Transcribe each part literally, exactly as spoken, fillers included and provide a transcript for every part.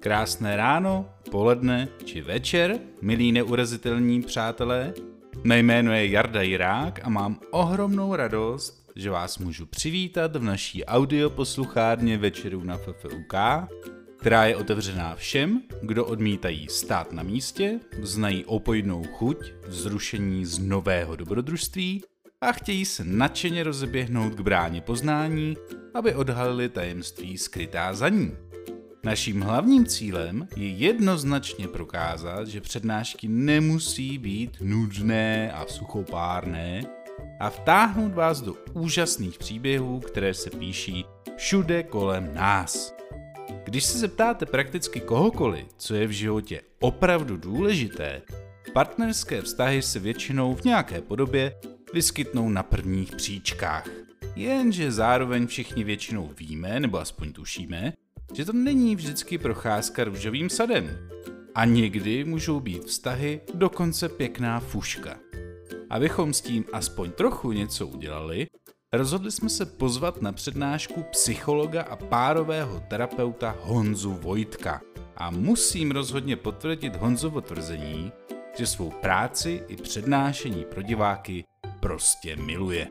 Krásné ráno, poledne či večer, milí neurazitelní přátelé. Mé jméno je Jarda Jirák a mám ohromnou radost, že vás můžu přivítat v naší audioposluchárně Večerů na F F U K, která je otevřená všem, kdo odmítají stát na místě, znají opojnou chuť vzrušení z nového dobrodružství a chtějí se nadšeně rozeběhnout k bráně poznání, aby odhalili tajemství skrytá za ní. Naším hlavním cílem je jednoznačně prokázat, že přednášky nemusí být nudné a suchopárné a vtáhnout vás do úžasných příběhů, které se píší všude kolem nás. Když se zeptáte prakticky kohokoliv, co je v životě opravdu důležité, partnerské vztahy se většinou v nějaké podobě vyskytnou na prvních příčkách. Jenže zároveň všichni většinou víme, nebo aspoň tušíme, že to není vždycky procházka růžovým sadem. A někdy můžou být vztahy dokonce pěkná fuška. Abychom s tím aspoň trochu něco udělali, rozhodli jsme se pozvat na přednášku psychologa a párového terapeuta Honzu Vojtka. A musím rozhodně potvrdit Honzovo tvrzení, že svou práci i přednášení pro diváky prostě miluje.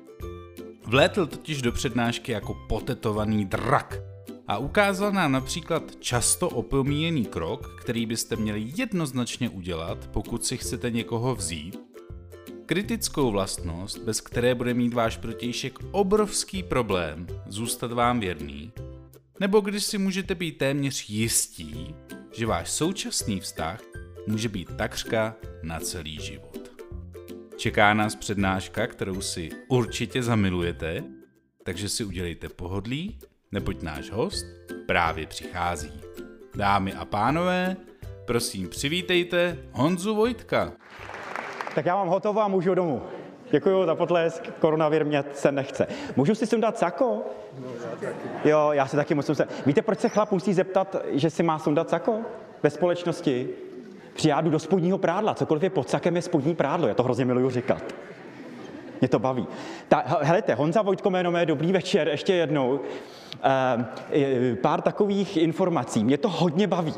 Vlétl totiž do přednášky jako potetovaný drak a ukázal nám například často opomíjený krok, který byste měli jednoznačně udělat, pokud si chcete někoho vzít, kritickou vlastnost, bez které bude mít váš protějšek obrovský problém zůstat vám věrný, nebo když si můžete být téměř jistí, že váš současný vztah může být takřka na celý život. Čeká nás přednáška, kterou si určitě zamilujete, takže si udělejte pohodlí, neboť náš host právě přichází. Dámy a pánové, prosím přivítejte Honzu Vojtka. Tak já mám hotovo a můžu domů. Děkuju za potlesk, koronavir mě se nechce. Můžu si sundat sako? Jo, já si taky musím se... Víte, proč se chlap musí zeptat, že si má sundat sako ve společnosti? Přijádu do spodního prádla, cokoliv je pod sakem je spodní prádlo, já to hrozně miluju říkat. Mě to baví. Ta, helejte, Honza Vojtko, jméno mé, dobrý večer, ještě jednou. E, pár takových informací, mě to hodně baví.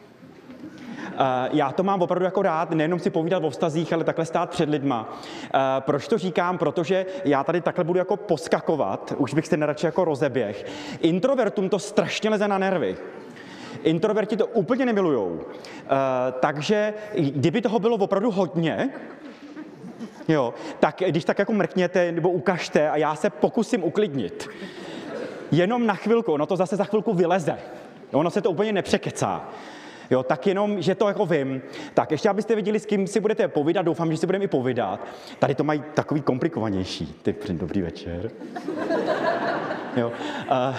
Já to mám opravdu jako rád, nejenom si povídat o vztazích, ale takhle stát před lidma. Proč to říkám? Protože já tady takhle budu jako poskakovat, už bych se neradši jako rozeběh. Introvertům to strašně leze na nervy. Introverti to úplně nemilujou. Takže kdyby toho bylo opravdu hodně, jo, tak když tak jako mrkněte nebo ukažte a já se pokusím uklidnit. Jenom na chvilku, ono to zase za chvilku vyleze. Ono se to úplně nepřekecá. Jo, tak jenom, že to jako vím. Tak ještě abyste viděli, s kým si budete povídat, doufám, že si budeme i povídat. Tady to mají takový komplikovanější. Ty, dobrý večer. Jo. Uh,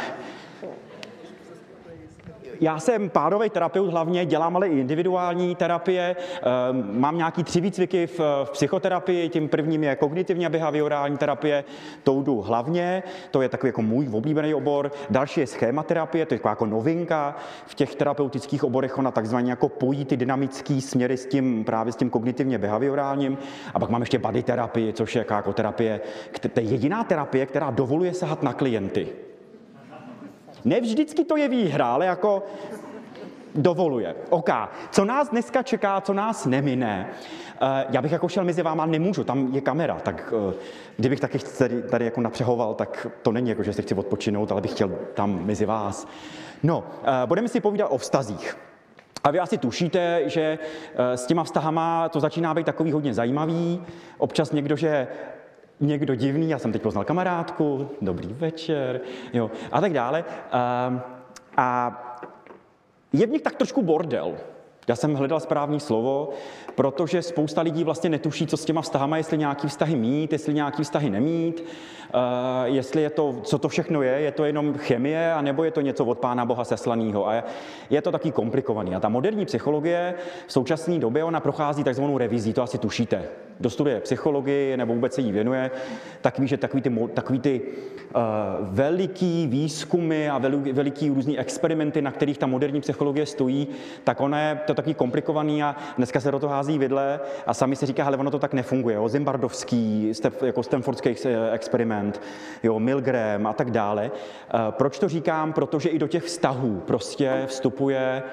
Já jsem párový terapeut hlavně, dělám ale i individuální terapie. Mám nějaký tři výcviky v, v psychoterapii, tím prvním je kognitivní a behaviorální terapie, tou jdu hlavně, to je takový jako můj oblíbený obor. Další je schématerapie, to je jako novinka v těch terapeutických oborech, ona takzvaně jako pojí ty dynamické směry s tím, právě s tím kognitivně behaviorálním. A pak mám ještě body terapii, což je jako terapie, to je jediná terapie, která dovoluje sahat na klienty. Ne vždycky to je výhra, ale jako dovoluje. OK, co nás dneska čeká, co nás nemine? Já bych jako šel mezi váma, nemůžu, tam je kamera, tak kdybych taky tady, tady jako napřehoval, tak to není jako, že si chci odpočinout, ale bych chtěl tam mezi vás. No, budeme si povídat o vztazích. A vy asi tušíte, že s těma vztahama to začíná být takový hodně zajímavý. Občas někdo, že někdo divný, já jsem teď poznal kamarádku, dobrý večer, jo, a tak dále. A, a je v nich tak trošku bordel. Já jsem hledal správný slovo, protože spousta lidí vlastně netuší, co s těma vztahama, jestli nějaký vztahy mít, jestli nějaký vztahy nemít, uh, jestli je to, co to všechno je, je to jenom chemie, anebo je to něco od Pána Boha seslanýho. A je to taky komplikovaný. A ta moderní psychologie v současné době, ona prochází takzvanou revizí, to asi tušíte. Kdo studuje psychologii nebo vůbec se jí věnuje, tak ví, že takový ty, takový ty uh, veliký výzkumy a veliký, veliký různý experimenty, na kterých ta moderní psychologie stojí, tak ono je to taky komplikovaný a dneska se do toho hází vidle a sami si říká, hele, ono to tak nefunguje. Jo? Zimbardovský, jako Stanfordský experiment, jo, Milgram a tak dále. Uh, proč to říkám? Protože i do těch vztahů prostě vstupuje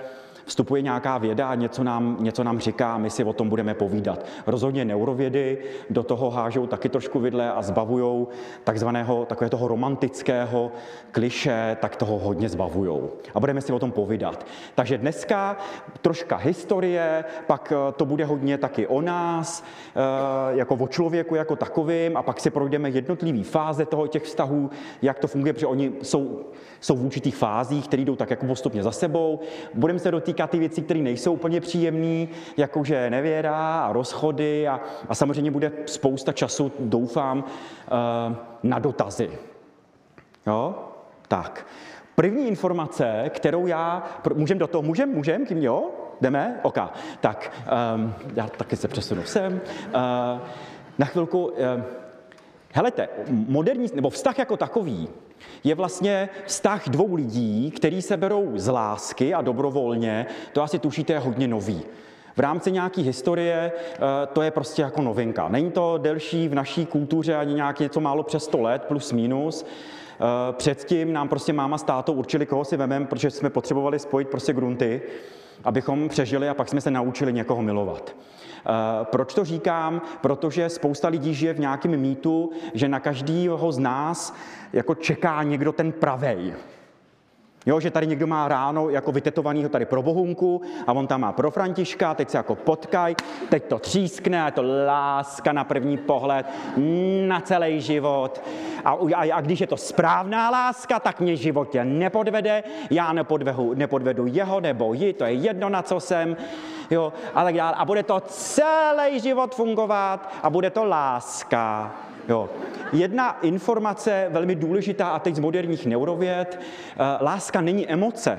vstupuje nějaká věda a něco nám, něco nám říká a my si o tom budeme povídat. Rozhodně neurovědy do toho hážou taky trošku vidle a zbavujou takzvaného takové toho romantického kliše, tak toho hodně zbavujou. A budeme si o tom povídat. Takže dneska troška historie, pak to bude hodně taky o nás, jako o člověku jako takovým, a pak si projdeme jednotlivý fáze toho těch vztahů, jak to funguje, protože oni jsou, jsou v určitých fázích, které jdou tak jako postupně za sebou. Budeme se dotýkat ty věcí, které nejsou úplně příjemné, jakože nevěra a rozchody a, a samozřejmě bude spousta času, doufám, na dotazy. Jo? Tak. První informace, kterou já... Můžem do toho? Můžem? Můžem? Kým jo? Jdeme? OK. Tak, um, já taky se přesunu sem. Uh, na chvilku... Uh, helejte, moderní, nebo vztah jako takový je vlastně vztah dvou lidí, který se berou z lásky a dobrovolně. To asi tušíte, je hodně nový. V rámci nějaké historie to je prostě jako novinka. Není to delší v naší kultuře ani nějak něco málo přes sto let, plus minus. Předtím nám prostě máma s tátou určili, koho si vememe, protože jsme potřebovali spojit prostě grunty, abychom přežili, a pak jsme se naučili někoho milovat. Proč to říkám? Protože spousta lidí žije v nějakém mýtu, že na každého z nás jako čeká někdo ten pravej. Jo, že tady někdo má ráno jako vytetovanýho tady pro Bohunku a on tam má pro Františka, teď se jako potkaj, teď to třískne a je to láska na první pohled, na celý život. A, a, a když je to správná láska, tak mě v životě nepodvede, já nepodvedu, nepodvedu jeho nebo ji, to je jedno, na co jsem, jo, a tak dále. A bude to celý život fungovat a bude to láska. Jo. Jedna informace velmi důležitá, a teď z moderních neurověd, láska není emoce.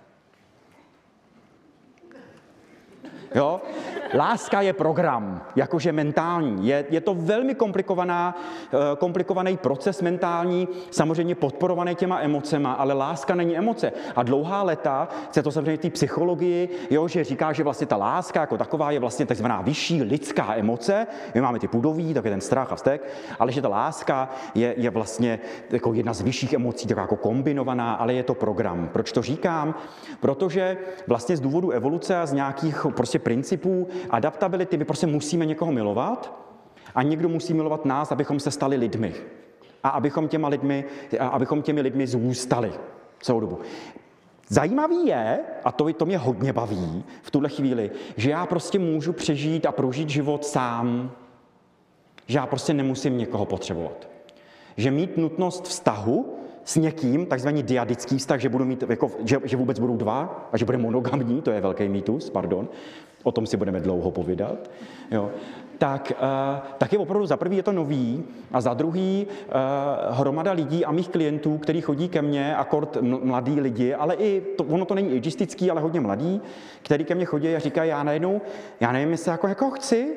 Jo? Láska je program, jakože mentální. Je, je to velmi komplikovaná, komplikovaný proces mentální, samozřejmě podporovaný těma emocema, ale láska není emoce. A dlouhá léta se to samozřejmě v té psychologii, jo, že říká, že vlastně ta láska jako taková je vlastně takzvaná vyšší lidská emoce. My máme ty pudový, tak je ten strach a vztek, ale že ta láska je, je vlastně jako jedna z vyšších emocí, taková jako kombinovaná, ale je to program. Proč to říkám? Protože vlastně z důvodu evoluce a z nějakých prostě principů adaptability, my prostě musíme někoho milovat a někdo musí milovat nás, abychom se stali lidmi. A abychom, těma lidmi, abychom těmi lidmi zůstali celou dobu. Zajímavý je, a to, to mě hodně baví v tuhle chvíli, že já prostě můžu přežít a prožít život sám. Že já prostě nemusím někoho potřebovat. Že mít nutnost vztahu s někým, takzvaný dyadický vztah, že, budu mít, jako, že, že vůbec budou dva a že bude monogamní, to je velký mýtus, pardon, o tom si budeme dlouho povídat, jo. Tak, uh, tak je opravdu, za prvý je to nový a za druhý uh, hromada lidí a mých klientů, kteří chodí ke mně, akord mladí lidi, ale i, to, ono to není agistický, ale hodně mladí, který ke mně chodí a říkají, já najednou, já nevím, jestli jako, jako chci,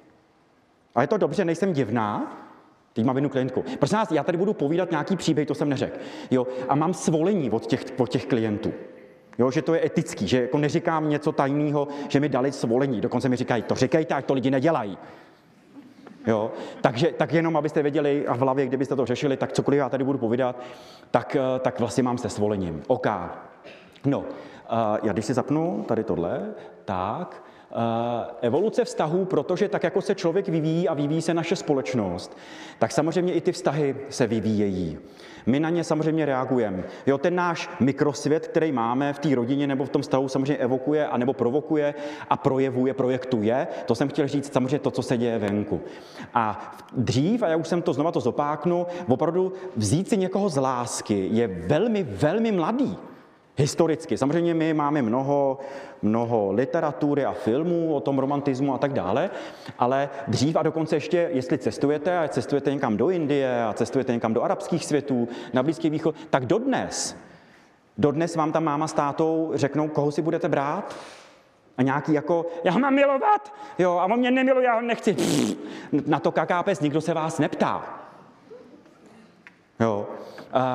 a je to dobře, nejsem divná. Teď mám jednu klientku. Prosím vás, já tady budu povídat nějaký příběh, to jsem neřekl. Jo, a mám svolení od těch, od těch klientů. Jo, že to je etický, že jako neříkám něco tajného, že mi dali svolení. Dokonce mi říkají, to říkejte, ať to lidi nedělají. Jo, takže tak jenom, abyste věděli a v hlavě, kdybyste to řešili, tak cokoliv já tady budu povídat, tak, tak vlastně mám se svolením. OK. No, já když si zapnu tady tohle, tak... Evoluce vztahů, protože tak, jako se člověk vyvíjí a vyvíjí se naše společnost, tak samozřejmě i ty vztahy se vyvíjejí. My na ně samozřejmě reagujeme. Jo, ten náš mikrosvět, který máme v té rodině nebo v tom vztahu, samozřejmě evokuje a nebo provokuje a projevuje, projektuje. To jsem chtěl říct samozřejmě to, co se děje venku. A dřív, a já už jsem to znova to zopáknu, opravdu vzít si někoho z lásky je velmi, velmi mladý. Historicky. Samozřejmě my máme mnoho, mnoho literatury a filmů o tom romantismu a tak dále, ale dřív a dokonce ještě, jestli cestujete, a cestujete někam do Indie a cestujete někam do arabských světů, na Blízký východ, tak dodnes, dodnes vám tam máma s tátou řeknou, koho si budete brát a nějaký jako, já ho mám milovat, jo, a on mě nemiluje, já ho nechci. Pff, na to kaká pes, nikdo se vás neptá. Jo. Uh,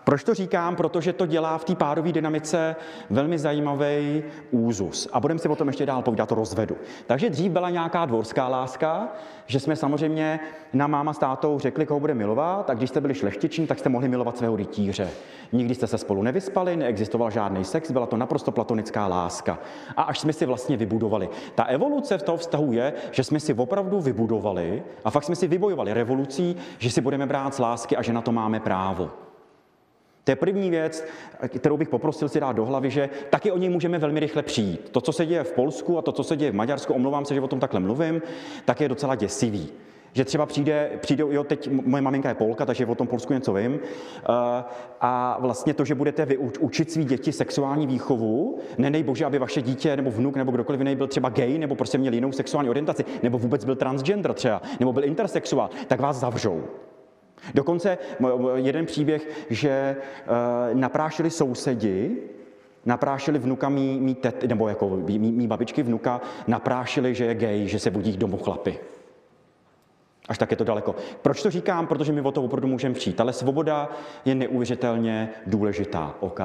Proč to říkám? Protože to dělá v té párové dynamice velmi zajímavý úzus. A budeme si o tom ještě dál povídat, to rozvedu. Takže dřív byla nějaká dvorská láska, že jsme samozřejmě na máma s tátou řekli, koho bude milovat, a když jste byli šlechtiční, tak jste mohli milovat svého rytíře. Nikdy jste se spolu nevyspali, neexistoval žádný sex, byla to naprosto platonická láska. A až jsme si vlastně vybudovali. Ta evoluce v toho vztahu je, že jsme si opravdu vybudovali a fakt jsme si vybojovali revolucí, že si budeme brát z lásky a že na to máme právo. To je první věc, kterou bych poprosil si dát do hlavy, že taky o něj můžeme velmi rychle přijít. To, co se děje v Polsku a to, co se děje v Maďarsku, omlouvám se, že o tom takhle mluvím, tak je docela děsivý. Že třeba přijde, přijde, jo, teď moje maminka je Polka, takže o tom Polsku něco vím, a vlastně to, že budete vy učit svý děti sexuální výchovu, nedej bože, aby vaše dítě nebo vnuk nebo kdokoliv jiný byl třeba gay, nebo prostě měl jinou sexuální orientaci, nebo vůbec byl transgender třeba, nebo byl intersexuál, tak vás zavřou. Dokonce jeden příběh, že uh, naprášili sousedi, naprášili vnuka mý, mý tet, nebo jako mý, mý babičky vnuka, naprášili, že je gay, že se budí k domu chlapy. Až tak je to daleko. Proč to říkám? Protože my o to opravdu můžeme přijít. Ale svoboda je neuvěřitelně důležitá. OK?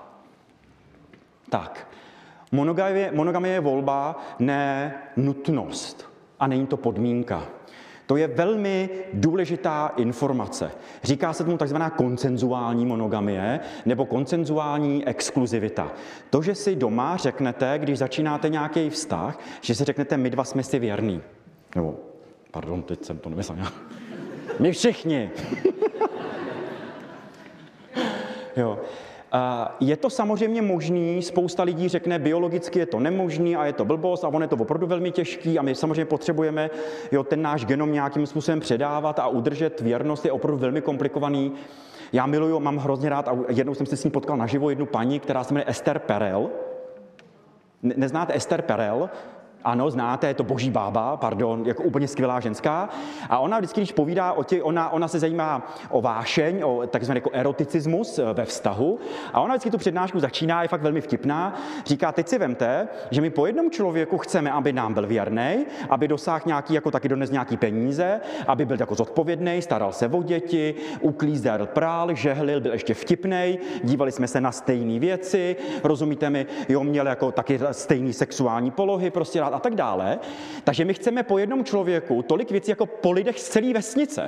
Tak. Monogamie, monogamie je volba, ne nutnost. A není to podmínka. To je velmi důležitá informace. Říká se tomu takzvaná konsenzuální monogamie nebo konsenzuální exkluzivita. To, že si doma řeknete, když začínáte nějaký vztah, že si řeknete, my dva jsme si věrní. Nebo, pardon, teď jsem to nemyslel. My všichni. Jo. Je to samozřejmě možný, spousta lidí řekne, biologicky je to nemožný a je to blbost a on je to opravdu velmi těžký a my samozřejmě potřebujeme jo, ten náš genom nějakým způsobem předávat a udržet věrnost je opravdu velmi komplikovaný. Já miluju, mám hrozně rád a jednou jsem se s ní potkal naživo jednu paní, která se jmenuje Esther Perel. Ne, neznáte Esther Perel? Ano, znáte, je to boží bába, pardon, jako úplně skvělá ženská. A ona vždycky, když povídá o těch, ona, ona se zajímá o vášeň, o takzvaný jako eroticismus ve vztahu. A ona vždycky tu přednášku začíná, je fakt velmi vtipná. Říká, teď si vemte, že my po jednom člověku chceme, aby nám byl věrnej, aby dosáhl nějaký, jako taky dones nějaký peníze, aby byl jako zodpovědný, staral se o děti, uklízel, prál, žehlil, byl ještě vtipnej, dívali jsme se na stejné věci, rozumíte mi, jo, měl jako taky stejný sexuální polohy, prostě rád a tak dále. Takže my chceme po jednom člověku tolik věcí jako po lidech z celé vesnice.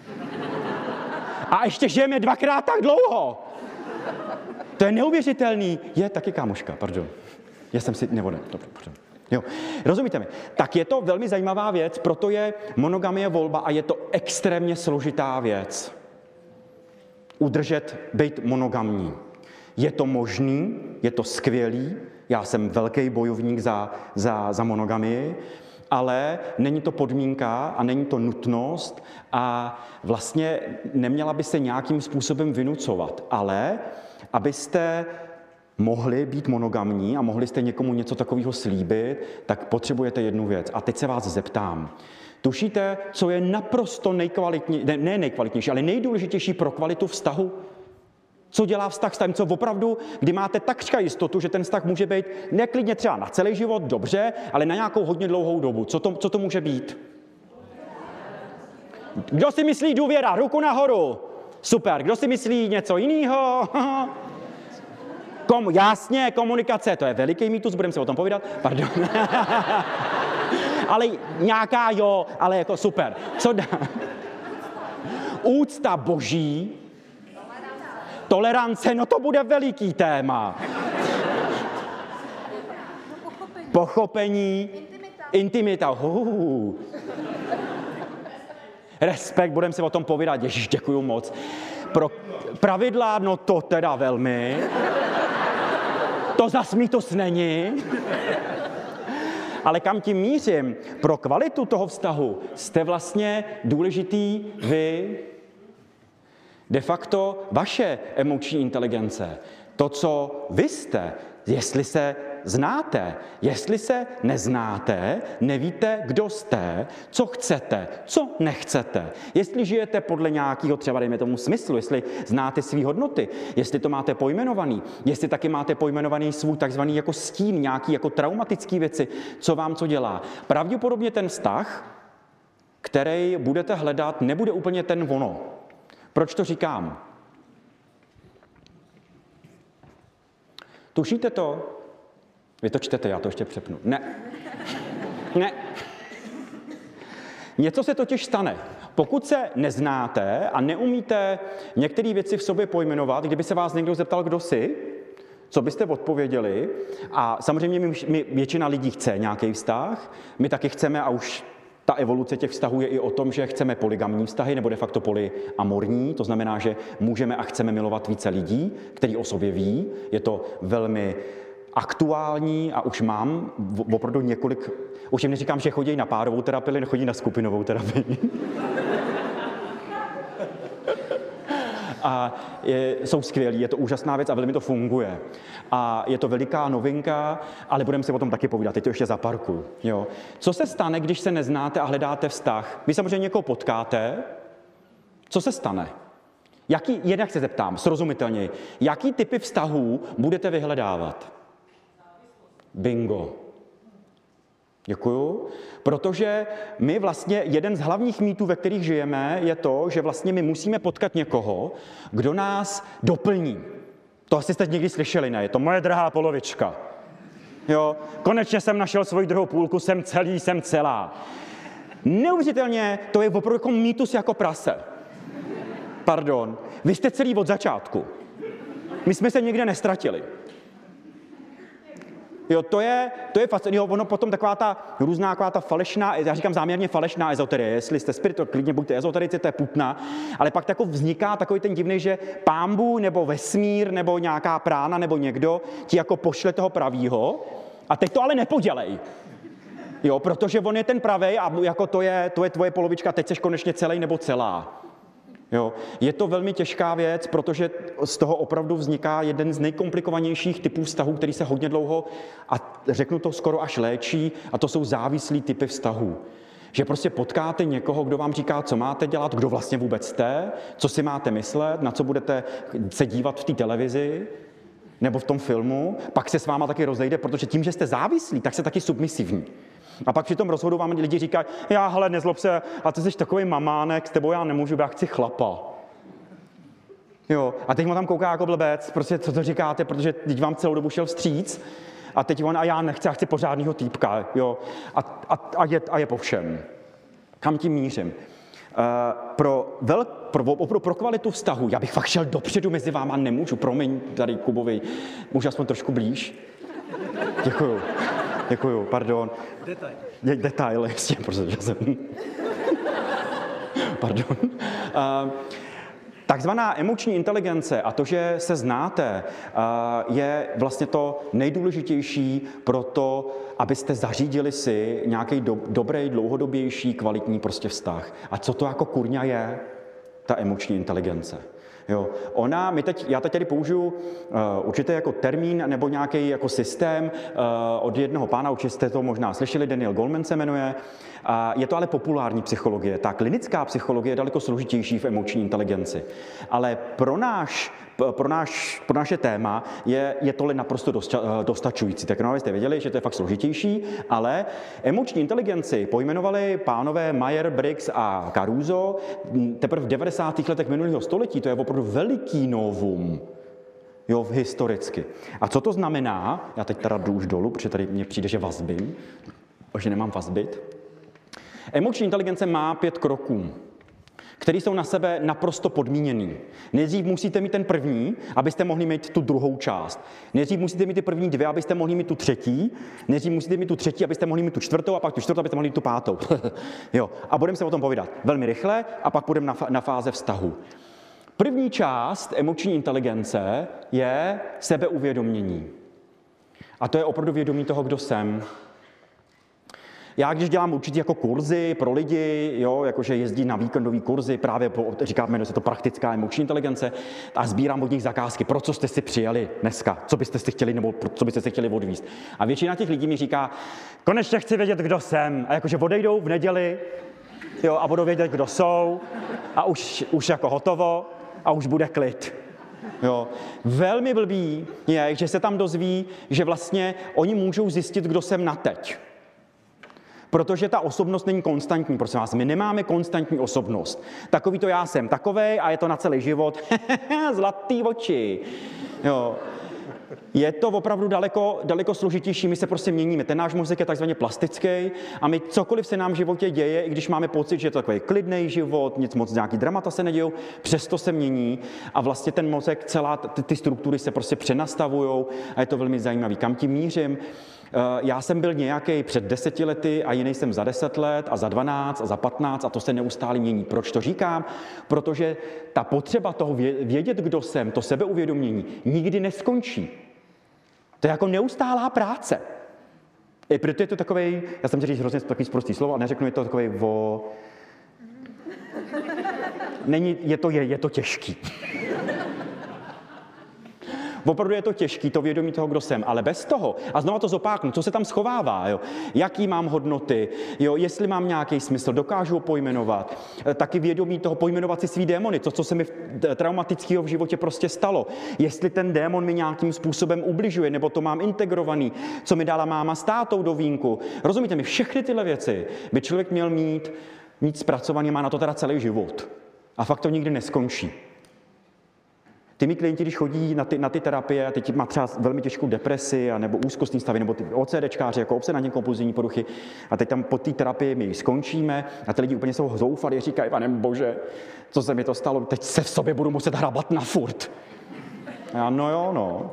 A ještě žijeme dvakrát tak dlouho. To je neuvěřitelný. Je taky kámoška, pardon. Já jsem si, nebo ne, dobře, pardon. Jo, rozumíte mi? Tak je to velmi zajímavá věc, proto je monogamie volba a je to extrémně složitá věc. Udržet, být monogamní. Je to možný, je to skvělý, já jsem velký bojovník za, za, za monogamii, ale není to podmínka a není to nutnost a vlastně neměla by se nějakým způsobem vynucovat, ale abyste mohli být monogamní a mohli jste někomu něco takového slíbit, tak potřebujete jednu věc. A teď se vás zeptám. Tušíte, co je naprosto nejkvalitnější, ne, ne nejkvalitnější, ale nejdůležitější pro kvalitu vztahu? Co dělá vztah s tím, co opravdu, kdy máte takřka jistotu, že ten vztah může být neklidně třeba na celý život, dobře, ale na nějakou hodně dlouhou dobu. Co to, co to může být? Kdo si myslí důvěra? Ruku nahoru. Super. Kdo si myslí něco jiného? Kom, jasně, komunikace. To je veliký mýtus, budeme si o tom povídat. Pardon. Ale nějaká jo, ale jako super. Co dá? Úcta boží. Tolerance, no to bude veliký téma. Pochopení. Pochopení. Intimita. Intimita. Uh. Respekt, budeme si o tom povídat. Ježiš, děkuju moc. Pro pravidla, no to teda velmi. To zas mýtus není. Ale kam tím mířím? Pro kvalitu toho vztahu jste vlastně důležitý vy. De facto vaše emoční inteligence, to, co vy jste, jestli se znáte, jestli se neznáte, nevíte, kdo jste, co chcete, co nechcete, jestli žijete podle nějakého třeba, dejme tomu, smyslu, jestli znáte svý hodnoty, jestli to máte pojmenovaný, jestli taky máte pojmenovaný svůj takzvaný jako stín, nějaký jako traumatický věci, co vám co dělá. Pravděpodobně ten vztah, který budete hledat, nebude úplně ten ono. Proč to říkám? Tušíte to? Vy to čtete, já to ještě přepnu. Ne. Ne. Něco se totiž stane. Pokud se neznáte a neumíte některé věci v sobě pojmenovat, kdyby se vás někdo zeptal, kdo jsi, co byste odpověděli, a samozřejmě my, my, většina lidí chce nějaký vztah, my taky chceme, a už ta evoluce těch vztahů je i o tom, že chceme polygamní vztahy, nebo de facto polyamorní, to znamená, že můžeme a chceme milovat více lidí, který o sobě ví, je to velmi aktuální a už mám opravdu několik, už jim neříkám, že chodí na párovou terapii, ale chodí na skupinovou terapii. A je, jsou skvělí, je to úžasná věc a velmi to funguje. A je to veliká novinka, ale budeme si o tom taky povídat, teď to ještě zaparkuju. Jo. Co se stane, když se neznáte a hledáte vztah? Vy samozřejmě někoho potkáte, co se stane? Jaký, jednak se zeptám, srozumitelněji, jaký typy vztahů budete vyhledávat? Bingo. Děkuju. Protože my vlastně, jeden z hlavních mýtů, ve kterých žijeme, je to, že vlastně my musíme potkat někoho, kdo nás doplní. To asi jste někdy slyšeli, ne? Je to moje drahá polovička. Jo, konečně jsem našel svoji druhou půlku, jsem celý, jsem celá. Neuvěřitelně, to je opravdu jako mýtus jako prase. Pardon. Vy jste celý od začátku. My jsme se nikde nestratili. Jo, to je, to je fascinující. Ono potom taková ta různá, taková ta falešná, já říkám záměrně falešná ezoterie. Jestli jste spirit, klidně buďte ezoterici, to je putna. Ale pak tako vzniká takový ten divný, že pámbu nebo vesmír nebo nějaká prána nebo někdo ti jako pošle toho pravýho a teď to ale nepodělej. Jo, protože on je ten pravej a jako to je, to je tvoje polovička, teď seš konečně celý nebo celá. Jo. Je to velmi těžká věc, protože z toho opravdu vzniká jeden z nejkomplikovanějších typů vztahů, který se hodně dlouho, a řeknu to skoro až léčí, a to jsou závislý typy vztahů. Že prostě potkáte někoho, kdo vám říká, co máte dělat, kdo vlastně vůbec jste, co si máte myslet, na co budete se dívat v té televizi nebo v tom filmu, pak se s váma taky rozejde, protože tím, že jste závislí, tak se taky submisivní. A pak při tom rozhodu vám lidi říkají, já hele, nezlob se, a ty jsi takový mamánek, s tebou já nemůžu, já chci chlapa. Jo, a teď mu tam kouká jako blbec, prostě co to říkáte, protože teď vám celou dobu šel vstříc, a teď on, a já nechci, já chci pořádnýho týpka, jo, a, a, a, je, a je po všem. Kam tím mířím? Uh, pro, vel, pro, pro, pro kvalitu vztahu, já bych fakt šel dopředu mezi váma, nemůžu, promiň tady Kubovi, můžu aspoň trošku blíž? Děkuju. Děkuju, pardon. Detail. Je, detail, jistě, protože jsem... pardon. Uh, takzvaná emoční inteligence a to, že se znáte, uh, je vlastně to nejdůležitější pro to, abyste zařídili si nějaký do, dobrý, dlouhodobější, kvalitní prostě vztah. A co to jako kurňa je? Ta emoční inteligence. Jo, ona, my teď, já teď tady použiju uh, určitě jako termín nebo nějaký jako systém uh, od jednoho pána, určitě jste to možná slyšeli, Daniel Goleman se jmenuje. Uh, je to ale populární psychologie. Ta klinická psychologie je daleko složitější v emoční inteligenci. Ale pro náš Pro, náš, pro naše téma je, je tohle naprosto dosta, dostačující. Tak no, jste věděli, že to je fakt složitější, ale emoční inteligenci pojmenovali pánové Mayer, Briggs a Caruso teprve v devadesátých letech minulého století. To je opravdu veliký novum, jo, historicky. A co to znamená? Já teď teda jdu už dolů, protože tady mně přijde, že vazbím, že nemám vazbit. Emoční inteligence má pět kroků, který jsou na sebe naprosto podmíněný. Nejdřív musíte mít ten první, abyste mohli mít tu druhou část. Nejdřív musíte mít ty první dvě, abyste mohli mít tu třetí. Nejdřív musíte mít tu třetí, abyste mohli mít tu čtvrtou, a pak tu čtvrtou, abyste mohli mít tu pátou. Jo. A budeme se o tom povídat velmi rychle a pak půjdeme na, na fáze vztahu. První část emoční inteligence je sebeuvědomění. A to je opravdu vědomí toho, kdo jsem. Já, když dělám určitě jako kurzy pro lidi, jo, jakože jezdí na víkendový kurzy, právě po, říká, jmenuje se to praktická emoční inteligence, a sbírám od nich zakázky, pro co jste si přijeli dneska, co byste si chtěli, nebo co byste si chtěli odvízt. A většina těch lidí mi říká, konečně chci vědět, kdo jsem. A jakože odejdou v neděli, jo, a budou vědět, kdo jsou, a už, už jako hotovo, a už bude klid. Jo. Velmi blbý je, že se tam dozví, že vlastně oni můžou zjistit, kdo jsem na teď. Protože ta osobnost není konstantní, prosím vás. My nemáme konstantní osobnost. Takový to já jsem takovej a je to na celý život. Zlatý oči. Jo. Je to opravdu daleko, daleko složitější, my se prostě měníme. Ten náš mozek je takzvaně plastický a my cokoliv se nám v životě děje, i když máme pocit, že je to takový klidný život, nic moc, nějaký dramata se nedějou, přesto se mění a vlastně ten mozek, celá ty, ty struktury se prostě přenastavujou a je to velmi zajímavý. Kam tím mířím? Já jsem byl nějaký před deseti lety a jiný jsem za deset let a za dvanáct a za patnáct a to se neustále mění. Proč to říkám? Protože ta potřeba toho vědět, kdo jsem, to sebeuvědomění, nikdy neskončí. To je jako neustálá práce. I proto je to takovej, já jsem říct hrozně takový sprostý slovo a neřeknu, je to takovej o... Není, je to, je, je to těžký. Opravdu je to těžký, to vědomí toho, kdo jsem, ale bez toho, a znovu to zopáknu, co se tam schovává, jo? Jaký mám hodnoty, jo? Jestli mám nějaký smysl, dokážu ho pojmenovat, taky vědomí toho pojmenovat si svý démony, to, co se mi traumatického v životě prostě stalo, jestli ten démon mi nějakým způsobem ubližuje, nebo to mám integrovaný, co mi dala máma s tátou do vínku. Rozumíte mi, všechny tyhle věci by člověk měl mít, mít zpracovaný, má na to teda celý život. A fakt to nikdy neskončí. Ty mý klienti, když chodí na ty, na ty terapie, a teď má třeba velmi těžkou depresi, a nebo úzkostní stavy, nebo ty OCDčkáři, jako obsedantně kompulzivní poruchy, a teď tam po té terapii my ji skončíme, a ty lidi úplně jsou zoufalí, říkají, pane bože, co se mi to stalo, teď se v sobě budu muset hrabat na furt. A já, no jo, no.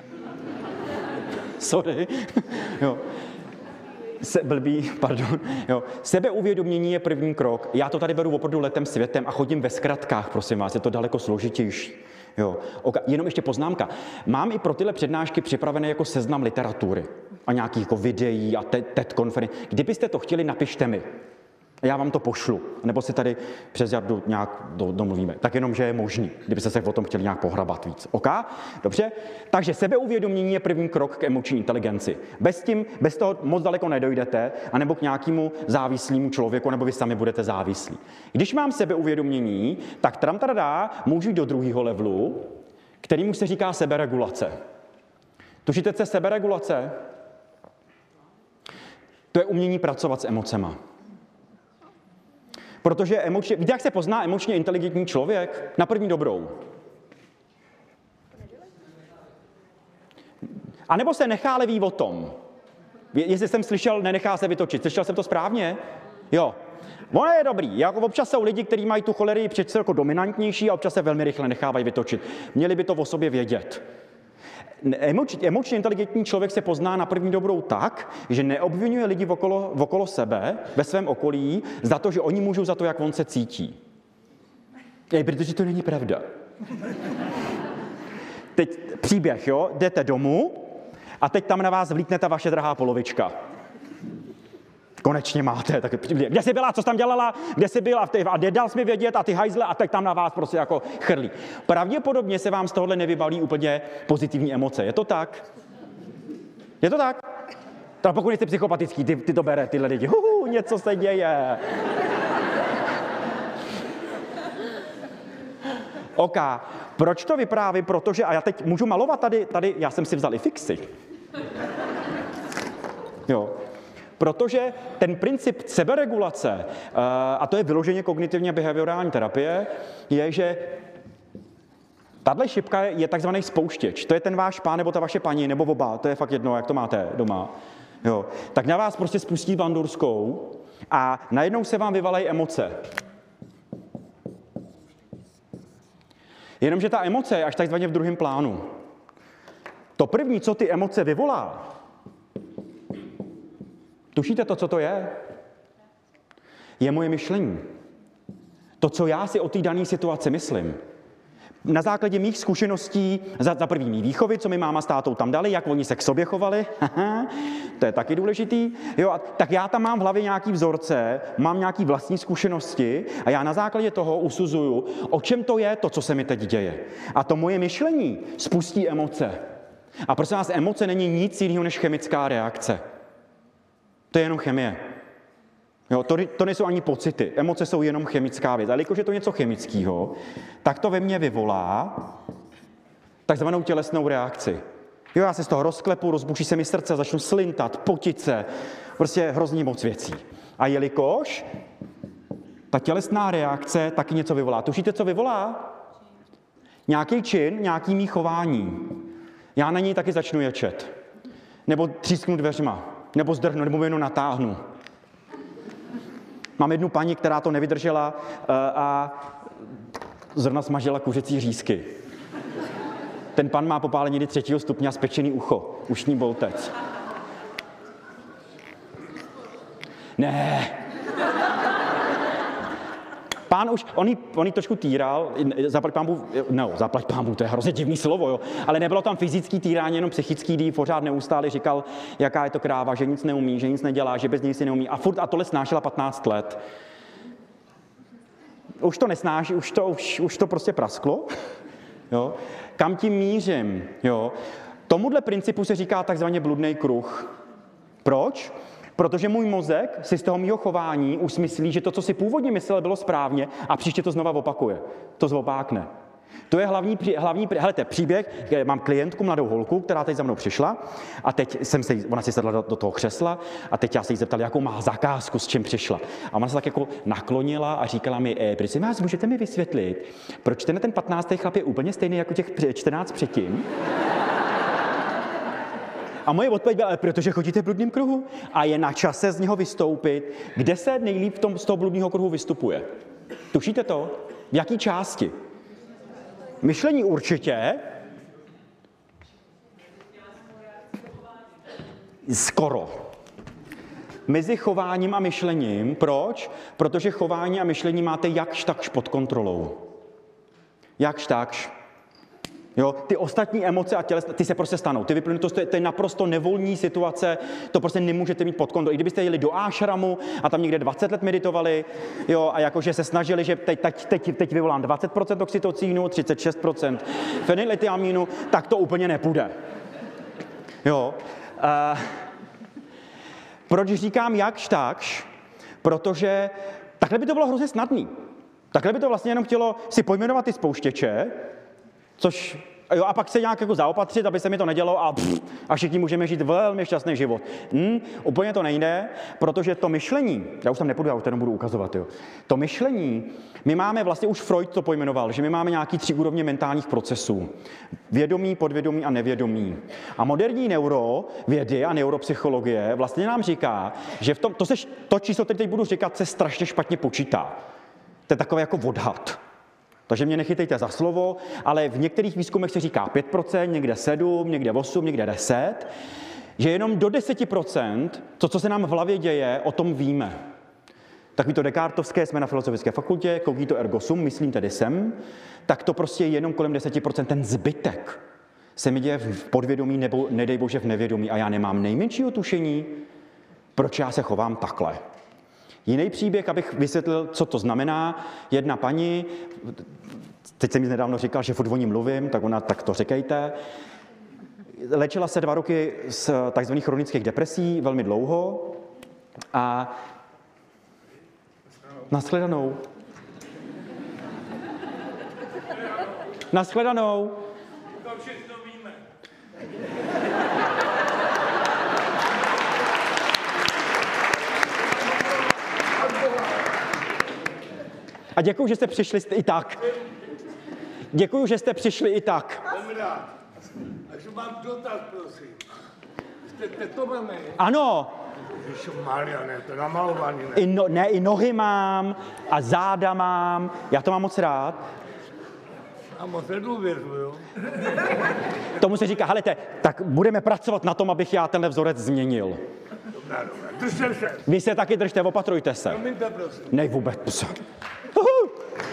Sorry. Jo. Se, blbý, pardon, jo. Sebeuvědomění je první krok. Já to tady beru opravdu letem světem a chodím ve zkratkách, prosím vás, je to daleko složitější. Jo. Oka, jenom ještě poznámka. Mám i pro tyhle přednášky připravené jako seznam literatury a nějakých jako videí a TED konferenci. Kdybyste to chtěli, napište mi. Já vám to pošlu, nebo si tady přes Jardu nějak domluvíme. Tak jenom, že je možný, kdybyste se o tom chtěli nějak pohrabat víc. OK? Dobře? Takže sebeuvědomění je první krok k emoční inteligenci. Bez tím, bez toho moc daleko nedojdete, anebo k nějakému závislému člověku, nebo vy sami budete závislí. Když mám sebeuvědomění, tak tramtradá můžu jít do druhého levelu, kterýmu se říká seberegulace. Tušíte, co je seberegulace? To je umění pracovat s emocema. Protože emočně, víte, jak se pozná emočně inteligentní člověk? Na první dobrou. A nebo se nechá ví o tom. Jestli jsem slyšel, nenechá se vytočit. Slyšel jsem to správně? Jo. Ono je dobrý. Jako občas jsou lidi, kteří mají tu cholerii přece jako dominantnější a občas se velmi rychle nechávají vytočit. Měli by to o sobě vědět. Emoč, emočně inteligentní člověk se pozná na první dobrou tak, že neobvinuje lidi okolo, okolo sebe, ve svém okolí, za to, že oni můžou za to, jak on se cítí. Ej, protože to není pravda. Teď příběh, jo? Jdete domů a teď tam na vás vlítne ta vaše drahá polovička. Konečně máte. Tak, kde jsi byla, co jsi tam dělala, kde jsi byla a nedal jsi mi vědět a ty hajzle a teď tam na vás prostě jako chrlí. Pravděpodobně se vám z tohohle nevybalí úplně pozitivní emoce. Je to tak? Je to tak? Tak pokud jste psychopatický, ty, ty to bere, tyhle lidi. Huhu, něco se děje. OK. Proč to vyprávím? Protože, a já teď můžu malovat tady, tady, já jsem si vzal i fixy. Jo. Protože ten princip seberegulace, a to je vyloženě kognitivně behaviorální terapie, je, že tahle šipka je takzvaný spouštěč. To je ten váš pán nebo ta vaše paní, nebo oba, to je fakt jedno, jak to máte doma. Jo. Tak na vás prostě spustí bandurskou a najednou se vám vyvalají emoce. Jenomže ta emoce je až takzvaně v druhém plánu. To první, co ty emoce vyvolá, tušíte to, co to je? Je moje myšlení. To, co já si o té dané situaci myslím. Na základě mých zkušeností, za, za první mý výchovy, co mi máma s tátou tam dali, jak oni se k sobě chovali, to je taky důležitý. Jo, a tak já tam mám v hlavě nějaký vzorce, mám nějaký vlastní zkušenosti a já na základě toho usuzuju, o čem to je to, co se mi teď děje. A to moje myšlení spustí emoce. A prosím vás, emoce není nic jiného než chemická reakce. To je jenom chemie. Jo, to, to nejsou ani pocity. Emoce jsou jenom chemická věc. Ale jakože je to něco chemického, tak to ve mně vyvolá takzvanou tělesnou reakci. Jo, já se z toho rozklepu, rozbuší se mi srdce, začnu slintat, potit se, prostě hrozně moc věcí. A jelikož ta tělesná reakce taky něco vyvolá. Tušíte, co vyvolá? Nějaký čin, nějaký mý chování. Já na ní taky začnu ječet. Nebo třísknu dveřma. Nebo zdrhnu, nebo jenom natáhnu. Mám jednu paní, která to nevydržela a zrovna smažila kuřecí řízky. Ten pan má popáleniny třetího stupně a spečený ucho, ušní boltec. Ne. Pán už, on jí, on jí trošku týral, zaplať pámbu, no, zaplať pámbu, to je hrozně divný slovo, jo, ale nebylo tam fyzický týrání, jenom psychický, kdy pořád neustále říkal, jaká je to kráva, že nic neumí, že nic nedělá, že bez něj si neumí a furt a tohle snášela patnáct let. Už to nesnáší, už to, už, už to prostě prasklo, jo. Kam tím mířím, jo. Tomuhle principu se říká takzvaně bludný kruh. Proč? Protože můj mozek si z toho mýho chování už myslí, že to, co si původně myslel, bylo správně a příště to znova opakuje. To zopákne. To je hlavní, hlavní helejte, příběh, mám klientku, mladou holku, která teď za mnou přišla a teď jsem se, ona si sedla do, do toho křesla a teď já se jí zeptal, jakou má zakázku, s čím přišla. A ona se tak jako naklonila a říkala mi, e, prosím vás, můžete mi vysvětlit, proč ten ten patnáctý chlap je úplně stejný jako těch čtrnáct předtím? A moje odpověď byla, protože chodíte v bludném kruhu a je na čase z něho vystoupit. Kde se nejlíp v tom, z toho bludného kruhu vystupuje? Tušíte to? V jaký části? Myšlení určitě. Skoro. Mezi chováním a myšlením. Proč? Protože chování a myšlení máte jakž takž pod kontrolou. Jakž takž. Jo, ty ostatní emoce a tělesné, ty se prostě stanou. Ty vyplynou, to, to je naprosto nevolní situace, to prostě nemůžete mít pod kontrolou. I kdybyste jeli do ášramu a tam někde dvacet let meditovali, jo, a jakože se snažili, že teď, teď, teď, teď vyvolám dvacet procent oxytocínu, třicet šest procent fenylethylamínu, tak to úplně nepůjde. Jo. Uh, proč říkám jakž takž? Protože takhle by to bylo hrozně snadný. Takhle by to vlastně jenom chtělo si pojmenovat ty spouštěče, což, jo, a pak se nějak jako zaopatřit, aby se mi to nedělo a, pff, a všichni můžeme žít velmi šťastný život. Hm, úplně to nejde, protože to myšlení, já už tam nepůjdu, já už to budu ukazovat, jo. To myšlení, my máme vlastně, už Freud to pojmenoval, že my máme nějaký tři úrovně mentálních procesů. Vědomí, podvědomí a nevědomí. A moderní neurovědy a neuropsychologie vlastně nám říká, že v tom, to, se, to číslo, které teď budu říkat, se strašně špatně počítá. To je takové jako odhad. Takže mě nechytejte za slovo, ale v některých výzkumech se říká pět procent, někde sedm, někde osm, někde deset, že jenom do deset procent to, co se nám v hlavě děje, o tom víme. Takový to Descartovské, jsme na Filozofické fakultě, cogito ergo sum, myslím tedy jsem, tak to prostě je jenom kolem deset procent, ten zbytek se mi děje v podvědomí nebo nedej bože v nevědomí a já nemám nejmenšího tušení, proč já se chovám takhle. Jiný příběh, abych vysvětlil, co to znamená. Jedna paní, teď jsem mi nedávno říkal, že furt o ní mluvím, tak ona, tak to říkejte. Léčila se dva roky z takzvaných chronických depresí, velmi dlouho. A nashledanou. Nashledanou. To všechno víme. A děkuju, že jste přišli i tak. Děkuju, že jste přišli i tak. Jsem rád. Takže mám dotaz, prosím. Jste tetovaný? Ano. Ježišmarja, ne, to je namalovaný, ne? I no, ne, i nohy mám a záda mám. Já to mám moc rád. A moc nedůvěřuju. Tomu se říká, helejte, tak budeme pracovat na tom, abych já tenhle vzorec změnil. Dobrá, dobrá. Držte se. Vy se taky držte, opatrujte se. Promiňte, prosím. Ne vůbec. Uhu.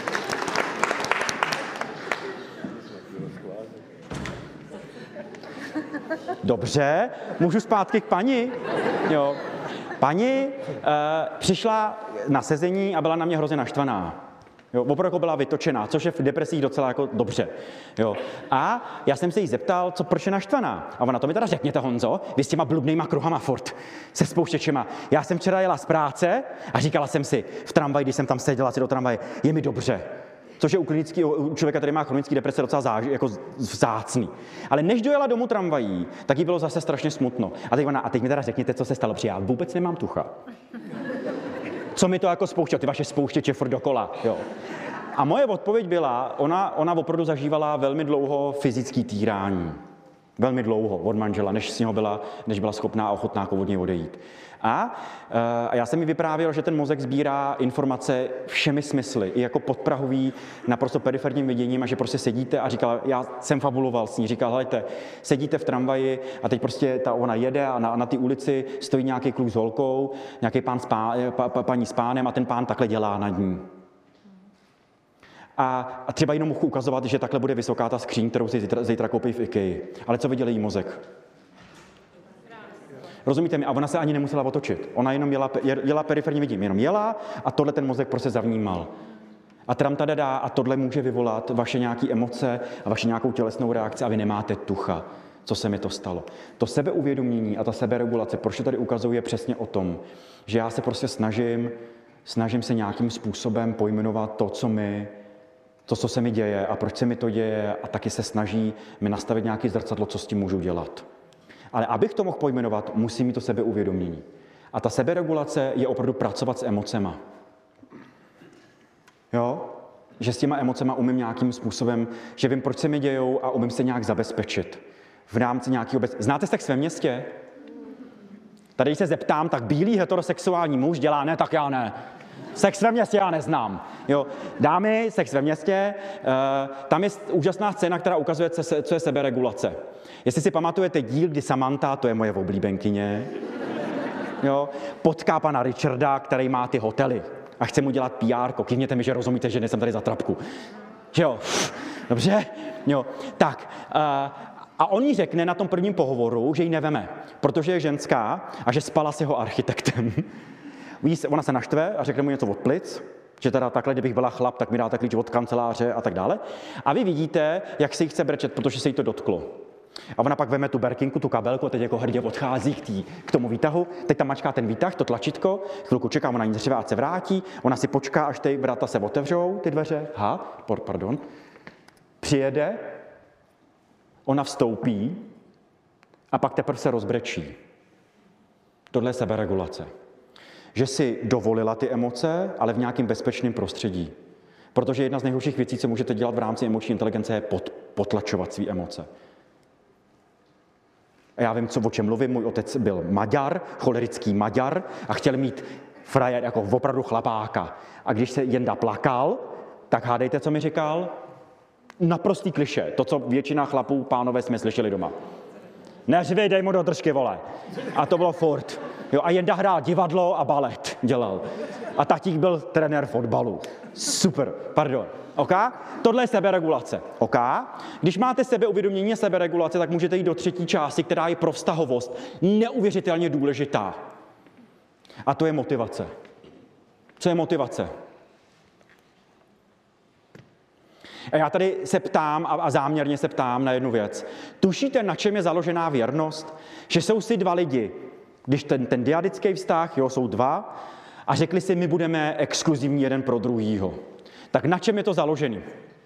Dobře, můžu zpátky k paní. Jo. Paní uh, přišla na sezení a byla na mě hrozně naštvaná. Jo, opravdu jako byla vytočená, což je v depresích docela jako dobře. Jo. A já jsem se jí zeptal, co, proč je naštvaná. A ona to mi teda řekněte, Honzo, vy s těma bludnýma kruhama furt, se spouštěčema. Já jsem včera jela z práce a říkala jsem si v tramvaji, když jsem tam seděla si do tramvaje, je mi dobře. Což je u, klinický, u člověka, který má chronický deprese, docela záž, jako vzácný. Ale než dojela domů tramvají, tak jí bylo zase strašně smutno. A teď ona, a teď mi teda řekněte, co se stalo, protože já vůbec nemám tucha. Co mi to jako spouštělo, ty vaše spouštěče furt dokola, jo. A moje odpověď byla, ona, ona opravdu zažívala velmi dlouho fyzický týrání. Velmi dlouho od manžela, než z něho byla, než byla schopná a ochotná od něj odejít. A, a já jsem mi vyprávěl, že ten mozek sbírá informace všemi smysly, i jako podprahový, naprosto periferním viděním, a že prostě sedíte a říkal, já jsem fabuloval s ní, říkal, hejte, sedíte v tramvaji a teď prostě ta ona jede a na, na té ulici stojí nějaký kluk s holkou, nějaký pán s pá, pa, pa, paní s pánem a ten pán takhle dělá nad ní. A, a třeba jenom mohu ukazovat, že takhle bude vysoká ta skříň, kterou si zítra, zítra koupí v IKEA. Ale co viděl jí mozek? Rozumíte mi? A ona se ani nemusela otočit. Ona jenom jela, jela periferně vidím, jenom jela a tohle ten mozek prostě zavnímal. A tram tadadá, a tohle může vyvolat vaše nějaké emoce a vaše nějakou tělesnou reakci a vy nemáte tucha, co se mi to stalo. To sebeuvědomění a ta seberegulace, proč to tady ukazuje, je přesně o tom, že já se prostě snažím, snažím se nějakým způsobem pojmenovat to, co mi, to, co se mi děje a proč se mi to děje, a taky se snaží mi nastavit nějaké zrcadlo, co s tím můžu dělat. Ale abych to mohl pojmenovat, musím mít to sebeuvědomění. A ta seberegulace je opravdu pracovat s emocema. Jo? Že s těma emocema umím nějakým způsobem, že vím, proč se mi dějou a umím se nějak zabezpečit. V rámci nějakého bez... Znáte sex ve městě? Tady, když se zeptám, tak bílý heterosexuální muž dělá ne, tak já ne. Sex ve městě já neznám. Jo, dámy, sex ve městě, uh, tam je úžasná scéna, která ukazuje, co je seberegulace. Jestli si pamatujete díl, kdy Samantha, to je moje oblíbenkyně, jo, potká pana Richarda, který má ty hotely a chce mu dělat P R ko. Kývněte mi, že rozumíte, že nejsem tady za trapku. Že jo, dobře? Jo, tak. Uh, a on jí řekne na tom prvním pohovoru, že ji neveme, protože je ženská a že spala s jeho architektem. Ona se naštve a řekne mu něco od plic, že teda takhle, kdybych byla chlap, tak mi dáte klíč od kanceláře a tak dále. A vy vidíte, jak se jí chce brečet, protože se jí to dotklo. A ona pak veme tu berkinku, tu kabelku a teď jako hrdě odchází k, tý, k tomu výtahu. Teď tam mačká ten výtah, to tlačítko, chvilku čeká, ona nic řve, ať se vrátí. Ona si počká, až ty vrata se otevřou, ty dveře. Ha, pardon. Přijede, ona vstoupí a pak teprve se rozbrečí. Tohle je seberegulace. Že si dovolila ty emoce, ale v nějakém bezpečném prostředí. Protože jedna z nejhorších věcí, co můžete dělat v rámci emoční inteligence, je pod, potlačovat své emoce. A já vím, co, o čem mluvím. Můj otec byl Maďar, cholerický Maďar a chtěl mít frajer jako opravdu chlapáka. A když se Jenda plakal, tak hádejte, co mi říkal? Naprostý klišé. To, co většina chlapů, pánové, jsme slyšeli doma. Neřvi, dej mu do držky, vole. A to bylo furt. Jo, a Jenda hrál divadlo a balet dělal. A tatík byl trenér fotbalu. Super, pardon. OK? Tohle je seberegulace. OK? Když máte sebeuvědomění a seberegulace, tak můžete jít do třetí části, která je pro vztahovost neuvěřitelně důležitá. A to je motivace. Co je motivace? A já tady se ptám a záměrně se ptám na jednu věc. Tušíte, na čem je založená věrnost? Že jsou si dva lidi, když ten, ten dyadický vztah, jo, jsou dva, a řekli si, my budeme exkluzivní jeden pro druhýho. Tak na čem je to založený?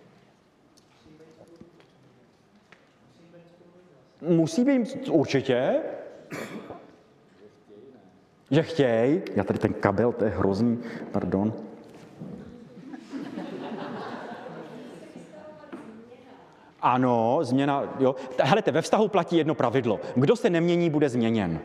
Musí být určitě. Že chtěj. Já tady ten kabel, to je hrozný, pardon. Ano, změna, jo. Helejte, ve vztahu platí jedno pravidlo. Kdo se nemění, bude změněn.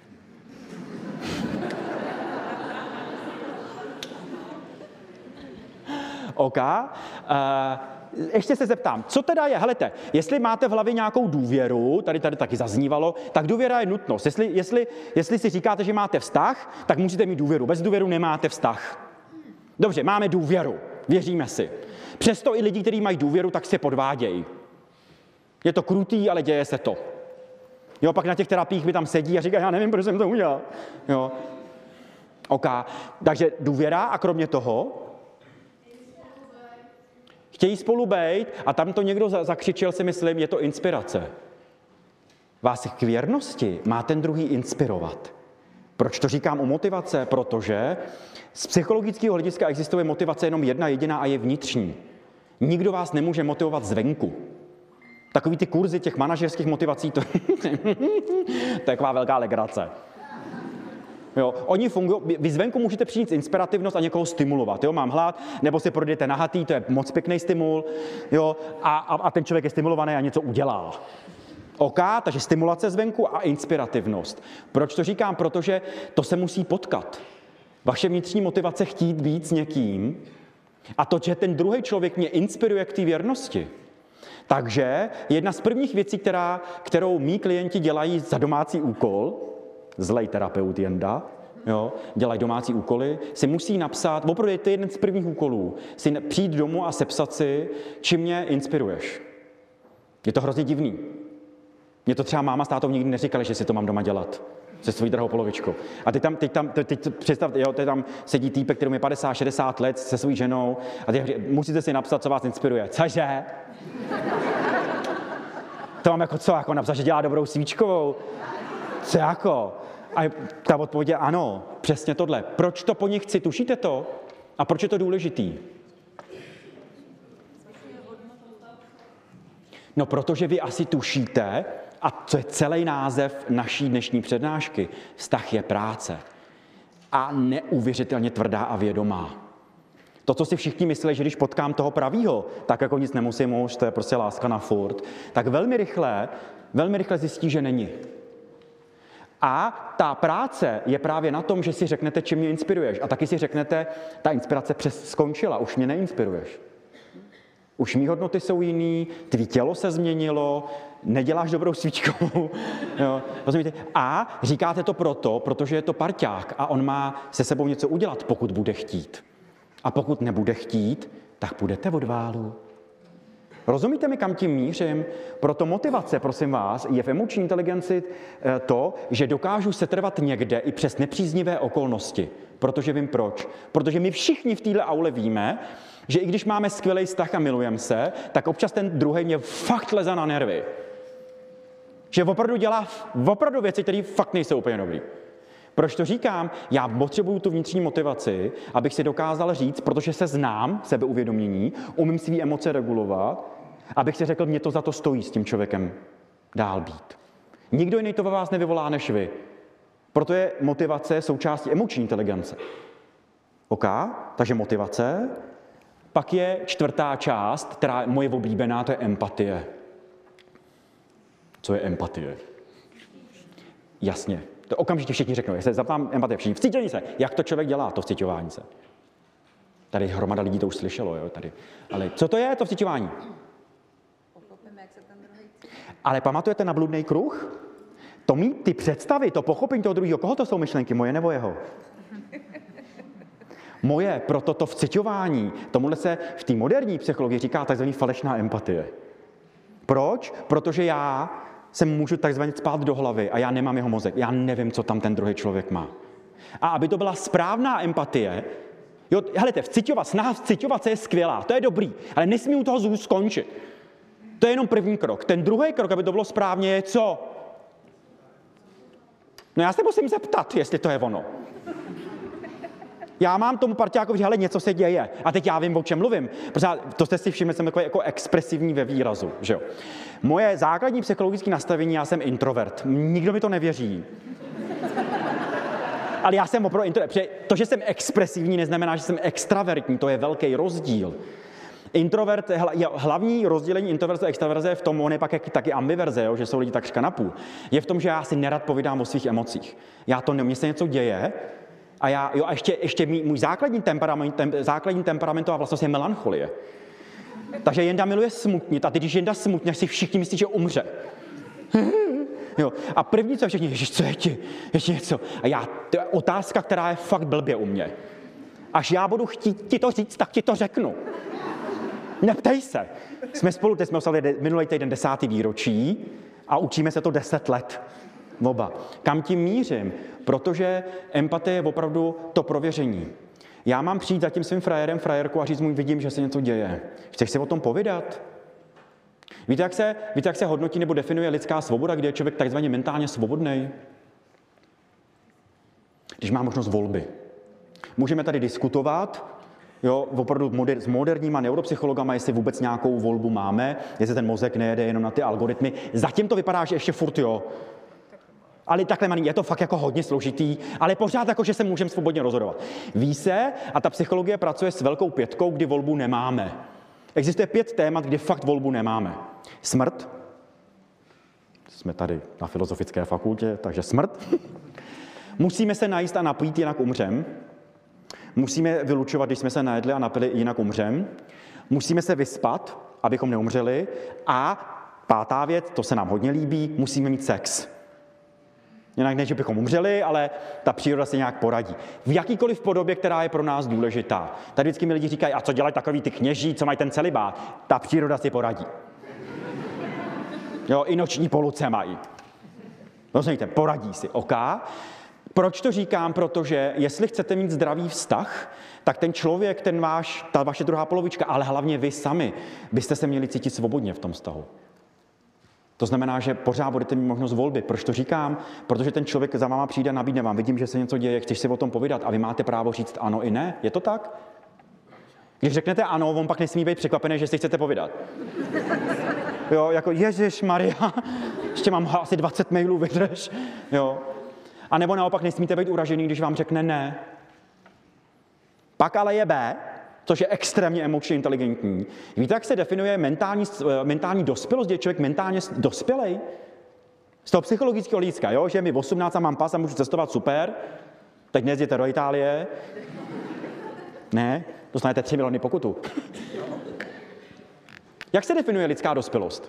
OK. Uh, ještě se zeptám, co teda je, helejte, jestli máte v hlavě nějakou důvěru, tady tady taky zaznívalo, tak důvěra je nutnost. Jestli, jestli, jestli si říkáte, že máte vztah, tak musíte mít důvěru. Bez důvěru nemáte vztah. Dobře, máme důvěru, věříme si. Přesto i lidi, kteří mají důvěru, tak si podvádějí. Je to krutý, ale děje se to. Jo, pak na těch terapiích mi tam sedí a říká, já nevím, proč jsem to udělal. Jo. OK, takže důvěra a kromě toho chtějí spolu bejt a tam to někdo zakřičel, si myslím, je to inspirace. Vás k věrnosti má ten druhý inspirovat. Proč to říkám o motivace? Protože z psychologického hlediska existuje motivace jenom jedna jediná a je vnitřní. Nikdo vás nemůže motivovat zvenku. Takový ty kurzy těch manažerských motivací, to, to je taková velká legrace. Jo, oni fungují, vy zvenku můžete přijít inspirativnost a někoho stimulovat. Jo, mám hlad, nebo si projdete nahatý, to je moc pěkný stimul, jo, a, a, a ten člověk je stimulovaný a něco udělá. OK, takže stimulace zvenku a inspirativnost. Proč to říkám? Protože to se musí potkat. Vaše vnitřní motivace chtít být s někým a to, že ten druhý člověk mě inspiruje k té věrnosti. Takže jedna z prvních věcí, která, kterou mý klienti dělají za domácí úkol, zlej terapeut Jenda, jo, dělají domácí úkoly, si musí napsat, opravdu je to jeden z prvních úkolů, si přijít domů a sepsat si, čím mě inspiruješ. Je to hrozně divný. Mě to třeba máma s tátou nikdy neříkali, že si to mám doma dělat se svojí drahou polovičkou. A teď tam, teď tam, teď představ, jo, teď tam sedí týpek, který má padesát šedesát let se svou ženou a teď musíte si napsat, co vás inspiruje. Cože? To mám jako co, jako napsat, že dělá dobrou svíčkovou? Co jako? A ta odpověď je ano, přesně tohle. Proč to po nich chci? Tušíte to? A proč je to důležitý? No, protože vy asi tušíte, a to je celý název naší dnešní přednášky, vztah je práce. A neuvěřitelně tvrdá a vědomá. To, co si všichni mysleli, že když potkám toho pravýho, tak jako nic nemusím už, to je prostě láska na furt, tak velmi rychle, velmi rychle zjistí, že není. A ta práce je právě na tom, že si řeknete, čím mě inspiruješ. A taky si řeknete, ta inspirace přes skončila, už mě neinspiruješ. Už mý hodnoty jsou jiný, tvý tělo se změnilo, neděláš dobrou svíčkou. Jo, rozumíte? A říkáte to proto, protože je to parťák a on má se sebou něco udělat, pokud bude chtít. A pokud nebude chtít, tak půjdete od válu. Rozumíte mi, kam tím mířím? Proto motivace, prosím vás, je v emoční inteligenci to, že dokážu setrvat někde i přes nepříznivé okolnosti. Protože vím proč. Protože my všichni v téhle aule víme, že i když máme skvělý vztah a milujeme se, tak občas ten druhý mě fakt leze na nervy. Že opravdu dělá opravdu věci, které fakt nejsou úplně dobrý. Proč to říkám? Já potřebuju tu vnitřní motivaci, abych si dokázal říct, protože se znám, sebeuvědomění, umím svý emoce regulovat, abych si řekl, mě to za to stojí s tím člověkem dál být. Nikdo jiný to ve vás nevyvolá než vy. Proto je motivace součástí emoční inteligence. OK? Takže motivace. Pak je čtvrtá část, která je moje oblíbená, to je empatie. Co je empatie? Jasně. To okamžitě všichni řeknou, já se zaptám empatie všichni. Vcítění se. Jak to člověk dělá, to vciťování se? Tady hromada lidí to už slyšelo, jo, tady. Ale co to je, to vciťování? Pochopíme, jak se ten druhý cítí. Ale pamatujete na bludný kruh? To mít ty představy, to pochopení toho druhého, koho to jsou myšlenky, moje nebo jeho? Moje, proto to vciťování, tomuhle se v té moderní psychologii říká takzvaný falešná empatie. Proč? Protože já se můžu takzvaně spát do hlavy a já nemám jeho mozek. Já nevím, co tam ten druhý člověk má. A aby to byla správná empatie, jo, helejte, vciťovat, snaha vciťovat se je skvělá, to je dobrý, ale nesmí u toho zůst skončit. To je jenom první krok. Ten druhý krok, aby to bylo správně, je co? No já se musím zeptat, jestli to je ono. Já mám tomu parťákovi, že hele, něco se děje. A teď já vím, o čem mluvím. Protože to jste si všimli, jsem takový jako expresivní ve výrazu. Že jo? Moje základní psychologické nastavení, já jsem introvert. Nikdo mi to nevěří. Ale já jsem opravdu introvert. Protože to, že jsem expresivní, neznamená, že jsem extravertní. To je velký rozdíl. Introvert, hlavní rozdělení introverze a extraverze je v tom, on je pak jak, taky ambiverze, jo, že jsou lidi takřka napůl. Je v tom, že já si nerad povídám o svých emocích. Já to nevím, mně se něco děje, a já, jo, a ještě, ještě můj základní temperament, tem, základní temperamentová vlastnost je melancholie. Takže Jenda miluje smutnit a teď, když Jenda smutně, si všichni myslí, že umře. Jo, a první, co všichni, ježiš, co je ti, ještě něco. A já, to je otázka, která je fakt blbě u mě. Až já budu chtít ti to říct, tak ti to řeknu. Neptej se. Jsme spolu, teď jsme oslavili minulý týden desátý výročí a učíme se to deset let. Oba. Kam tím mířím? Protože empatie je opravdu to prověření. Já mám přijít za tím svým frajerem, frajerkou a říct mu, vidím, že se něco děje. Chceš si o tom povídat? Víte, jak se, víte, jak se hodnotí nebo definuje lidská svoboda, kdy je člověk takzvaně mentálně svobodný? Když má možnost volby. Můžeme tady diskutovat, jo, opravdu moder, s moderníma neuropsychologama, jestli vůbec nějakou volbu máme, jestli ten mozek nejede jenom na ty algoritmy. Zatím to vypadá, že ještě furt jo. Ale takhle je to fakt jako hodně složitý, ale pořád jako, že se můžeme svobodně rozhodovat. Ví se, a ta psychologie pracuje s velkou pětkou, kdy volbu nemáme. Existuje pět témat, kdy fakt volbu nemáme. Smrt, jsme tady na filozofické fakultě, takže smrt. Musíme se najíst a napít, jinak umřem. Musíme vylučovat, když jsme se najedli a napili, jinak umřem. Musíme se vyspat, abychom neumřeli. A pátá věc, to se nám hodně líbí, musíme mít sex. Jinak ne, že bychom umřeli, ale ta příroda se nějak poradí. V jakýkoliv podobě, která je pro nás důležitá. Tady vždycky mi lidi říkají, a co dělají takový ty kněží, co mají ten celibát? Ta příroda si poradí. Jo, i noční poluce mají. Rozumíte, poradí si, OK? Proč to říkám? Protože jestli chcete mít zdravý vztah, tak ten člověk, ten váš, ta vaše druhá polovička, ale hlavně vy sami, byste se měli cítit svobodně v tom vztahu. To znamená, že pořád budete mít možnost volby. Proč to říkám? Protože ten člověk za váma přijde a nabídne vám. Vidím, že se něco děje, chceš si o tom povídat a vy máte právo říct ano i ne. Je to tak? Když řeknete ano, on pak nesmí být překvapený, že si chcete povídat. Jo, jako Ježišmarja, ještě mám asi dvacet mailů, vydrž. Jo. A nebo naopak nesmíte být uražený, když vám řekne ne. Pak ale je B, což je extrémně emočně inteligentní. Víte, jak se definuje mentální, mentální dospělost, je člověk mentálně dospělej? Z toho psychologického hlediska, jo, že mi osmnáct a mám pas a můžu cestovat, super. Teď nejezděte do Itálie. Ne, dostanete tři miliony pokutu. Jak se definuje lidská dospělost?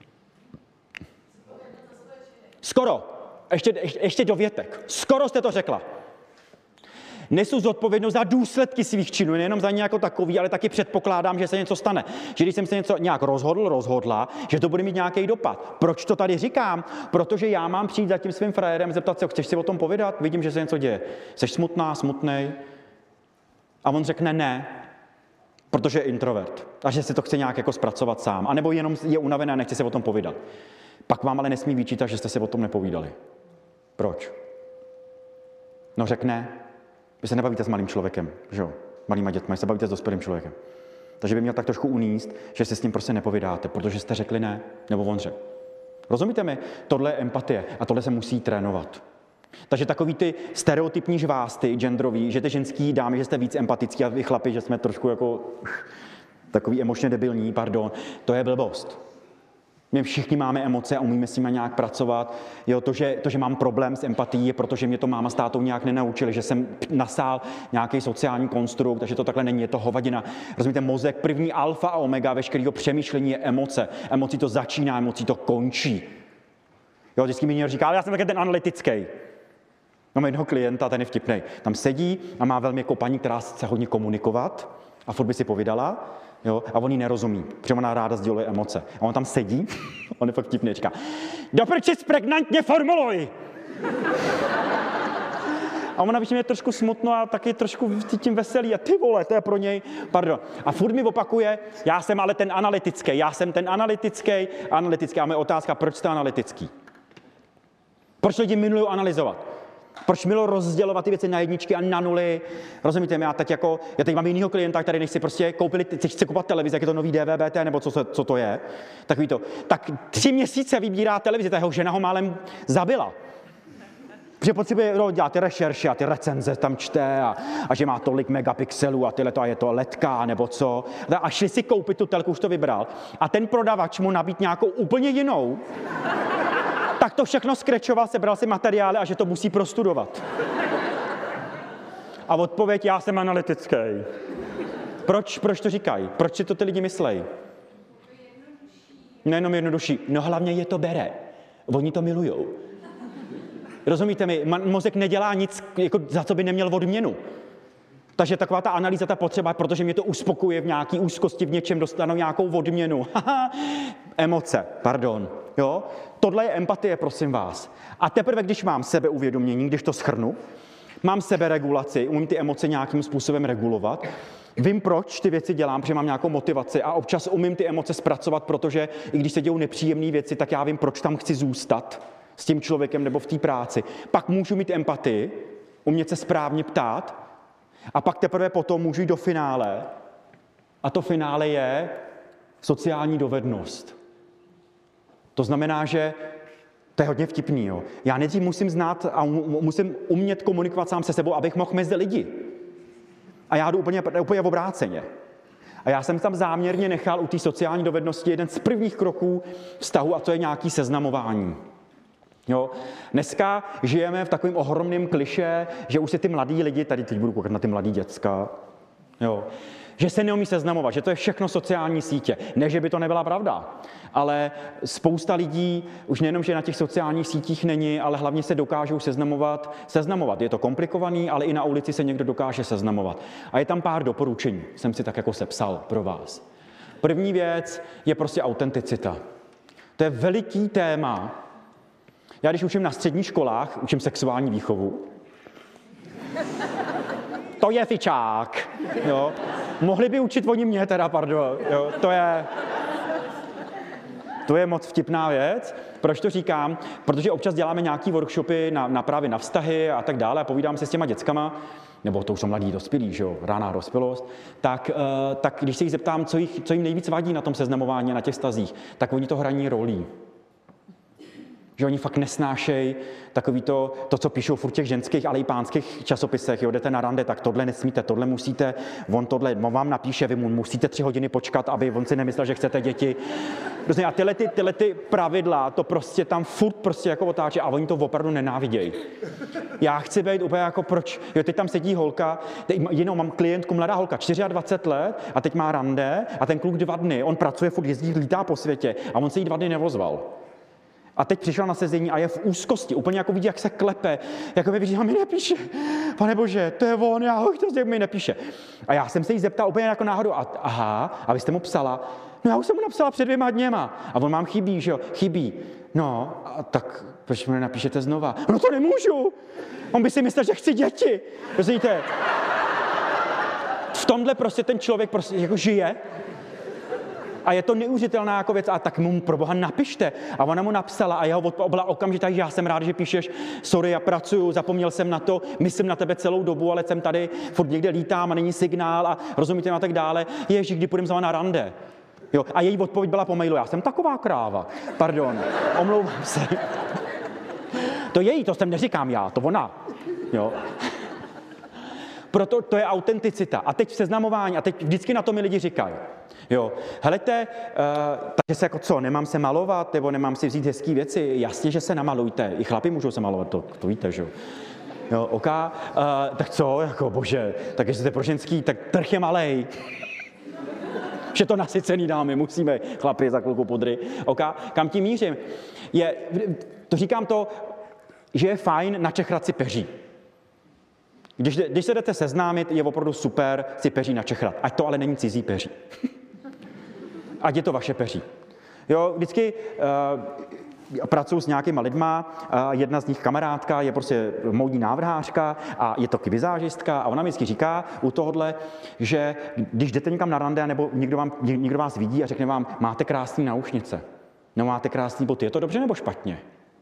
Skoro. Ještě, ještě, ještě dovětek. Skoro jste to řekla. Nesu zodpovědnost za důsledky svých činů, nejenom za ně jako takový, ale taky předpokládám, že se něco stane. Že když jsem se něco nějak rozhodl, rozhodla, že to bude mít nějaký dopad. Proč to tady říkám? Protože já mám přijít za tím svým frajerem, zeptat se, chceš si o tom povídat? Vidím, že se něco děje. Jsi smutná, smutnej? A on řekne ne, protože je introvert. A že si to chce nějak jako zpracovat sám. A nebo jenom je unavený a nechce se o tom povídat. Pak vám ale nesmí vyčítat, že jste si o tom nepovídali. Proč? No řekne, vy se nebavíte s malým člověkem, že jo? Malýma dětma, vy se bavíte s dospělým člověkem. Takže by měl tak trošku uníst, že se s tím prostě nepovídáte, protože jste řekli ne, nebo on řekl. Rozumíte mi? Tohle je empatie a tohle se musí trénovat. Takže takový ty stereotypní žvásty, genderový, že ty ženský dámy, že jste víc empatický a vy chlapi, že jsme trošku jako takový emočně debilní, pardon, to je blbost. My všichni máme emoce a umíme s nimi nějak pracovat. Jo, to, že, to, že mám problém s empatií, je protože mě to máma s tátou nějak nenaučili, že jsem nasál nějaký sociální konstrukt, takže to takhle není, je to hovadina. Rozumíte, mozek, první alfa a omega veškerého přemýšlení je emoce. Emocí to začíná, emocí to končí. Jo, vždycky mi někdo říká, ale já jsem taky ten analytický. Mám jednoho klienta, ten je vtipnej. Tam sedí a má velmi jako paní, která chce hodně komunikovat a furt by si povídala. Jo, a on jí nerozumí, protože ona ráda sděluje emoce. A on tam sedí, on je fakt vtipný, říká, doprčit pregnantně formuluj! A ona vidí mě trošku smutno a taky trošku tím veselý. A ty vole, to je pro něj, pardon. A furt mi opakuje, já jsem ale ten analytický, já jsem ten analytický, analytický. A moje otázka, proč jste analytický? Proč lidi milují analyzovat? Proč milo rozdělovat ty věci na jedničky a na nuly? Rozumíte mi, já teď jako, já teď mám jinýho klienta, který nechci prostě koupili, teď chce kupovat televizi, jak je to nový D V B T, nebo co, co to je, takový to. Tak tři měsíce vybírá televizi, ta jeho žena ho málem zabila. Protože potřebuje no, dělat ty rešerše a ty recenze tam čte a, a že má tolik megapixelů a tyhle to a je to ledka nebo co. A šli si koupit tu telku, už to vybral. A ten prodavač mu nabít nějakou úplně jinou. Tak to všechno skrečoval, sebral si materiály a že to musí prostudovat. A odpověď, já jsem analytický. Proč, proč to říkají? Proč si to ty lidi myslejí? Nejenom jednodušší, no hlavně je to bere. Oni to milujou. Rozumíte mi, mozek nedělá nic, jako za co by neměl odměnu. Takže taková ta analýza, ta potřeba, protože mě to uspokuje v nějaký úzkosti, v něčem dostanu nějakou odměnu. Emoce, pardon. Jo? Tohle je empatie, prosím vás. A teprve, když mám sebeuvědomění, když to shrnu, mám seberegulaci, umím ty emoce nějakým způsobem regulovat, vím, proč ty věci dělám, protože mám nějakou motivaci a občas umím ty emoce zpracovat, protože i když se dějou nepříjemné věci, tak já vím, proč tam chci zůstat s tím člověkem nebo v té práci. Pak můžu mít empatii, umět se správně ptát a pak teprve potom můžu jít do finále a to finále je sociální dovednost. To znamená, že to je hodně vtipný. Jo. Já nejdřív musím znát a musím umět komunikovat sám se sebou, abych mohl mezi lidi. A já jdu úplně, úplně v obráceně. A já jsem tam záměrně nechal u té sociální dovednosti jeden z prvních kroků vztahu, a to je nějaký seznamování. Jo. Dneska žijeme v takovém ohromném klišé, že už se ty mladí lidi, tady teď budu koukat na ty mladý děcka, jo, že se neumí seznamovat, že to je všechno sociální sítě. Ne, že by to nebyla pravda, ale spousta lidí už nejenom, že na těch sociálních sítích není, ale hlavně se dokážou seznamovat. Seznamovat. Je to komplikovaný, ale i na ulici se někdo dokáže seznamovat. A je tam pár doporučení, jsem si tak jako sepsal pro vás. První věc je prostě autenticita. To je veliký téma. Já když učím na středních školách, učím sexuální výchovu. To je fičák, jo. Mohli by učit oni mě teda, pardon, jo. To je, to je moc vtipná věc. Proč to říkám? Protože občas děláme nějaký workshopy na, na právě na vztahy a tak dále a povídám se s těma dětskama, nebo to už jsou mladí dospělí, že jo, ráná dospělost, tak, uh, tak když se jich zeptám, co, jich, co jim nejvíc vadí na tom seznamování, na těch vztazích, tak oni to hraní rolí. Že oni fakt nesnášejí takový to, to, co píšou furt těch ženských, ale i pánských časopisech. Jo, jdete na rande, tak tohle nesmíte, tohle musíte, on tohle, on vám napíše, vy mu musíte tři hodiny počkat, aby on si nemyslel, že chcete děti. A tyhle, ty, tyhle ty pravidla, to prostě tam furt prostě jako otáče a oni to opravdu nenávidějí. Já chci být úplně jako proč, jo, teď tam sedí holka, teď jenom mám klientku, mladá holka, dvacet čtyři let a teď má rande a ten kluk dva dny, on pracuje, furt jezdí, lítá po světě a on se jí dva dny nevozval. A teď přišel na sezení a je v úzkosti, úplně jako vidí, jak se klepe, jako mi vidí, a mi nepíše, pane bože, to je on, já ho chtěl, mi nepíše. A já jsem se jí zeptal úplně jako náhodou, a, aha, a vy jste mu psala, no já už jsem mu napsala před dvěma dněma, a on mám chybí, že jo, chybí. No, a tak proč mi nenapíšete znova? No to nemůžu, on by si myslel, že chci děti, rozumíte? V tomhle prostě ten člověk prostě jako žije. A je to neuvěřitelná jako věc, a tak mu pro boha napište. A ona mu napsala a jeho odpověď byla okamžitá, že já jsem rád, že píšeš, sorry, já pracuju, zapomněl jsem na to, myslím na tebe celou dobu, ale jsem tady, furt někde lítám a není signál a rozumíte a tak dále. Ježi, kdy půjdeme za vámi na rande. Jo, a její odpověď byla po mailu, já jsem taková kráva. Pardon, omlouvám se. To její, to jsem neříkám já, to ona. Jo. Proto to je autenticita. A teď v seznamování, a teď vždycky na to mi lidi říkají. Jo, helejte, uh, takže se jako co, nemám se malovat, nebo nemám si vzít hezký věci? Jasně, že se namalujte. I chlapi můžou se malovat, to, to víte, že jo. Jo, ok, uh, tak co, jako bože, tak jestli jste pro ženský, tak trh je malej. Že to nasycený dámy, musíme chlapi za chvilku podry. Ok, kam tím mířím? Je, to říkám to, že je fajn načechrat si peří. Když, když se jdete seznámit, je opravdu super si peří načechrat. Ať to ale není cizí peří. Ať je to vaše peří. Jo, vždycky uh, pracuji s nějakýma lidma, uh, jedna z nich kamarádka je prostě módní návrhářka a je to vizážistka a ona mi vždycky říká u tohohle, že když jdete někam na rande nebo někdo, vám, někdo vás vidí a řekne vám, máte krásný náušnice, nebo máte krásný boty, je to dobře nebo špatně?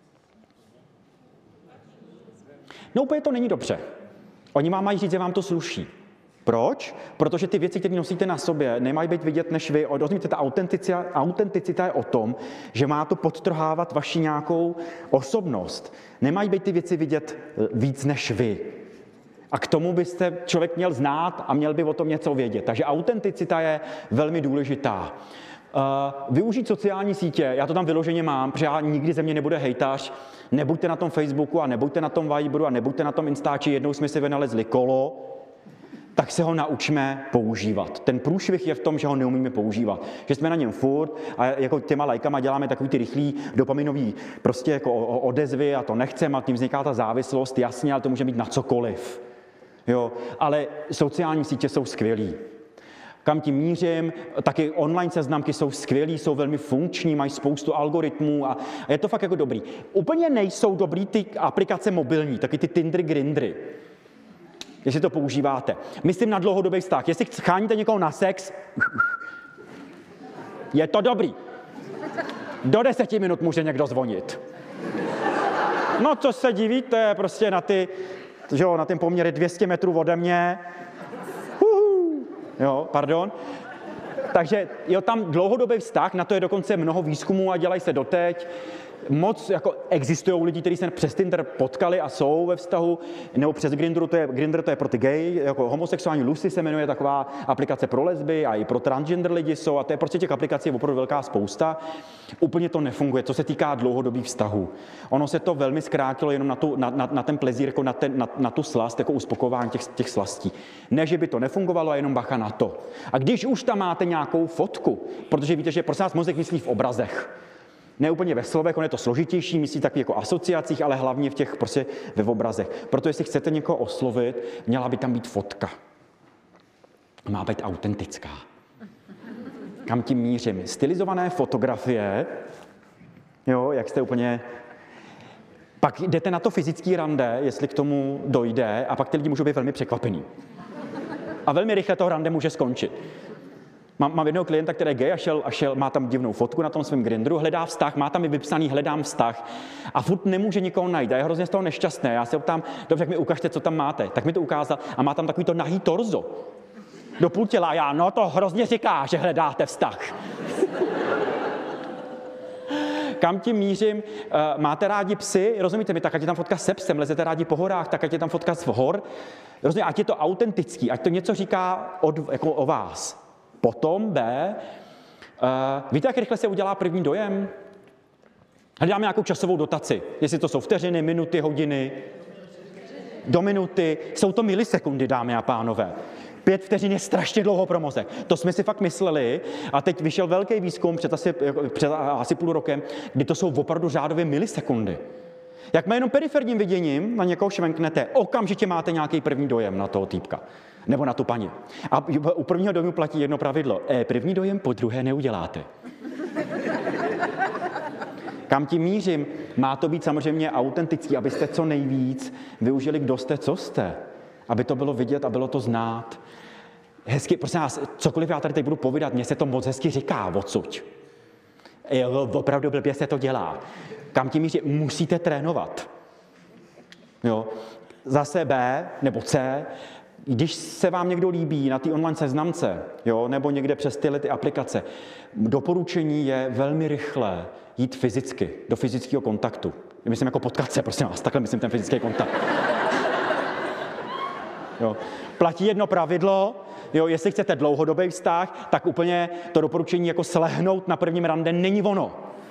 No úplně to není dobře. Oni vám mají říct, že vám to sluší. Proč? Protože ty věci, které nosíte na sobě, nemají být vidět než vy. Rozumíte, ta autenticita, autenticita je o tom, že má to podtrhávat vaši nějakou osobnost. Nemají být ty věci vidět víc než vy. A k tomu byste člověk měl znát a měl by o tom něco vědět. Takže autenticita je velmi důležitá. Uh, využít sociální sítě, já to tam vyloženě mám, protože já nikdy ze mě nebude hejtař, nebuďte na tom Facebooku a nebuďte na tom Viberu a nebuďte na tom Instači, jednou jsme si vynalezli kolo, tak se ho naučme používat. Ten průšvih je v tom, že ho neumíme používat. Že jsme na něm furt a jako těma lajkama děláme takový ty rychlý dopaminový prostě jako odezvy a to nechceme a tím vzniká ta závislost, jasně, ale to může být na cokoliv. Jo, ale sociální sítě jsou skvělý. Kam tím mířím, taky online seznamky jsou skvělý, jsou velmi funkční, mají spoustu algoritmů a je to fakt jako dobrý. Úplně nejsou dobrý ty aplikace mobilní, taky ty Tindry, Grindry. Jestli to používáte. Myslím na dlouhodobý vztah. Jestli cháníte někoho na sex, je to dobrý. Do deseti minut může někdo zvonit. No, co se divíte, prostě na ty, že jo, na ten poměr dvě stě metrů ode mě. Uhu. Jo, pardon. Takže jo, tam dlouhodobý vztah, na to je dokonce mnoho výzkumů a dělají se doteď. moc jako existují lidi, kteří se přes Tinder potkali a jsou ve vztahu, nebo přes Grindr, to je, Grindr to je pro ty gay, jako homosexuální. Lucy se jmenuje taková aplikace pro lesby a i pro transgender lidi jsou a to je prostě těch aplikací je opravdu velká spousta. Úplně to nefunguje, co se týká dlouhodobých vztahů. Ono se to velmi zkrátilo jenom na, tu, na, na, na ten plezír, jako na, ten, na, na tu slast, jako uspokojování těch, těch slastí. Ne, že by to nefungovalo, a jenom bacha na to. A když už tam máte nějakou fotku, protože víte, že prostě nás mozek myslí v obrazech. Ne úplně ve slovech, on je to složitější, myslí taky jako asociacích, ale hlavně v těch prostě ve obrazech. Proto jestli chcete někoho oslovit, měla by tam být fotka. Má být autentická. Kam tím mířím? Stylizované fotografie, jo, jak jste úplně... Pak jdete na to fyzický rande, jestli k tomu dojde, a pak ty lidi můžou být velmi překvapený. A velmi rychle to rande může skončit. Mám, mám jednoho klienta, který je gay a šel, a šel, má tam divnou fotku na tom svém Grindru, hledá vztah, má tam i vypsaný hledám vztah a furt nemůže nikoho najít a je hrozně z toho nešťastný. Já se optám, dobře, jak mi ukažte, co tam máte. Tak mi to ukázal a má tam takový to nahý torzo. Do půl těla, já, no to hrozně říká, že hledáte vztah. Kam tím mířím? Máte rádi psy? Rozumíte mi, tak ať je tam fotka se psem, lezete rádi po horách, tak ať je tam fotka z hor. Rozumíte, ať je to autentický, ať to něco říká od, jako o vás. Potom B. Uh, víte, jak rychle se udělá první dojem? Hledáme nějakou časovou dotaci. Jestli to jsou vteřiny, minuty, hodiny, do minuty. Jsou to milisekundy, dámy a pánové. Pět vteřin je strašně dlouho pro mozek. To jsme si fakt mysleli a teď vyšel velký výzkum před asi, před asi půl rokem, kdy to jsou opravdu řádově milisekundy. Jak má jenom periferním viděním na někoho švenknete, okamžitě máte nějaký první dojem na toho týpka. Nebo na tu paní. A u prvního dojmu platí jedno pravidlo. E, první dojem po druhé neuděláte. Kam tím mířím? Má to být samozřejmě autentický, abyste co nejvíc využili, kdo jste, co jste. Aby to bylo vidět a bylo to znát. Hezky, prosím vás, cokoliv já tady teď budu povídat, mně se to moc hezky říká odsuť. Jo, opravdu blbě se to dělá. Kam tím mířím? Musíte trénovat. Jo. Zase B nebo C, když se vám někdo líbí na té online seznamce, jo, nebo někde přes tyhle ty aplikace, doporučení je velmi rychle jít fyzicky, do fyzického kontaktu. Myslím jako potkat se, prosím vás, takhle myslím ten fyzický kontakt. Jo. Platí jedno pravidlo, jo, jestli chcete dlouhodobý vztah, tak úplně to doporučení jako slehnout na prvním rande není ono.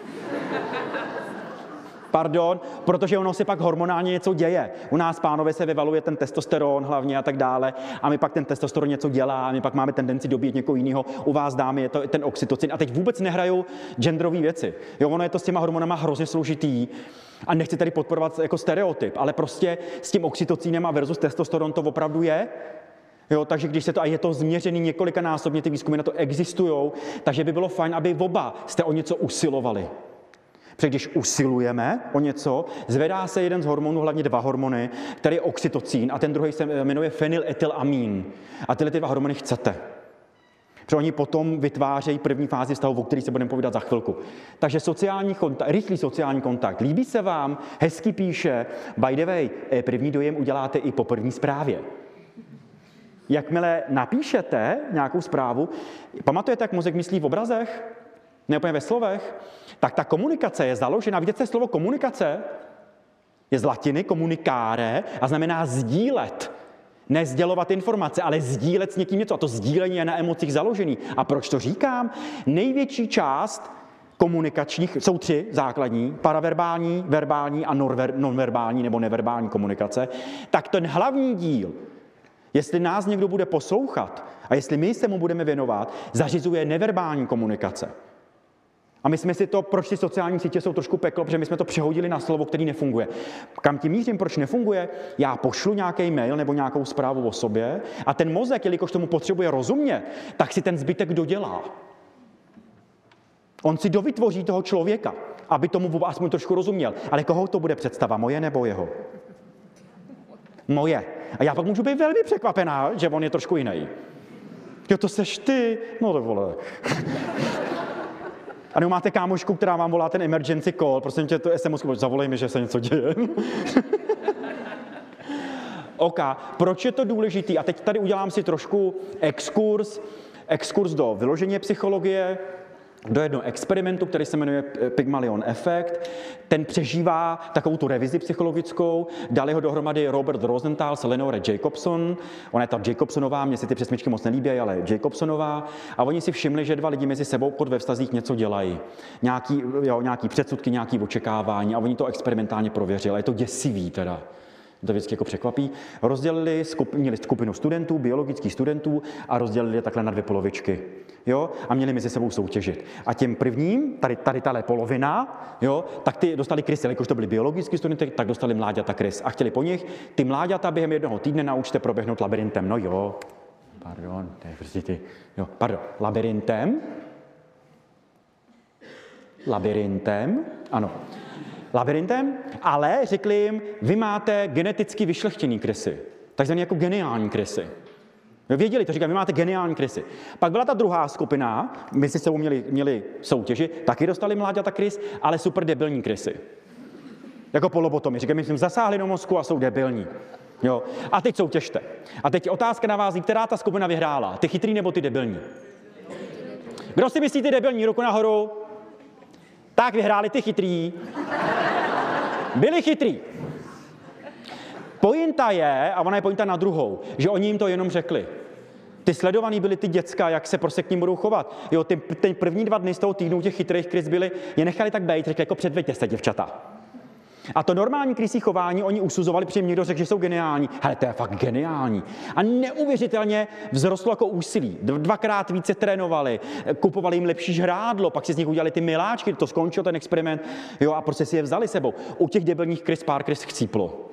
Pardon, protože ono se pak hormonálně něco děje. U nás, pánové, se vyvaluje ten testosteron hlavně a tak dále a my pak ten testosteron něco dělá a my pak máme tendenci dobít někoho jiného. U vás, dámy, je to ten oxytocin. A teď vůbec nehrajou genderové věci. Jo, ono je to s těma hormonama hrozně složitý a nechci tady podporovat jako stereotyp, ale prostě s tím oxytocinem a versus testosteron to opravdu je. Jo, takže když se to, a je to změřený několikanásobně, ty výzkumy na to existujou, takže by bylo fajn, aby oba jste o něco usilovali. Protože když usilujeme o něco, zvedá se jeden z hormonů, hlavně dva hormony, který je oxytocin a ten druhý se jmenuje fenyletylamín. A tyhle ty dva hormony chcete. Protože oni potom vytvářejí první fázi vztahu, o který se budeme povídat za chvilku. Takže sociální kontakt, rychlý sociální kontakt. Líbí se vám, hezky píše, by the way, první dojem uděláte i po první zprávě. Jakmile napíšete nějakou zprávu, pamatujete, jak mozek myslí v obrazech? Ne úplně ve slovech? Tak ta komunikace je založena, víte, co je slovo komunikace? Je z latiny komunikáre a znamená sdílet. Ne sdělovat informace, ale sdílet s někým něco. A to sdílení je na emocích založený. A proč to říkám? Největší část komunikačních, jsou tři základní, paraverbální, verbální a nonverbální nebo neverbální komunikace, tak ten hlavní díl, jestli nás někdo bude poslouchat a jestli my se mu budeme věnovat, zařizuje neverbální komunikace. A my jsme si to, proč ty sociální sítě jsou trošku peklo, protože my jsme to přehodili na slovo, který nefunguje. Kam tím mířím, proč nefunguje? Já pošlu nějaký mail nebo nějakou zprávu o sobě a ten mozek, jelikož tomu potřebuje rozumět, tak si ten zbytek dodělá. On si dovytvoří toho člověka, aby tomu aspoň trošku rozuměl. Ale koho to bude představa, moje nebo jeho? Moje. A já pak můžu být velmi překvapená, že on je trošku jiný. Jo, to seš ty, no to vole. A nebo máte kámošku, která vám volá ten emergency call, prosím tě, to es em es, zavolej mi, že se něco děje. OK, proč je to důležitý? A teď tady udělám si trošku exkurs, exkurs do vyložení psychologie, do jednoho experimentu, který se jmenuje Pygmalion efekt. Ten přežívá takovou tu revizi psychologickou. Dali ho dohromady Robert Rosenthal s Lenore Jacobson. Ona je ta Jacobsonová, mně se ty přesmičky moc nelíbí, ale Jacobsonová. A oni si všimli, že dva lidi mezi sebou pod ve vztazích něco dělají. Nějaký, jo, nějaký předsudky, nějaký očekávání a oni to experimentálně prověřili. Je to děsivý teda. To vždycky jako překvapí. Rozdělili, skup, měli skupinu studentů, biologických studentů a rozdělili je takhle na dvě polovičky. Jo? A měli mezi sebou soutěžit. A těm prvním, tady, tady tahle polovina, jo, tak ty dostali krysy, jakož to byli biologický studenti, tak dostali mláďata krys. A chtěli po nich, ty mláďata během jednoho týdne naučte proběhnout labirintem. No jo, pardon, to je prostě ty, jo, pardon, labirintem, labirintem, ano, labirintem, ale řekli jim, vy máte geneticky vyšlechtěný krysy, takzvaný jako geniální krysy. Věděli to, říkám, vy máte geniální krysy. Pak byla ta druhá skupina, my si sebou měli, měli soutěži, taky dostali mláďata krys, ale super debilní krysy. Jako po lobotomii. Říkám, my jsme zasáhli do mozku a jsou debilní. Jo. A teď soutěžte. A teď otázka na vás, která ta skupina vyhrála. Ty chytrý nebo ty debilní? Kdo si myslí ty debilní? Ruku nahoru. Tak vyhráli ty chytrý. Byli chytrý. Pointa je, a ona je pointa na druhou, že oni jim to jenom řekli. Ty sledovaný byli ty děcka, jak se prostě k ním budou chovat. Jo, ty, ty první dva dny z toho týdnu těch chytrých krys byli, je nechali tak bejt, řekli jako předveďte se, děvčata. A to normální krysí chování oni usuzovali, protože jim někdo řekl, že jsou geniální. Hele, to je fakt geniální. A neuvěřitelně vzrostlo jako úsilí. Dvakrát více trénovali, kupovali jim lepší žrádlo, pak si z nich udělali ty miláčky, to skončil ten experiment. Jo, a prostě si je vzali sebou. U těch debilních krys pár krys chcíplo.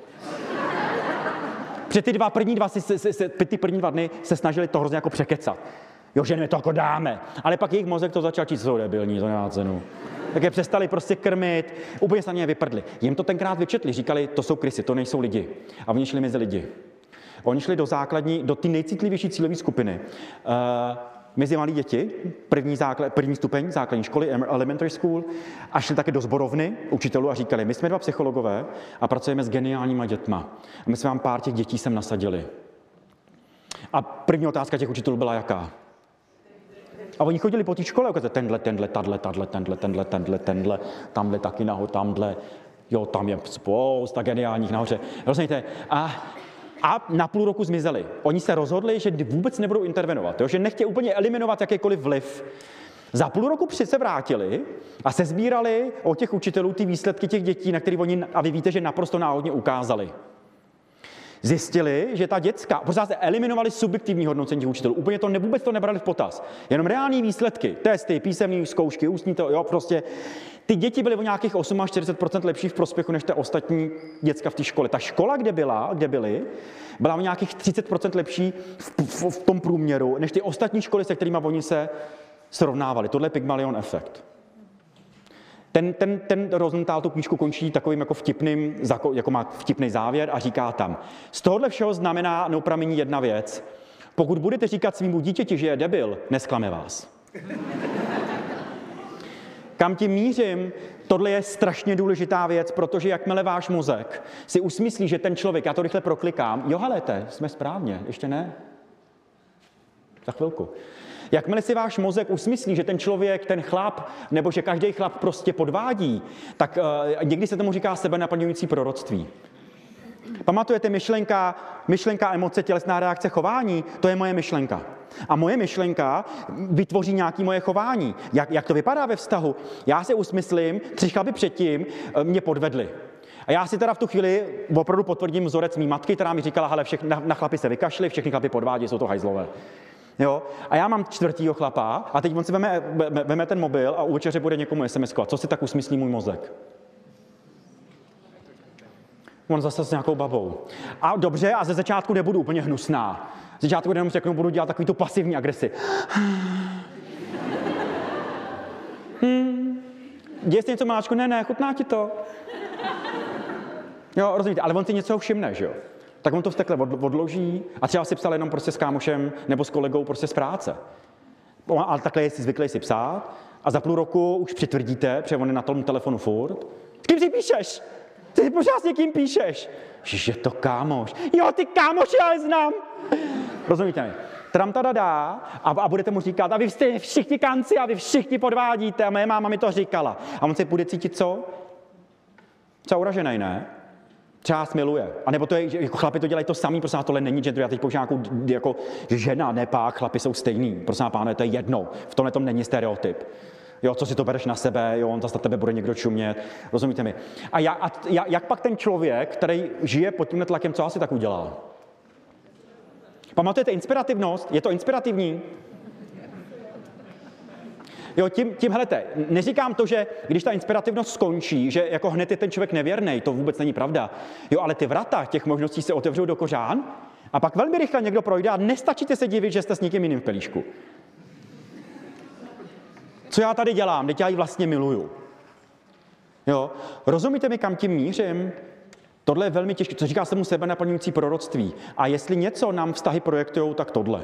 Před ty dva první dva, si, si, si, ty první dva dny se snažili to hrozně jako překecat. Jo, že my to jako dáme. Ale pak jejich mozek to začal číst, jsou debilní, to nemá cenu. Tak je přestali prostě krmit, úplně se na ně vyprdli. Jim to tenkrát vyčetli, říkali, to jsou krysy, to nejsou lidi. A oni šli mezi lidi. Oni šli do základní, do ty nejcitlivější cílové skupiny. Uh, mezi malí děti, první, základ, první stupeň základní školy, elementary school, a šli také do sborovny učitelů a říkali, my jsme dva psychologové a pracujeme s geniálníma dětma. A my jsme vám pár těch dětí sem nasadili. A první otázka těch učitelů byla jaká? A oni chodili po té škole, ukazuje, tenhle, tenhle, tadle, tadle, tenhle, tenhle, tenhle, tenhle, tamhle taky nahoře, tamhle, jo, tam je spousta geniálních nahoře. Rozumíte? A, a na půl roku zmizeli. Oni se rozhodli, že vůbec nebudou intervenovat, jo? Že nechtějí úplně eliminovat jakýkoliv vliv. Za půl roku se vrátili a sezbírali od těch učitelů ty výsledky těch dětí, na které oni, a vy víte, že naprosto náhodně ukázali. Zjistili, že ta děcka, pořád se eliminovali subjektivní hodnocení těch učitelů, úplně to ne, vůbec to nebrali v potaz. Jenom reální výsledky, testy, písemné zkoušky, ústní to, jo, prostě. Ty děti byly o nějakých čtyřicet osm procent lepší v prospěchu než ty ostatní děcka v té škole. Ta škola, kde byla, kde byly, byla o nějakých třicet procent lepší v, v, v tom průměru, než ty ostatní školy, se kterými oni se srovnávali. Tohle je Pygmalion efekt. Ten, ten, ten Rosenthal tu knížku končí takovým jako vtipným, jako má vtipný závěr a říká tam, z tohohle všeho znamená no pramení jedna věc. Pokud budete říkat svýmu dítěti, že je debil, nesklame vás. Kam tím mířím? Tohle je strašně důležitá věc, protože jakmile váš mozek si usmyslí, že ten člověk, já to rychle proklikám, jo, halete, jsme správně, ještě ne? Za chvilku. Jakmile si váš mozek usmyslí, že ten člověk, ten chlap, nebo že každý chlap prostě podvádí, tak uh, někdy se tomu říká sebenaplňující proroctví. Pamatujete myšlenka, myšlenka, emoce, tělesná reakce, chování? To je moje myšlenka. A moje myšlenka vytvoří nějaké moje chování. Jak, jak to vypadá ve vztahu? Já si usmyslím, tři chlapy předtím mě podvedli. A já si teda v tu chvíli opravdu potvrdím vzorec mý matky, která mi říkala, hele, všech, na, na chlapy se vykašli, všechny chlapy podvádí, jsou to hajzlové. Jo? A já mám čtvrtýho chlapa a teď on si veme, veme ten mobil a u večeře bude někomu SMSkovat. Co si tak usmyslí můj mozek? On zase s nějakou babou. A dobře, a ze začátku nebudu úplně hnusná. Ze začátku jenom řeknu, budu dělat takový tu pasivní agresi. Hmm. Děje si něco, maláčku? Ne, ne, chutná ti to. Jo, rozumíte, ale on si něco všimne, že jo? Tak on to takhle odloží a třeba si psal jenom prostě s kámošem nebo s kolegou prostě z práce. Ale takhle je si zvyklý si psát a za půl roku už přitvrdíte, protože on je na tom telefonu furt. S kým si píšeš? Ty pořád s někým píšeš. Že je to kámoš. Jo, ty kámoši, ale znám. Rozumíte mi? tramtadadá a, a budete mu říkat, a vy jste všichni kanci a vy všichni podvádíte a moje máma mi to říkala. A on se bude cítit co? Co uražený, ne? Třeba nás miluje. A nebo to je, jako chlapi to dělají to samý, prosím vás, tohle není gender, já teď používám nějakou, jako žena, ne pák, chlapi jsou stejný. Prosím vás, pánové, to je jedno. V tomhle tom není stereotyp. Jo, co si to bereš na sebe, jo, on zase na tebe bude někdo čumět, rozumíte mi? A, já, a jak pak ten člověk, který žije pod tímhle tlakem, co asi tak udělá? Pamatujete inspirativnost? Je to inspirativní? Jo, tím, tím helete, neříkám to, že když ta inspirativnost skončí, že jako hned je ten člověk nevěrný, to vůbec není pravda. Jo, ale ty vrata těch možností se otevřou do kořán a pak velmi rychle někdo projde a nestačíte se divit, že jste s někým jiným v pelíšku. Co já tady dělám? Teď já ji vlastně miluju. Jo, rozumíte mi, kam tím mířím? Tohle je velmi těžké, co říká se mu sebe naplňující proroctví. A jestli něco nám vztahy projektujou, tak tohle.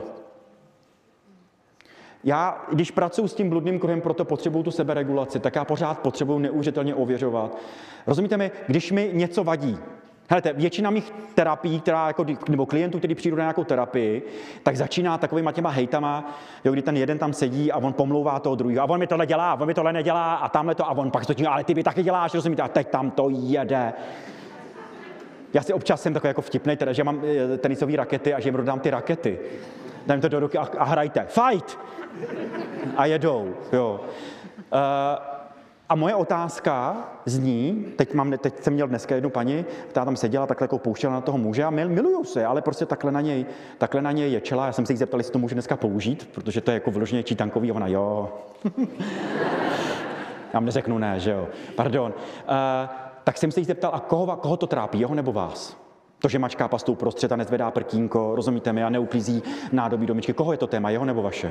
Já, když pracuji s tím bludným kruhem, proto potřebuju tu seberegulaci, tak já pořád potřebuju neuvěřitelně ověřovat. Rozumíte mi, když mi něco vadí, helejte, většina mých terapií, která jako, nebo klientů, kteří přijdou na nějakou terapii, tak začíná takovýma těma hejtama, jo, kdy ten jeden tam sedí a on pomlouvá toho druhého. A on mi tohle dělá, on mi tohle nedělá a tamhle to, a on pak to, ale ty mi taky děláš, rozumíte, a teď tam to jede. Já si občas jsem takový jako vtipnej, teda, že mám tenisové rakety a že jim dodám ty rakety. Dám to do ruky a, a hrajte. Fight! A jedou, jo. Uh, a moje otázka zní, teď, mám, teď jsem měl dneska jednu paní, která tam seděla, takhle jako pouštěla na toho muže a mil, miluju se, ale prostě takhle na něj, takhle na něj ječela. Já jsem se jí zeptal, jestli to může dneska použít, protože to je jako vyloženě čítankový a ona jo. Já mu neřeknu ne, že jo. Pardon. Uh, tak jsem se jí zeptal, a koho, koho to trápí, jeho nebo vás? To, že mačká pastou prostřed a nezvedá prkínko, rozumíte mi, a neuklízí nádobí domičky. Koho je to téma, jeho nebo vaše?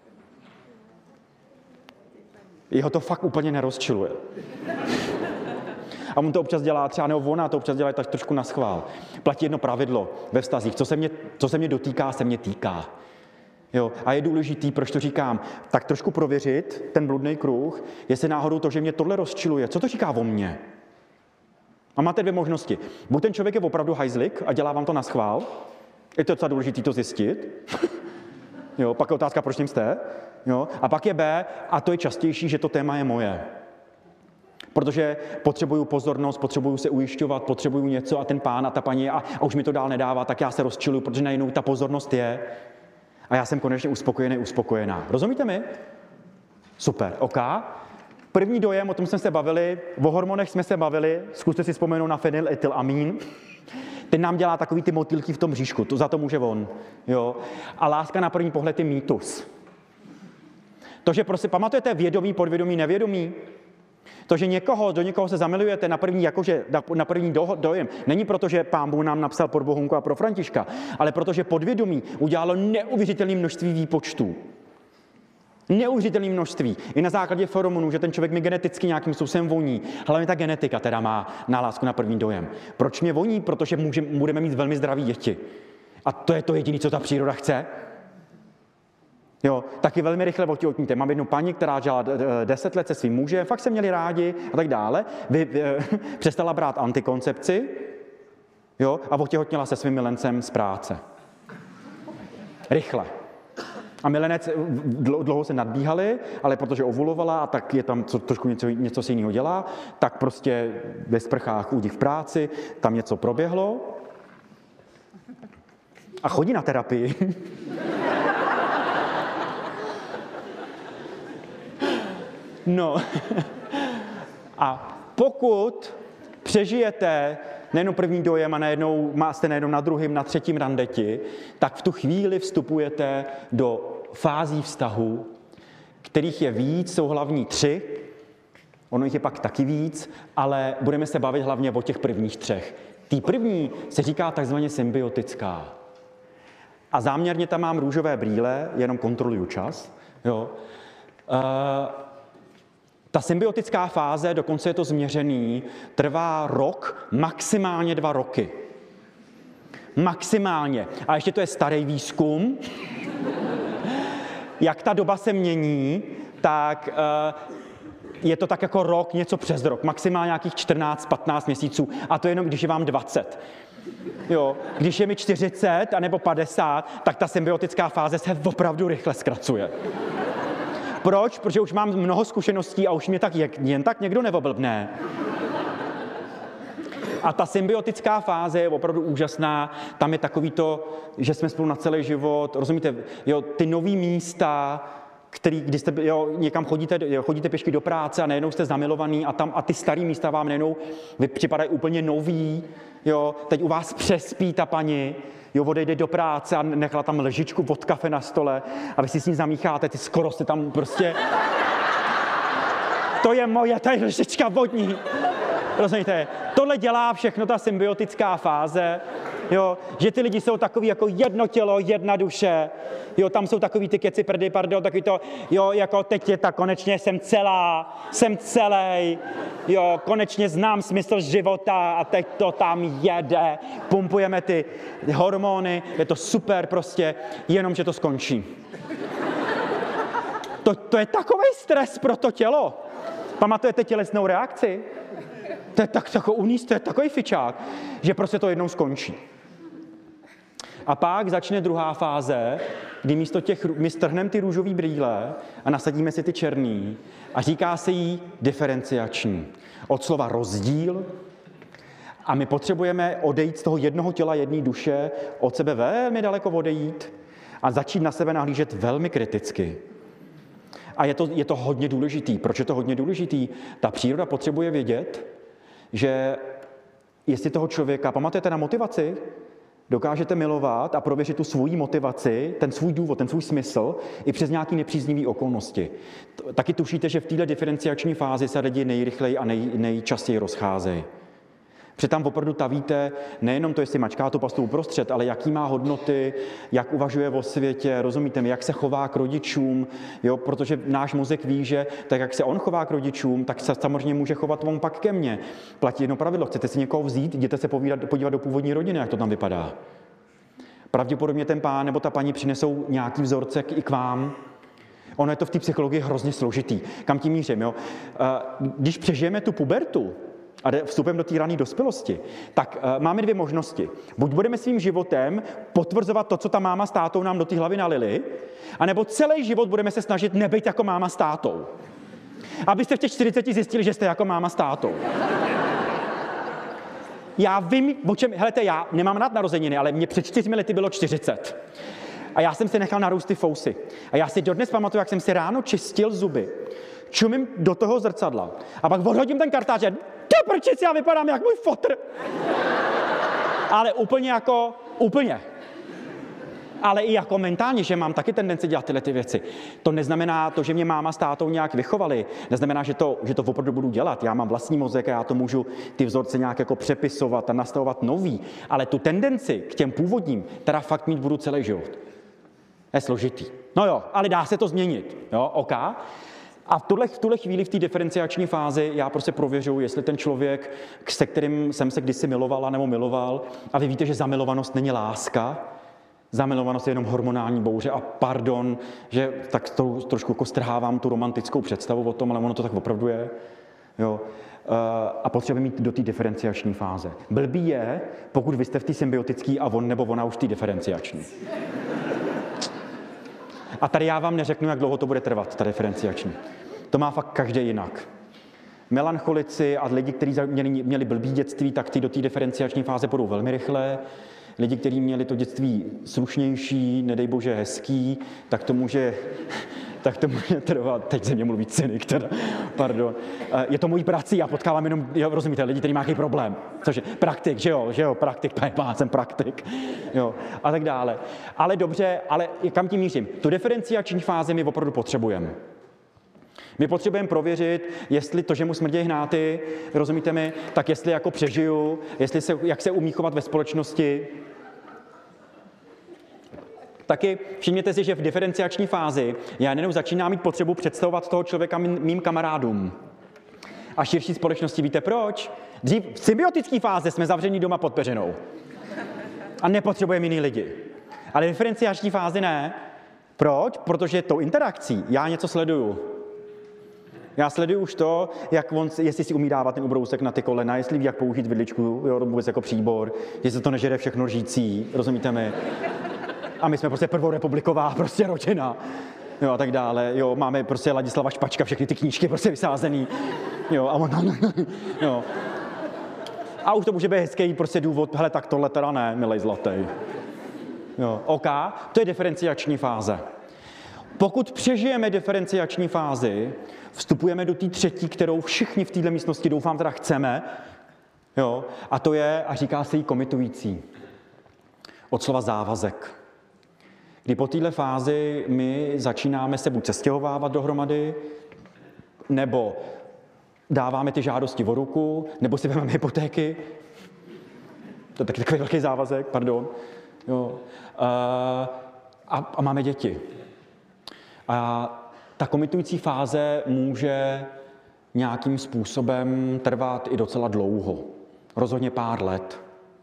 Jeho to fakt úplně nerozčiluje. A on to občas dělá, třeba nebo ona to občas dělá tak trošku naschvál. Platí jedno pravidlo ve vztazích. Co se mě, co se mě dotýká, se mě týká. Jo, a je důležitý, proč to říkám, tak trošku prověřit ten bludný kruh, jestli náhodou to, že mě tohle rozčiluje, co to říká o mně? A máte dvě možnosti. Buď ten člověk je opravdu hajzlik a dělá vám to naschvál, je to docela důležitý to zjistit. Jo, pak je otázka, proč tím jste. Jo, a pak je B, a to je častější, že to téma je moje. Protože potřebuju pozornost, potřebuju se ujišťovat, potřebuju něco a ten pán a ta paní a, a už mi to dál nedává, tak já se rozčiluju, protože najednou ta pozornost je a já jsem konečně uspokojený, uspokojená. Rozumíte mi? Super, OK. První dojem, o tom jsme se bavili, o hormonech jsme se bavili, zkuste si vzpomenout na fenyletylamín. Ten nám dělá takový ty motýlky v tom bříšku, to za to může on. Jo. A láska na první pohled je mýtus. To, že prostě pamatujete vědomí, podvědomí, nevědomí, to, že někoho, do někoho se zamilujete na první, jakože na první dojem, není proto, že Pán Bůh nám napsal pro Bohunku a pro Františka, ale protože podvědomí udělalo neuvěřitelné množství výpočtů. Neuvěřitelné množství. I na základě feromonů, že ten člověk mi geneticky nějakým způsobem voní. Hlavně ta genetika teda má na lásku na první dojem. Proč mě voní? Protože můžeme, budeme mít velmi zdraví děti. A to je to jediné, co ta příroda chce. Jo, taky velmi rychle otěhotníte. Mám jednu paní, která žila deset let se svým mužem, fakt se měli rádi a tak dále. Vy, vy, přestala brát antikoncepci, jo, a otěhotněla se svým milencem z práce. Rychle. A milenec dlouho se nadbíhali, ale protože ovulovala a tak je tam co, trošku něco, něco si jiného dělá, tak prostě ve sprchách údí v práci, tam něco proběhlo a chodí na terapii. No a pokud přežijete nejenom první dojem a najednou jste najednou na druhém, na třetím randeti, tak v tu chvíli vstupujete do fází vztahu, kterých je víc, jsou hlavní tři, ono jich je pak taky víc, ale budeme se bavit hlavně o těch prvních třech. Tý první se říká takzvaně symbiotická. A záměrně tam mám růžové brýle, jenom kontroluju čas. Jo. Uh, Ta symbiotická fáze, dokonce je to změřený, trvá rok, maximálně dva roky. Maximálně. A ještě to je starý výzkum. Jak ta doba se mění, tak uh, je to tak jako rok, něco přes rok. Maximálně nějakých čtrnáct patnáct měsíců. A to jenom, když je vám dvacet. Jo, když je mi čtyřicet anebo padesát, tak ta symbiotická fáze se opravdu rychle zkracuje. Proč? Protože už mám mnoho zkušeností a už mě tak jen tak někdo neoblbne. A ta symbiotická fáze je opravdu úžasná. Tam je takový to, že jsme spolu na celý život. Rozumíte? Jo, ty nový místa, který, když jste, jo, někam chodíte, jo, chodíte pěšky do práce a najednou jste zamilovaný a, tam, a ty starý místa vám najednou připadají úplně nový. Jo, teď u vás přespí ta paní, jo, odejde do práce a nechala tam lžičku od kafe na stole a vy si s ní zamícháte, ty skoro jste tam prostě... To je moje, ta je lžička vodní. Rozumíte? Tohle dělá všechno ta symbiotická fáze, jo, že ty lidi jsou takový jako jedno tělo, jedna duše, jo, tam jsou takový ty keci prdy, pardon, takový to, jo, jako teď je tak, konečně jsem celá, jsem celej, jo, konečně znám smysl života a teď to tam jede, pumpujeme ty hormony, je to super prostě, jenom, že to skončí. To, to je takový stres pro to tělo. Pamatujete tělesnou reakci? To je tak, takový uníst, to je takový fičák, že prostě to jednou skončí. A pak začne druhá fáze, kdy místo těch, my strhneme ty růžový brýle a nasadíme si ty černý a říká se jí diferenciační. Od slova rozdíl a my potřebujeme odejít z toho jednoho těla, jedné duše, od sebe velmi daleko odejít a začít na sebe nahlížet velmi kriticky. A je to, je to hodně důležitý. Proč je to hodně důležitý? Ta příroda potřebuje vědět, že jestli toho člověka, pamatujete na motivaci, dokážete milovat a prověřit tu svoji motivaci, ten svůj důvod, ten svůj smysl i přes nějaké nepříznivé okolnosti. Taky tušíte, že v této diferenciační fázi se lidi nejrychleji a nej, nejčastěji rozcházejí. Protože tam opravdu tavíte nejenom to, jestli mačká tu pastu uprostřed, ale jaký má hodnoty, jak uvažuje o světě, rozumíte mi, jak se chová k rodičům, jo, protože náš mozek ví, že tak, jak se on chová k rodičům, tak se samozřejmě může chovat on pak ke mně. Platí jedno pravidlo, chcete si někoho vzít, jděte se povídat, podívat do původní rodiny, jak to tam vypadá. Pravděpodobně ten pán nebo ta paní přinesou nějaký vzorce i k vám. Ono je to v té psychologii hrozně složitý. Kam tím mířím, jo? Když přežijeme tu pubertu, a vstupem do té rané dospělosti, tak uh, máme dvě možnosti. Buď budeme svým životem potvrzovat to, co ta máma s tátou nám do té hlavy nalili, anebo celý život budeme se snažit nebejt jako máma s tátou. Abyste v těch čtyřiceti zjistili, že jste jako máma s tátou. Já vím, o čem, helejte, já nemám rád narozeniny, ale mě před čtyřmi lety bylo čtyřicet. A já jsem si nechal narůst ty fousy. A já si dodnes pamatuju, jak jsem si ráno čistil zuby. Čumím do toho zrcadla. A pak odhodím ten kartáč a do prčici, já vypadám jak můj fotr. Ale úplně jako, úplně. Ale i jako mentálně, že mám taky tendenci dělat tyhle ty věci. To neznamená to, že mě máma s tátou nějak vychovali. Neznamená, že to, že to opravdu budu dělat. Já mám vlastní mozek a já to můžu ty vzorce nějak jako přepisovat a nastavovat nový. Ale tu tendenci k těm původním teda fakt mít budu celý život. Je složitý. No jo, ale dá se to změnit. Jo, OK. A v tuhle, v tuhle chvíli, v té diferenciační fázi, já prostě prověřuji, jestli ten člověk, se kterým jsem se kdysi milovala nebo miloval, a vy víte, že zamilovanost není láska, zamilovanost je jenom hormonální bouře a pardon, že tak to trošku jako strhávám tu romantickou představu o tom, ale ono to tak opravdu je. Jo. A potřebujeme mít do té diferenciační fáze. Blbý je, pokud vy jste v té symbiotické a on nebo ona už v té diferenciační. A tady já vám neřeknu, jak dlouho to bude trvat, ta diferenciační. To má fakt každý jinak. Melancholici a lidi, kteří měli, měli blbý dětství, tak ty do té diferenciační fáze půjdou velmi rychle. Lidi, kteří měli to dětství slušnější, nedej bože hezký, tak to může, tak to může trvat, teď ze mě mluví cynik, teda, pardon. Je to můj prací, já potkávám jenom, jo, rozumíte, lidi, kteří mají nějaký problém. Cože, praktik, že jo, že jo, praktik, pán, jsem praktik, jo, a tak dále. Ale dobře, ale kam tím mířím? Tu diferenciační fázi my opravdu potřebujeme. My potřebujeme prověřit, jestli to, že mu smrdějí hnáty, rozumíte mi, tak jestli jako přežiju, jestli se, jak se umí chovat ve společnosti. Taky všimněte si, že v diferenciační fázi já jenom začínám mít potřebu představovat toho člověka mým, mým kamarádům. A širší společnosti, víte proč? Dřív v symbiotické fázi jsme zavření doma pod peřinou. A nepotřebujeme jiný lidi. Ale v diferenciační fázi ne. Proč? Protože tou interakcí já něco sleduju. Já sleduju už to, jak on, jestli si umí dávat ten ubrousek na ty kolena, jestli ví, jak použít vidličku, jo, vůbec jako příbor, jestli to nežere všechno řící, rozumíte mi? A my jsme prostě prvorepubliková prostě rodina, jo, a tak dále, jo, máme prostě Ladislava Špačka, všechny ty knížky prostě vysázený, jo, a on, jo. A už to může být hezký prostě důvod, hele, tak tohle teda ne, milej zlatý. Jo, OK, to je diferenciační fáze. Pokud přežijeme diferenciační fázi, vstupujeme do té třetí, kterou všichni v této místnosti doufám teda chceme, jo, a to je, a říká se jí komitující. Od slova závazek. Kdy po této fázi my začínáme se buď sestěhovávat dohromady, nebo dáváme ty žádosti o ruku, nebo si vezmeme hypotéky. To je taky takový velký závazek, pardon. Jo. A, a máme děti. A ta komitující fáze může nějakým způsobem trvat i docela dlouho. Rozhodně pár let.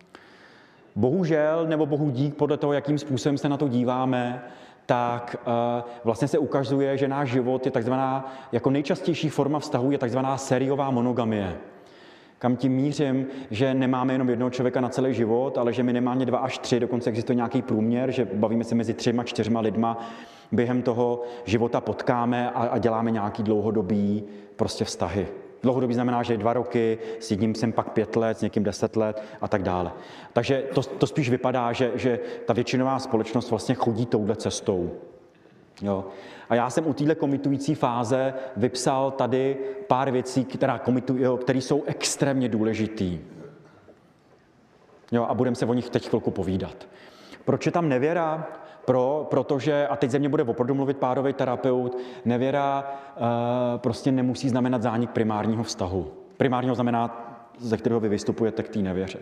Bohužel, nebo bohu dík, podle toho, jakým způsobem se na to díváme, tak uh, vlastně se ukazuje, že náš život je takzvaná, jako nejčastější forma vztahu je takzvaná sériová monogamie. Kam tím mířím, že nemáme jenom jednoho člověka na celý život, ale že minimálně dva až tři, dokonce existuje nějaký průměr, že bavíme se mezi třema, čtyřma lidma, během toho života potkáme a, a děláme nějaký dlouhodobý prostě vztahy. Dlouhodobý znamená, že dva roky, s jedním jsem pak pět let, s někým deset let a tak dále. Takže to, to spíš vypadá, že, že ta většinová společnost vlastně chodí touhle cestou. Jo. A já jsem u téhle komitující fáze vypsal tady pár věcí, které jsou extrémně důležitý. Jo, a budeme se o nich teď chvilku povídat. Proč je tam nevěra? Pro, protože, a teď ze mě bude opravdu mluvit párový terapeut, nevěra uh, prostě nemusí znamenat zánik primárního vztahu. Primárního znamená, ze kterého vy vystupujete k té nevěře.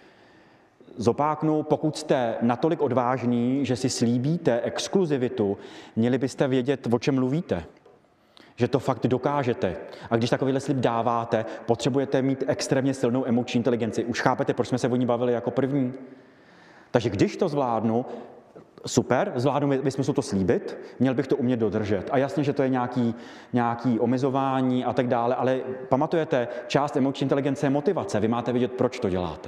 Zopáknu, pokud jste natolik odvážní, že si slíbíte exkluzivitu, měli byste vědět, o čem mluvíte. Že to fakt dokážete. A když takovýhle slib dáváte, potřebujete mít extrémně silnou emoční inteligenci. Už chápete, proč jsme se o ní bavili jako první? Takže když to zvládnu, super, zvládnu ve smyslu to slíbit, měl bych to umět dodržet. A jasně, že to je nějaký, nějaký omezování a tak dále, ale pamatujete, část emoční inteligence je motivace. Vy máte vědět, proč to děláte.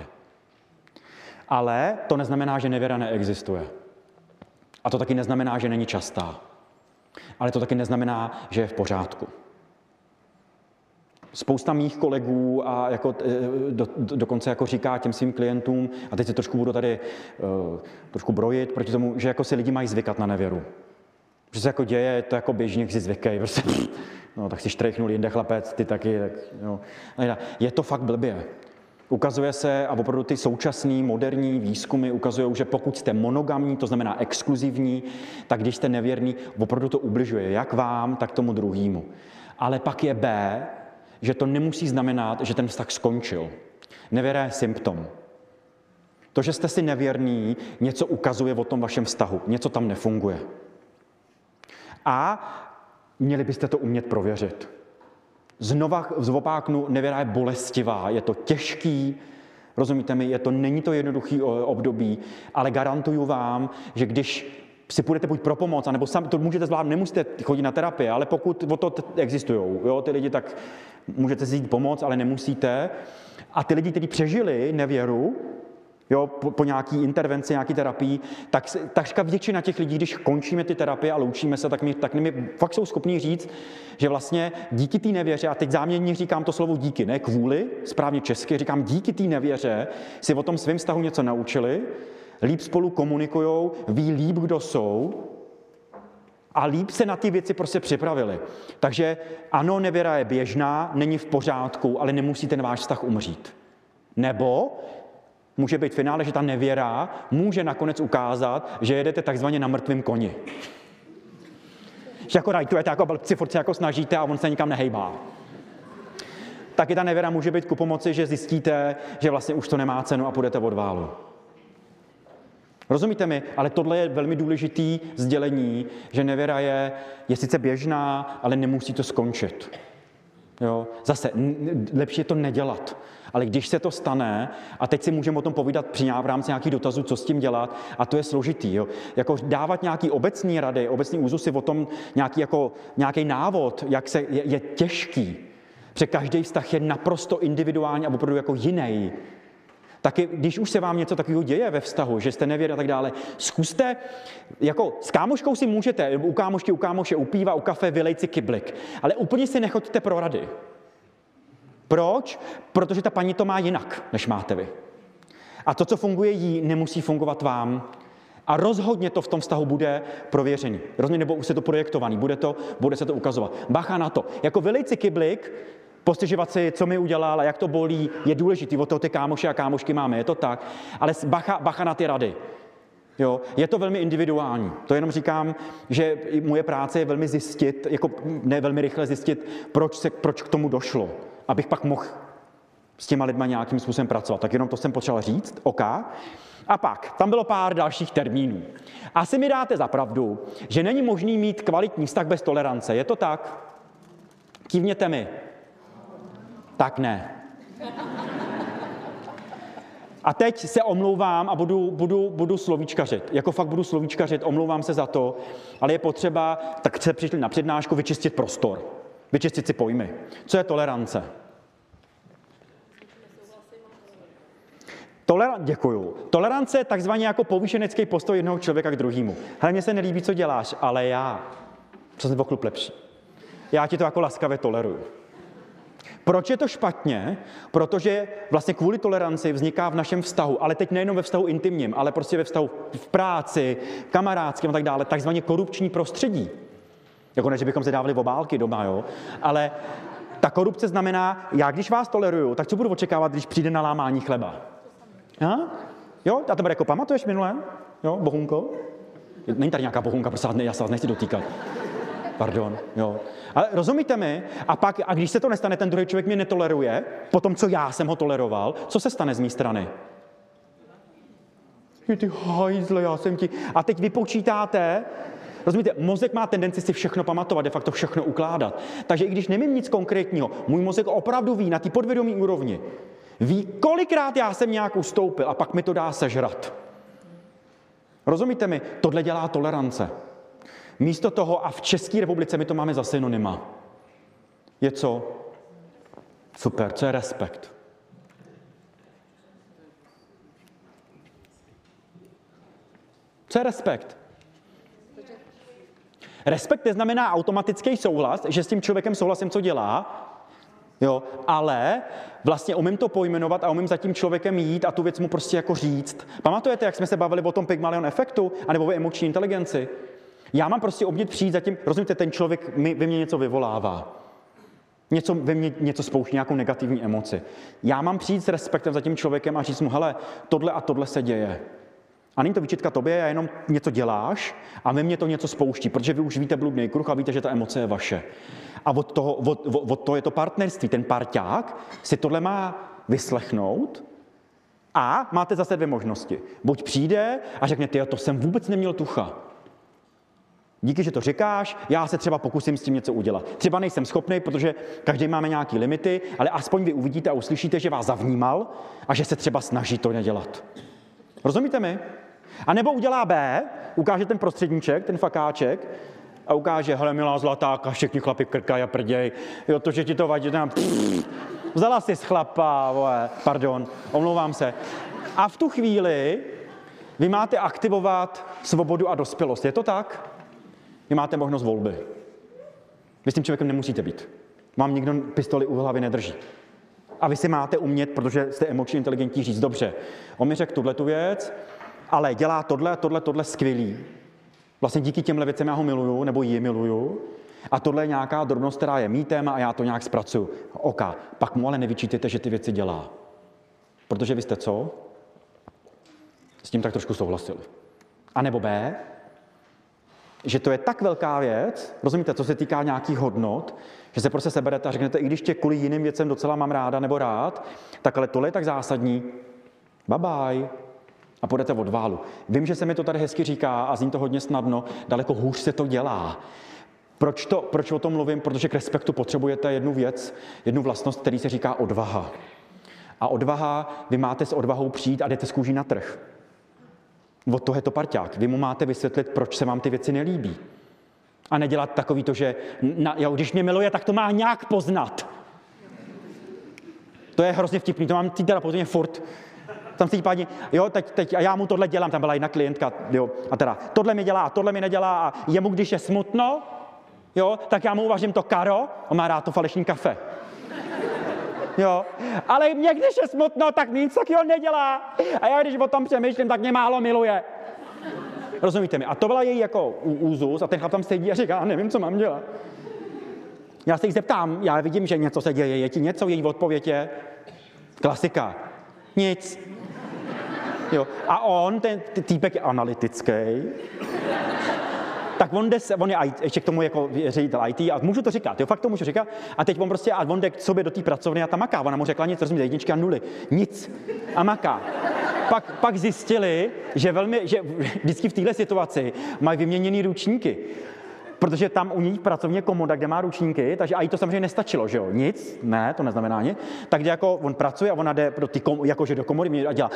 Ale to neznamená, že nevěra neexistuje. A to taky neznamená, že není častá. Ale to taky neznamená, že je v pořádku. Spousta mých kolegů a jako, do, dokonce jako říká těm svým klientům, a teď se trošku budu tady uh, trošku brojit proti tomu, že jako si lidi mají zvykat na nevěru. Že se jako děje, to jako běžně si zvykej. Prostě, no, tak si štrejchnul jinde chlapec, ty taky. Tak, no. Je to fakt blbě. Ukazuje se, a opravdu ty současný moderní výzkumy ukazují, že pokud jste monogamní, to znamená exkluzivní, tak když jste nevěrný, opravdu to ubližuje jak vám, tak tomu druhému. Ale pak je B, že to nemusí znamenat, že ten vztah skončil. Nevěra je symptom. To, že jste si nevěrný, něco ukazuje o tom vašem vztahu, něco tam nefunguje. A měli byste to umět prověřit. Znova zopáknu, nevěra je bolestivá, je to těžký, rozumíte mi, je to, není to jednoduchý období, ale garantuju vám, že když si půjdete buď pro pomoc, anebo sami to můžete zvládnout, nemusíte chodit na terapii, ale pokud o to existují, jo, ty lidi, tak můžete si jít pomoct, ale nemusíte. A ty lidi, kteří přežili nevěru, jo, po, po nějaký intervenci, nějaký terapii, tak takřka většina těch lidí, když končíme ty terapie a loučíme se, tak mi, tak mi fakt jsou schopní říct, že vlastně díky té nevěře, a teď záměrně říkám to slovo díky, ne kvůli, správně česky, říkám díky té nevěře, si o tom svém vztahu něco naučili, líp spolu komunikujou, ví líp, kdo jsou a líp se na ty věci prostě připravili. Takže ano, nevěra je běžná, není v pořádku, ale nemusí ten váš vztah umřít. Nebo může být v finále, že ta nevěra může nakonec ukázat, že jedete takzvaně na mrtvém koni. Že jako rajtujete jako blbci, furt se jako snažíte a on se nikam nehejbá. Taky ta nevěra může být ku pomoci, že zjistíte, že vlastně už to nemá cenu a půjdete od válu. Rozumíte mi? Ale tohle je velmi důležitý sdělení, že nevěra je, je sice běžná, ale nemusí to skončit. Jo? Zase, lepší je to nedělat. Ale když se to stane, a teď si můžeme o tom povídat při v rámci nějakých dotazů, co s tím dělat, a to je složitý. Jo? Jako dávat nějaký obecný rady, obecný úzusy o tom, nějaký, jako, nějaký návod, jak se, je, je těžký. Protože každý vztah je naprosto individuální a opravdu jako jiný. Taky, když už se vám něco takového děje ve vztahu, že jste nevěděli a tak dále, zkuste, jako s kámoškou si můžete, u kámošky, u kámoše, u piva, u kafe vylejt si kyblik, ale úplně si nechoďte pro rady. Proč? Protože ta paní to má jinak, než máte vy. A to, co funguje jí, nemusí fungovat vám. A rozhodně to v tom vztahu bude prověřený. Rozhodně, nebo už se to projektovaný, bude, to, bude se to ukazovat. Bacha na to. Jako vylejt si kyblik, postěžovat si, co mi udělal a jak to bolí, je důležitý. Od toho ty kámoši a kámošky máme, je to tak. Ale bacha, bacha na ty rady. Jo? Je to velmi individuální. To jenom říkám, že moje práce je velmi zjistit, jako ne velmi rychle zjistit, proč, se, proč k tomu došlo. Abych pak mohl s těma lidma nějakým způsobem pracovat. Tak jenom to jsem potřeboval říct, OK. A pak, tam bylo pár dalších termínů. Asi mi dáte za pravdu, že není možný mít kvalitní vztah bez tolerance. Je to tak? Kývněte mi. Tak ne. A teď se omlouvám a budu, budu, budu slovíčkařit. Jako fakt budu slovíčkařit, omlouvám se za to, ale je potřeba, tak se přišli na přednášku, vyčistit prostor. Vyčistit si pojmy. Co je tolerance? Toleran- Děkuju. Tolerance je takzvaně jako povýšenecký postoj jednoho člověka k druhému. Hele, mně se nelíbí, co děláš, ale já, co jsem pochlup lepší. Já ti to jako laskavě toleruju. Proč je to špatně? Protože vlastně kvůli toleranci vzniká v našem vztahu, ale teď nejenom ve vztahu intimním, ale prostě ve vztahu v práci, kamarádském a tak dále, takzvaně korupční prostředí. Jako ne, že bychom se dávali obálky doma, jo? Ale ta korupce znamená, já když vás toleruju, tak co budu očekávat, když přijde na lámání chleba? Ha? Jo, a tebe jako pamatuješ minule? Jo, bohunko? Není tady nějaká bohunka, prostě já se vás nechci dotýkat. Pardon, jo. Ale rozumíte mi? A pak, a když se to nestane, ten druhý člověk mě netoleruje, po tom, co já jsem ho toleroval, co se stane z mé strany? Ty hajzle, já jsem ti... A teď vypočítáte, rozumíte, mozek má tendenci si všechno pamatovat, de facto všechno ukládat. Takže i když nemím nic konkrétního, můj mozek opravdu ví na té podvědomí úrovni, ví, kolikrát já jsem nějak ustoupil a pak mi to dá sežrat. Rozumíte mi? Tohle dělá tolerance. Místo toho, a v České republice my to máme za synonyma. Je co? Super, co je respekt? Co je respekt? Respekt neznamená automatický souhlas, že s tím člověkem souhlasím, co dělá, jo, ale vlastně umím to pojmenovat a umím za tím člověkem jít a tu věc mu prostě jako říct. Pamatujete, jak jsme se bavili o tom Pygmalion efektu, anebo o emoční inteligenci? Já mám prostě umět přijít za tím, rozumíte, ten člověk mi, ve mně něco vyvolává. Něco ve mně něco spouští, nějakou negativní emoci. Já mám přijít s respektem za tím člověkem a říct mu, hele, tohle a tohle se děje. A není to výčitka tobě, já jenom něco děláš a ve mně to něco spouští, protože vy už víte bludný kruh a víte, že ta emoce je vaše. A od toho, od, od, od toho je to partnerství. Ten parťák si tohle má vyslechnout a máte zase dvě možnosti. Buď přijde a řekne, ty, to jsem vůbec neměl tucha. Díky, že to říkáš, já se třeba pokusím s tím něco udělat. Třeba nejsem schopný, protože každý máme nějaký limity, ale aspoň vy uvidíte a uslyšíte, že vás zavnímal a že se třeba snaží to nedělat. Rozumíte mi? A nebo udělá B, ukáže ten prostředníček, ten fakáček a ukáže, hele, milá zlatáka, všichni chlapi krkají a prděj, jo, to, že ti to vadí, tam, pff, vzala jsi z chlapa, vole, pardon, omlouvám se. A v tu chvíli vy máte aktivovat svobodu a dospělost. Je to tak? Vy máte možnost volby. Vy s tím člověkem nemusíte být. Vám nikdo pistoli u hlavy nedrží. A vy si máte umět, protože jste emočně inteligentní, říct, dobře, on mi řekl tuhletu věc, ale dělá tohle, tohle, tohle skvělý. Vlastně díky těmhle věcem já ho miluju, nebo ji miluju. A tohle je nějaká drobnost, která je mý téma a já to nějak zpracuju. OK, pak mu ale nevyčítejte, že ty věci dělá. Protože vy jste co? S tím tak trošku souhlasili. A nebo B, že to je tak velká věc, rozumíte, co se týká nějakých hodnot, že se prostě seberete a řeknete, i když tě kvůli jiným věcem docela mám ráda nebo rád, tak ale tohle je tak zásadní, bye bye, a půjdete od válu. Vím, že se mi to tady hezky říká a zní to hodně snadno, daleko hůř se to dělá. Proč, to, proč o tom mluvím? Protože k respektu potřebujete jednu věc, jednu vlastnost, který se říká odvaha. A odvaha, vy máte s odvahou přijít a jdete z kůží na trh. Od toho je to parťák. Vy mu máte vysvětlit, proč se vám ty věci nelíbí. A nedělat takový to, že na, jo, když mě miluje, tak to má nějak poznat. To je hrozně vtipný, to mám tý teda pozdě furt. Tam si pádně, jo, teď, teď, a já mu tohle dělám, tam byla jedna klientka, jo, a teda tohle mi dělá, a tohle mi nedělá, a jemu, když je smutno, jo, tak já mu uvařím to karo, on má rád to falešný kafe. Jo, ale mě, když je smutno, tak nic takyho nedělá. A já, když o tom přemýšlím, tak mě málo miluje. Rozumíte mi? A to byla její jako úzus a ten chlap tam sedí a říká, nevím, co mám dělat. Já se jí zeptám, já vidím, že něco se děje, je ti něco, její odpověď je klasika. Nic. Jo. A on, ten týpek je analytický, tak on jde, on je ještě k tomu jako ředitel í té a můžu to říkat, jo, fakt to můžu říkat. A teď on prostě, a on jde k sobě do té pracovny a tam maká. Ona mu řekla nic, rozumíte, jedničky a nuly. Nic. A maká. Pak, pak zjistili, že, velmi, že vždycky v téhle situaci mají vyměněný ručníky. Protože tam u ní pracovně komoda, kde má ručníky, takže a jí to samozřejmě nestačilo, že jo? Nic, ne, to neznamená nic. Tak jde jako, on pracuje a ona jde do, ty kom, jakože do komory a dělá.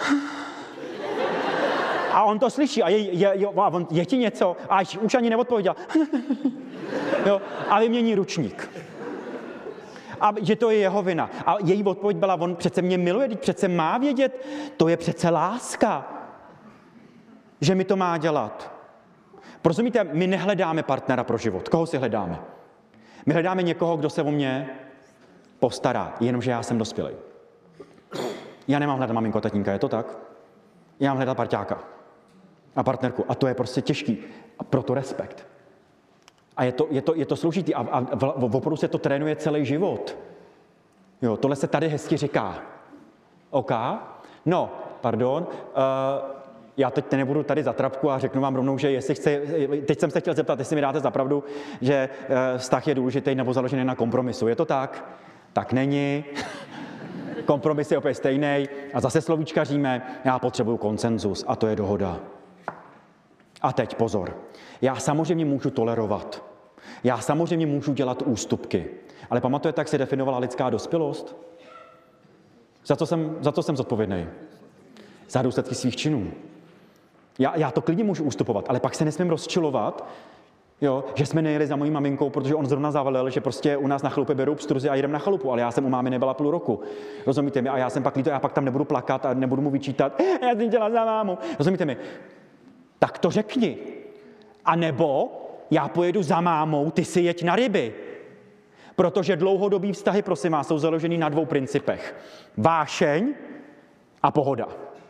A on to slyší a je, je, je, a on, je ti něco? A už ani neodpověděl. Jo? A vymění ručník. A že to je jeho vina. A její odpověď byla, on přece mě miluje, teď přece má vědět, to je přece láska, že mi to má dělat. Rozumíte, my nehledáme partnera pro život. Koho si hledáme? My hledáme někoho, kdo se o mě postará, jenomže já jsem dospělý. Já nemám hledat maminko, tatínka, je to tak? Já mám hledat parťáka a partnerku. A to je prostě těžký. A proto respekt. A je to, je to, je to složitý. A, a v opravdu se to trénuje celý život. Jo, tohle se tady hezky říká. OK? No, pardon. Uh, já teď nebudu tady za trapku a řeknu vám rovnou, že jestli chce, teď jsem se chtěl zeptat, jestli mi dáte za pravdu, že uh, vztah je důležitý nebo založený na kompromisu. Je to tak? Tak není. Kompromis je opět stejný. A zase slovíčkaříme, já potřebuju konsenzus a to je dohoda. A teď pozor. Já samozřejmě můžu tolerovat. Já samozřejmě můžu dělat ústupky. Ale pamatujete, jak se definovala lidská dospělost? Za co jsem, za co jsem zodpovědný? Za důsledky svých činů. Já, já to klidně můžu ustupovat, ale pak se nesmím rozčilovat, jo, že jsme nejeli za mojí maminkou, protože on zrovna zavalil, že prostě u nás na chalupě berou pstruzy a jdem na chalupu, ale já jsem u mámy nebyla půl roku. Rozumíte mi? A já jsem pak líto, já pak tam nebudu plakat a nebudu mu vyčítat, já jsem dělala za mámu. Rozumíte mi? Tak to řekni. A nebo já pojedu za mámou, ty si jeď na ryby. Protože dlouhodobý vztahy, prosím vás, jsou založený na dvou principech. Vášeň a pohoda.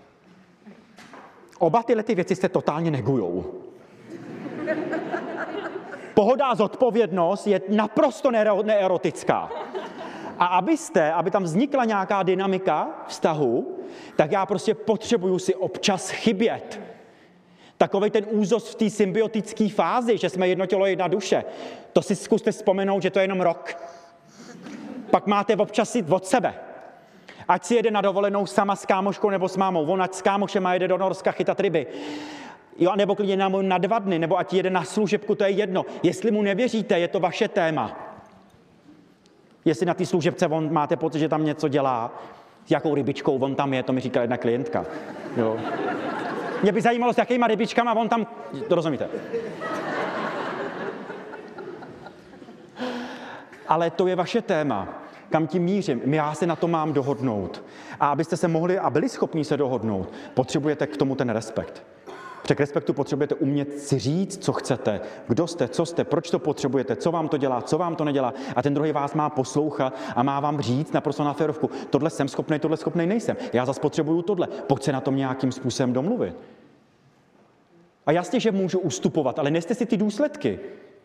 Oba tyhle ty věci se totálně negujou. Pohoda a zodpovědnost je naprosto neerotická. A abyste, aby tam vznikla nějaká dynamika vztahu, tak já prostě potřebuju si občas chybět. Takovej ten úzos v té symbiotické fázi, že jsme jedno tělo, jedna duše. To si zkuste vzpomenout, že to je jenom rok. Pak máte občas jít od sebe. Ať si jede na dovolenou sama s kámoškou nebo s mámou. On ať s kámošem a jede do Norska chytat ryby. Jo, nebo klidně na, na dva dny, nebo ať jede na služebku, to je jedno. Jestli mu nevěříte, je to vaše téma. Jestli na té služebce on máte pocit, že tam něco dělá, s jakou rybičkou on tam je, to mi říkala jedna klientka. Jo. Mě by zajímalo, s jakýma rybičkama on tam... To rozumíte? Ale to je vaše téma. Kam tím mířím? Já se na to mám dohodnout. A abyste se mohli a byli schopni se dohodnout, potřebujete k tomu ten respekt. Při respektu potřebujete umět si říct, co chcete, kdo jste, co jste, proč to potřebujete, co vám to dělá, co vám to nedělá. A ten druhý vás má poslouchat a má vám říct naprosto na férovku. Tohle jsem schopnej, tohle schopnej nejsem. Já zase potřebuju tohle. Pojď se na tom nějakým způsobem domluvit. A jasně, že můžu ustupovat, ale neste si ty důsledky.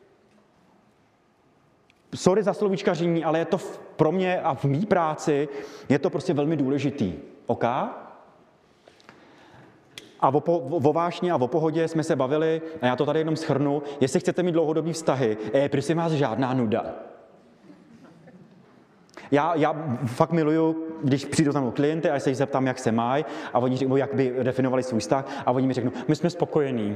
Sorry za slovíčkaření, ale je to pro mě a v mý práci je to prostě velmi důležitý. OK? A o, po, o vášni a o pohodě jsme se bavili, a já to tady jenom shrnu, jestli chcete mít dlouhodobý vztahy, je prosím vás žádná nuda. Já, já fakt miluju, když přijdu tam klienty a se jich zeptám, jak se mají, a oni řeknou, jak by definovali svůj vztah, a oni mi řeknou, my jsme spokojení.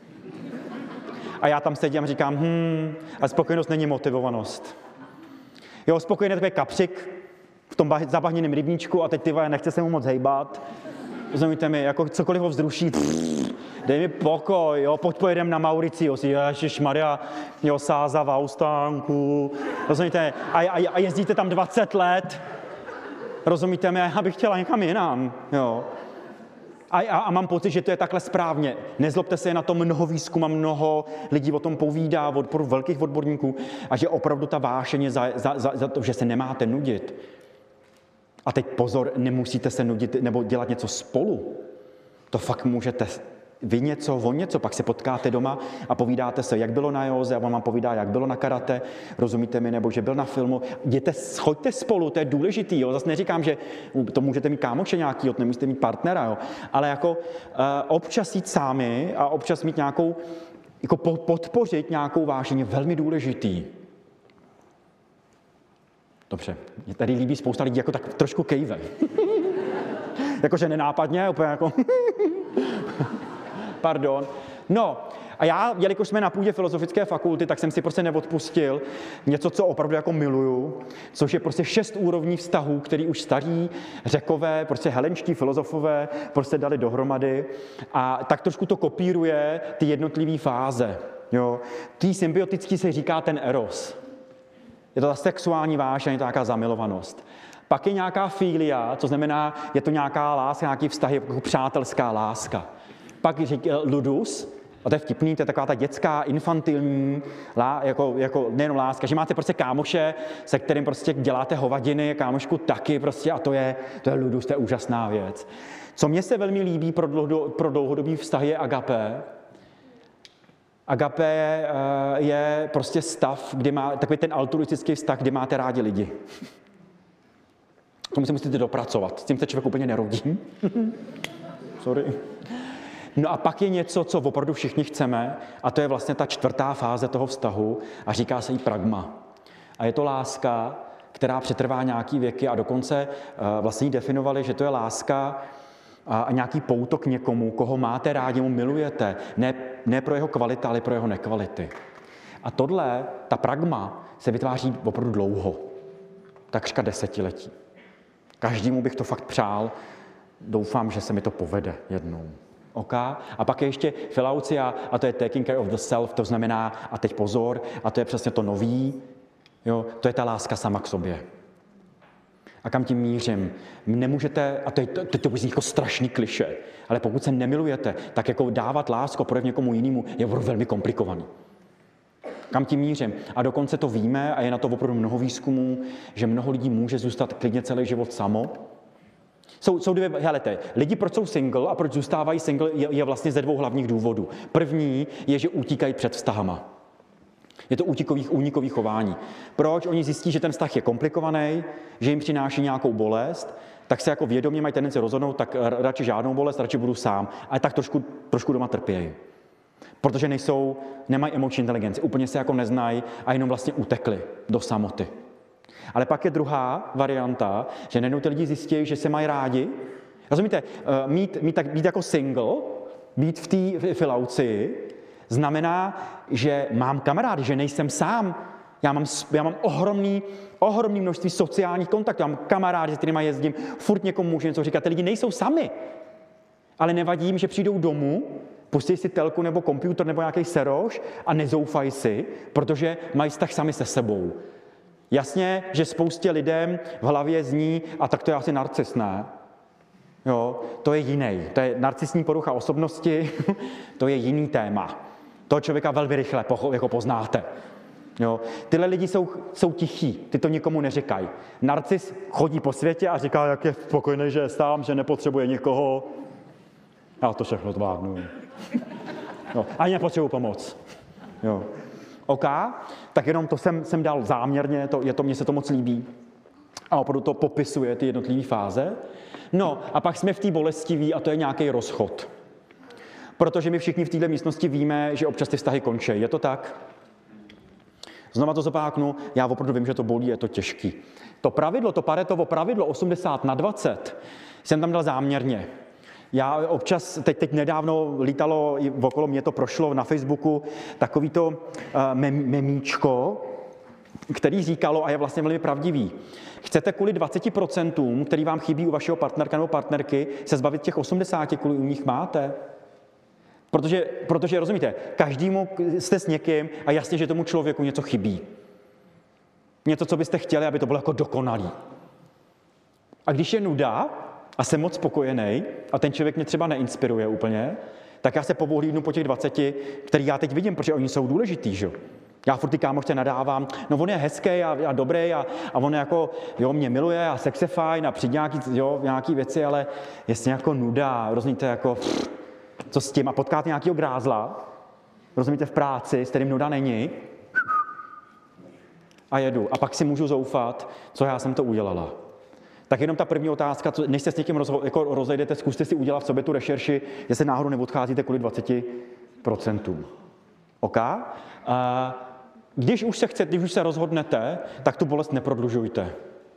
A já tam sedím a říkám, hm, a spokojenost není motivovanost. Jo, spokojenost je kapřik v tom zabahněném rybníčku a teď ty vole, nechce se mu moc hejbat. Rozumíte mi, jako cokoliv ho vzruší, pff, dej mi pokoj, jo, pojď pojedem na Mauricius, ježišmarja, jo, sáza v austánku, rozumíte, a, a, a jezdíte tam dvacet let, rozumíte mi, já bych chtěla někam jinam, jo. A, a, a mám pocit, že to je takhle správně. Nezlobte se, je na to mnoho výzkumu, mnoho lidí o tom povídá, od velkých odborníků, a že opravdu ta vášeň je za, za, za, za to, že se nemáte nudit. A teď pozor, nemusíte se nudit nebo dělat něco spolu. To fakt můžete vy něco, on něco, pak se potkáte doma a povídáte se, jak bylo na józe, a on vám povídá, jak bylo na karate, rozumíte mi, nebo že byl na filmu. Jděte, choďte spolu, to je důležitý, jo. Zase neříkám, že to můžete mít kámoše nějaký, nemusíte mít partnera, jo. Ale jako uh, občas jít sami a občas mít nějakou, jako podpořit nějakou vášeň je velmi důležitý. Dobře, mě tady líbí spousta lidí, jako tak trošku kejve. Jakože nenápadně, úplně jako... Pardon. No, a já, jelikož jsme na půdě filozofické fakulty, tak jsem si prostě neodpustil něco, co opravdu jako miluju, což je prostě šest úrovní vztahů, který už starí Řekové, prostě helenští filozofové prostě dali dohromady a tak trošku to kopíruje ty jednotlivé fáze. Jo. Tý symbiotický se říká ten eros. Je to ta sexuální vášeň, je to nějaká zamilovanost. Pak je nějaká filia, co znamená, je to nějaká láska, nějaký vztah, jako přátelská láska. Pak je ludus, a to je vtipný, to je taková ta dětská, infantilní, lá, jako, jako nejenom láska, že máte prostě kámoše, se kterým prostě děláte hovadiny, kámošku taky prostě, a to je, to je ludus, to je úžasná věc. Co mně se velmi líbí pro, dlouho, pro dlouhodobý vztah je agapé. Agapé je prostě stav, kdy má takový ten altruistický vztah, kdy máte rádi lidi. Tomu se musíte dopracovat, s tím se člověk úplně nerodí. Sorry. No a pak je něco, co opravdu všichni chceme, a to je vlastně ta čtvrtá fáze toho vztahu a říká se jí pragma. A je to láska, která přetrvá nějaký věky a dokonce vlastně ji definovali, že to je láska a nějaký pouto k někomu, koho máte rádi, mu milujete, ne, ne pro jeho kvality, ale pro jeho nekvality. A tohle, ta pragma, se vytváří opravdu dlouho, takřka desetiletí. Každému bych to fakt přál, doufám, že se mi to povede jednou. Okay? A pak je ještě filaucia, a to je taking care of the self, to znamená, a teď pozor, a to je přesně to nový, jo, to je ta láska sama k sobě. A kam tím mířím? Nemůžete, a to je to, to, to jako strašný klišé, ale pokud se nemilujete, tak jako dávat lásku a projev někomu jinému je velmi komplikovaný. Kam tím mířím? A dokonce to víme, a je na to opravdu mnoho výzkumů, že mnoho lidí může zůstat klidně celý život samo. Jsou, jsou dvě, helete, lidi, proč jsou single a proč zůstávají single, je, je vlastně ze dvou hlavních důvodů. První je, že utíkají před vztahama. Je to únikových, únikových chování. Proč? Oni zjistí, že ten vztah je komplikovaný, že jim přináší nějakou bolest, tak se jako vědomě mají tendenci rozhodnout, tak radši žádnou bolest, radši budu sám. Ale tak trošku, trošku doma trpějí. Protože nejsou, nemají emoční inteligenci, úplně se jako neznají a jenom vlastně utekli do samoty. Ale pak je druhá varianta, že najednou ty lidi zjistí, že se mají rádi. Rozumíte, mít, mít, tak, být jako single, být v té filaucii, znamená, že mám kamarády, že nejsem sám. Já mám, já mám ohromný, ohromný množství sociálních kontaktů, já mám kamarády, s kterými jezdím, furt někomu můžu něco říkat. Ty lidi nejsou sami, ale nevadí jim, že přijdou domů, pustí si telku nebo počítač nebo nějaký seroš a nezoufají si, protože mají vztah sami se sebou. Jasně, že spoustě lidem v hlavě zní, a tak to je asi narcis, ne? Jo, to je jiný. To je narcisní porucha osobnosti, to je jiný téma. Toho člověka velmi rychle pocho, jako poznáte. Jo. Tyhle lidi jsou, jsou tichí, ty to nikomu neříkají. Narcis chodí po světě a říká, jak je spokojný, že je sám, že nepotřebuje nikoho. Já to všechno zvládnu. Jo. Ani nepotřebuji pomoc. Jo. OK, tak jenom to jsem, jsem dal záměrně, to, je to, mně se to moc líbí. A opravdu to popisuje ty jednotlivé fáze. No a pak jsme v té bolestivé a to je nějaký rozchod. Protože my všichni v této místnosti víme, že občas ty vztahy končí. Je to tak? Znova to zopáknu, já opravdu vím, že to bolí, je to těžký. To pravidlo, to Paretovo pravidlo osmdesát na dvacet jsem tam dal záměrně. Já občas, teď, teď nedávno lítalo, okolo mě to prošlo na Facebooku, takový to uh, mem, memíčko, který říkalo, a je vlastně velmi pravdivý, chcete kvůli dvaceti procentům, který vám chybí u vašeho partnerka nebo partnerky, se zbavit těch osmdesáti, kvůli u nich máte? Protože, protože rozumíte, každému jste s někým a jasně, že tomu člověku něco chybí. Něco, co byste chtěli, aby to bylo jako dokonalý. A když je nuda a jsem moc spokojený a ten člověk mě třeba neinspiruje úplně, tak já se povohlídnu po těch dvaceti, který já teď vidím, protože oni jsou důležitý, že? Já furt ty kámošce nadávám, no on je hezký a, a dobrý a, a on jako, jo, mě miluje a sex je fajn a přijde nějaký, jo, nějaký věci, ale jestli jako nuda, rozumíte, jako, pff, co s tím a potkáte nějakýho grázla, rozumíte, v práci, s kterým nuda není a jedu. A pak si můžu zoufat, co já jsem to udělala. Tak jenom ta první otázka, co, než se s někým rozho, jako rozejdete, zkuste si udělat v sobě tu rešerši, jestli náhodou neodcházíte kvůli dvaceti procentům. OK? A když už se chcete, když už se rozhodnete, tak tu bolest neprodlužujte.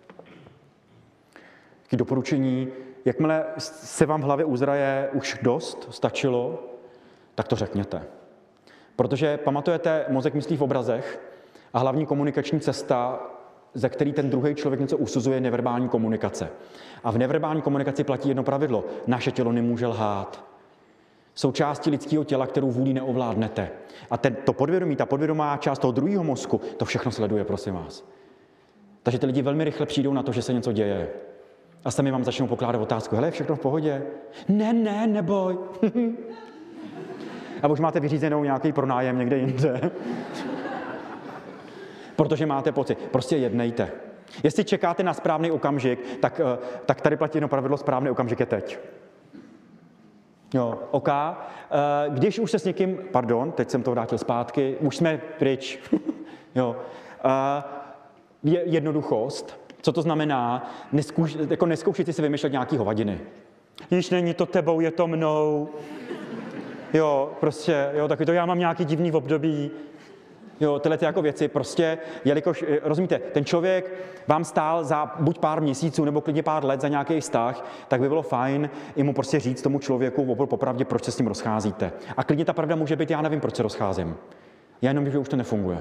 Taky doporučení, jakmile se vám v hlavě uzraje už dost, stačilo, tak to řekněte. Protože pamatujete, mozek myslí v obrazech a hlavní komunikační cesta, ze který ten druhý člověk něco usuzuje, je neverbální komunikace. A v neverbální komunikaci platí jedno pravidlo. Naše tělo nemůže lhát. Jsou části lidského těla, kterou vůlí neovládnete. A ten, to podvědomí, ta podvědomá část toho druhého mozku, to všechno sleduje, prosím vás. Takže ty lidi velmi rychle přijdou na to, že se něco děje. A sami vám začnou pokládat otázku. Hele, je všechno v pohodě? Ne, ne, neboj. A už máte vyřízenou nějaký pronájem někde jinde. Protože máte pocit. Prostě jednejte. Jestli čekáte na správný okamžik, tak, tak tady platí jedno pravidlo, správný okamžik je teď. Jo, OK. Když už se s někým, pardon, teď jsem to vrátil zpátky, už jsme pryč. Jo. Je jednoduchost. Co to znamená? Neskouš, jako neskoušejte si vymýšlet nějaký hovadiny. Již není to tebou, je to mnou. Jo, prostě, jo, taky to já mám nějaký divný období. Jo, tyhle ty jako věci prostě, jelikož, rozumíte, ten člověk vám stál za buď pár měsíců nebo klidně pár let za nějaký vztah, tak by bylo fajn i mu prostě říct tomu člověku popravdě, proč se s ním rozcházíte. A klidně ta pravda může být, já nevím, proč se rozcházím. Já jenom vím, že už to nefunguje.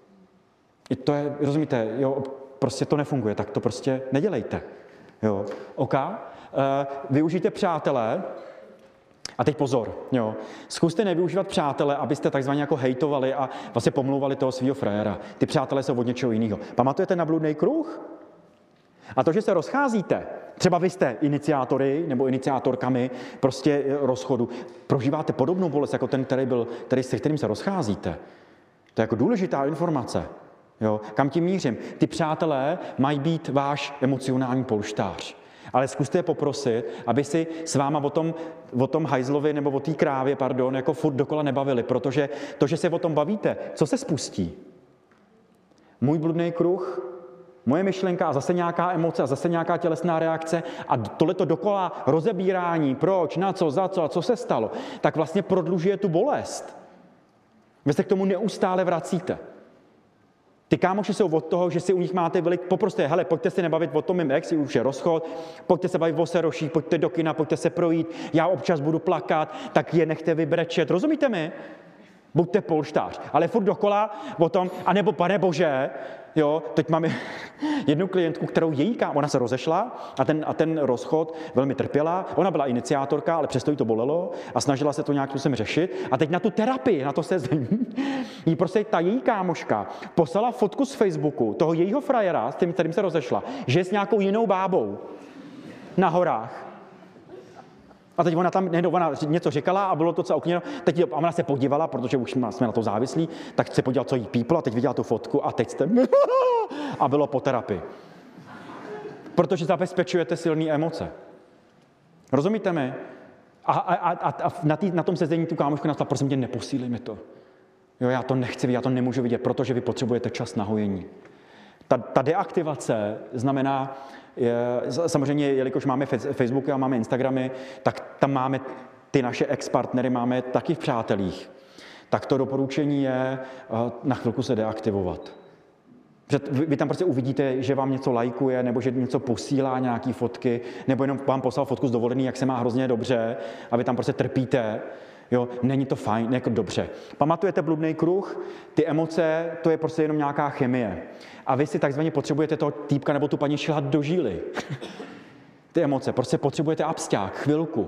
I to je, rozumíte, jo, prostě to nefunguje, tak to prostě nedělejte. Jo, OK? Uh, využijte přátelé. A teď pozor, jo. Zkuste nevyužívat přátele, abyste takzvaně jako hejtovali a vlastně pomlouvali toho svého frajera. Ty přátelé jsou od něčeho jiného. Pamatujete na bludný kruh? A to, že se rozcházíte, třeba vy jste iniciátory nebo iniciátorkami prostě rozchodu, prožíváte podobnou bolest jako ten, který byl, který, se kterým se rozcházíte. To je jako důležitá informace. Jo. Kam tím mířím? Ty přátelé mají být váš emocionální polštář. Ale zkuste je poprosit, aby si s váma o tom, o tom hajzlovi nebo o té krávě, pardon, jako furt dokola nebavili, protože to, že se o tom bavíte, co se spustí? Můj bludný kruh, moje myšlenka a zase nějaká emoce a zase nějaká tělesná reakce a tohleto dokola rozebírání, proč, na co, za co a co se stalo, tak vlastně prodlužuje tu bolest. Vy se k tomu neustále vracíte. Ty kámoši jsou od toho, že si u nich máte velik, poproste, hele, pojďte se nebavit o tom mým ex, už je rozchod, pojďte se bavit o seroší, pojďte do kina, pojďte se projít, já občas budu plakat, tak je nechte vybrečet, rozumíte mi? Buďte polštář, ale furt dokola o tom, anebo pane bože, jo, teď máme jednu klientku, kterou její kámo, ona se rozešla a ten, a ten rozchod velmi trpěla, ona byla iniciátorka, ale přesto jí to bolelo a snažila se to nějak způsobem řešit a teď na tu terapii, na to sezení, jí prostě ta její kámoška poslala fotku z Facebooku toho jejího frajera, s tím, kterým se rozešla, že je s nějakou jinou bábou na horách. A teď ona tam ne, ona něco říkala a bylo to co okněno. Teď a ona se podívala, protože už jsme na to závislí, tak se podívala, co jí píplo a teď viděla tu fotku a teď jste a bylo po terapii. Protože zabezpečujete silné emoce. Rozumíte mi? A, a, a, a na, tý, na tom sezení tu kámošku nasla, prosím tě, neposílej mi to. Jo, já to nechci vidět, já to nemůžu vidět, protože vy potřebujete čas na hojení. Ta, ta deaktivace znamená, je, samozřejmě, jelikož máme Facebooky a máme Instagramy, tak tam máme ty naše ex-partnery, máme taky v přátelích. Tak to doporučení je na chvilku se deaktivovat. Vy tam prostě uvidíte, že vám něco lajkuje, nebo že něco posílá nějaký fotky, nebo jenom vám poslal fotku z dovolený, jak se má hrozně dobře, a vy tam prostě trpíte. Jo, není to fajn, jako dobře. Pamatujete bludný kruh? Ty emoce, to je prostě jenom nějaká chemie. A vy si takzvaně potřebujete toho týpka nebo tu paní šilhat do žíly. Ty emoce, prostě potřebujete absťák, chvilku.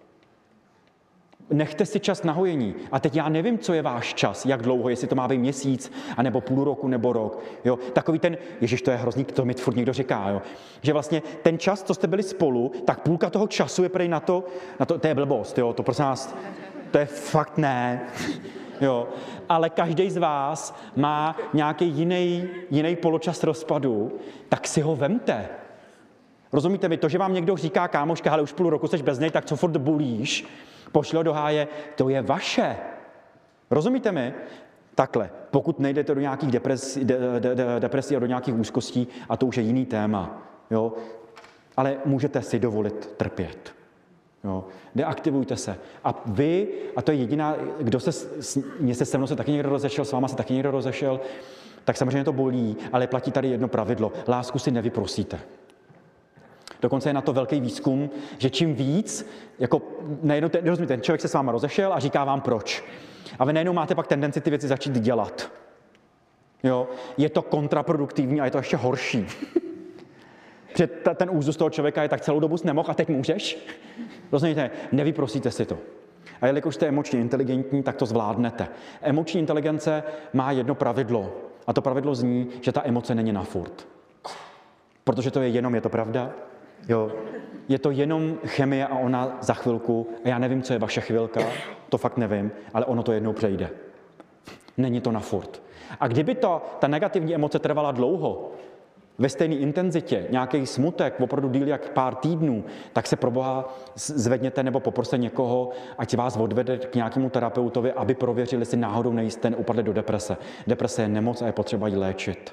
Nechte si čas na hojení. A teď já nevím, co je váš čas, jak dlouho, jestli to má být měsíc, anebo půl roku, nebo rok. Jo? Takový ten, ježiš, to je hrozný, to mi furt někdo říká, jo? Že vlastně ten čas, co jste byli spolu, tak půlka toho času je prej na to, na to, to je blbost, jo? To prosím nás, to je fakt ne. Jo? Ale každý z vás má nějaký jiný, jiný poločas rozpadu, tak si ho vemte. Rozumíte mi, to, že vám někdo říká, kámoška, ale už půl roku jsi bez něj, tak co furt bulíš, pošlo do háje, to je vaše. Rozumíte mi? Takhle, pokud nejdete do nějakých depresí, de, de, de, depresí a do nějakých úzkostí, a to už je jiný téma, jo? Ale můžete si dovolit trpět. Jo? Deaktivujte se. A vy, a to je jediná, kdo se, mě se se mnou se taky někdo rozešel, s váma se taky někdo rozešel, tak samozřejmě to bolí, ale platí tady jedno pravidlo. Lásku si nevyprosíte. Dokonce je na to velký výzkum, že čím víc, jako najednou ten, rozumíte, ten člověk se s váma rozešel a říká vám proč. A vy najednou máte pak tendenci ty věci začít dělat. Jo? Je to kontraproduktivní a je to ještě horší. Protože ten úzus toho člověka je tak celou dobu nemohl a teď můžeš. Rozumíte, nevyprosíte si to. A jelikož jste emočně inteligentní, tak to zvládnete. Emoční inteligence má jedno pravidlo. A to pravidlo zní, že ta emoce není na furt. Protože to je jenom, je to pravda? Jo. Je to jenom chemie a ona za chvilku, a já nevím, co je vaše chvilka, to fakt nevím, ale ono to jednou přejde. Není to na furt. A kdyby to, ta negativní emoce trvala dlouho, ve stejné intenzitě, nějaký smutek, opravdu díl jak pár týdnů, tak se pro Boha zvedněte nebo poproste někoho, ať vás odvede k nějakému terapeutovi, aby prověřili, jestli náhodou nejste upadli do deprese. Deprese je nemoc a je potřeba ji léčit.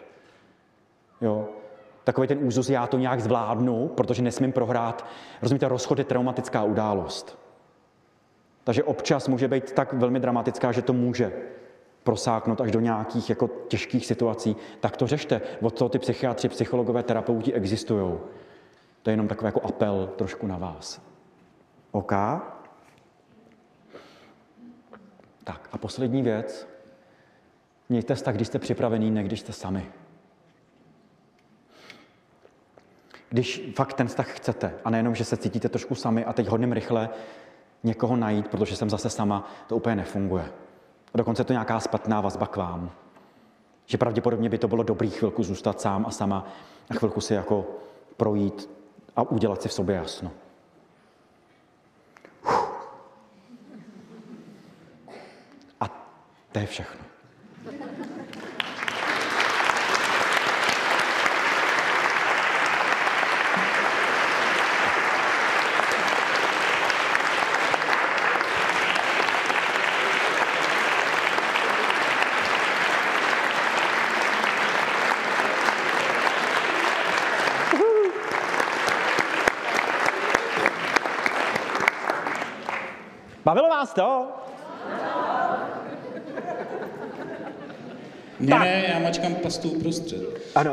Jo. Takový ten úzus, já to nějak zvládnu, protože nesmím prohrát. Rozumíte, rozchod je traumatická událost. Takže občas může být tak velmi dramatická, že to může prosáknout až do nějakých jako těžkých situací. Tak to řešte. Od toho ty psychiatři, psychologové, terapeuti existují. To je jenom takový jako apel trošku na vás. OK? Tak a poslední věc. Mějte vztah, když jste připravení, ne když jste sami. Když fakt ten vztah chcete a nejenom, že se cítíte trošku sami a teď hodně rychle někoho najít, protože jsem zase sama, to úplně nefunguje. A dokonce je to nějaká zpětná vazba k vám. Že pravděpodobně by to bylo dobrý chvilku zůstat sám a sama a chvilku si jako projít a udělat si v sobě jasno. A to je všechno. Bavilo vás to? Ne, tak. ne, já mačkám pastu uprostřed. Ano.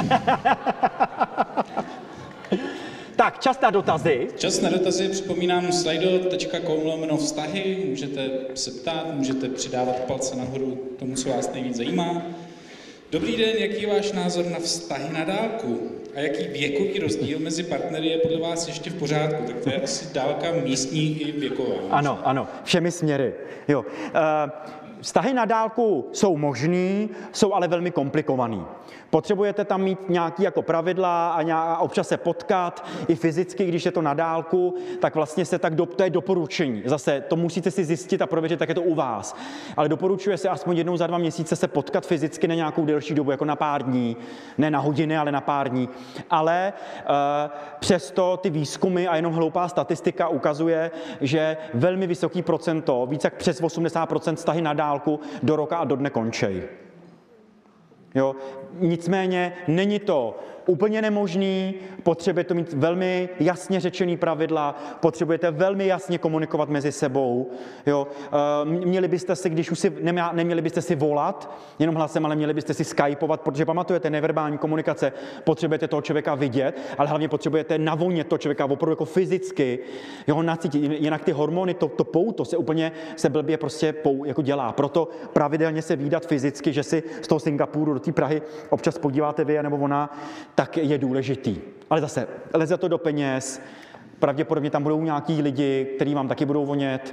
Tak, čas na dotazy. Čas na dotazy, připomínám slido tečka com lomeno vztahy, můžete se ptát, můžete přidávat palce nahoru tomu, co vás nejvíc zajímá. Dobrý den, jaký je váš názor na vztahy na dálku? A jaký věkový rozdíl mezi partnery je podle vás ještě v pořádku? Tak to je asi dálka místní i věková. Ano, ano, všemi směry. Jo. Uh, vztahy na dálku jsou možný, jsou ale velmi komplikovaný. Potřebujete tam mít nějaký jako pravidla a, nějak, a občas se potkat i fyzicky, když je to na dálku, tak vlastně se tak do, to je doporučení. Zase to musíte si zjistit a prověřit, tak je to u vás. Ale doporučuje se aspoň jednou za dva měsíce se potkat fyzicky na nějakou delší dobu, jako na pár dní. Ne na hodiny, ale na pár dní. Ale uh, přesto ty výzkumy a jenom hloupá statistika ukazuje, že velmi vysoký procento, více jak přes osmdesát procent vztahy na dálku do roka a do dne končí. Jo? Nicméně není to úplně nemožný, potřebujete mít velmi jasně řečený pravidla, potřebujete velmi jasně komunikovat mezi sebou. Jo? Měli byste si, když už si, neměli byste si volat jenom hlasem, ale měli byste si skypovat, protože pamatujete, neverbální komunikace, potřebujete toho člověka vidět, ale hlavně potřebujete navonět toho člověka opravdu jako fyzicky, jo, nacítit, jinak ty hormony, to, to pouto se úplně se blbě prostě pou, jako dělá. Proto pravidelně se vídat fyzicky, že si z toho Singapuru do té Prahy občas podíváte vy nebo ona, tak je důležitý. Ale zase, leze to do peněz, pravděpodobně tam budou nějaký lidi, kteří vám taky budou vonět.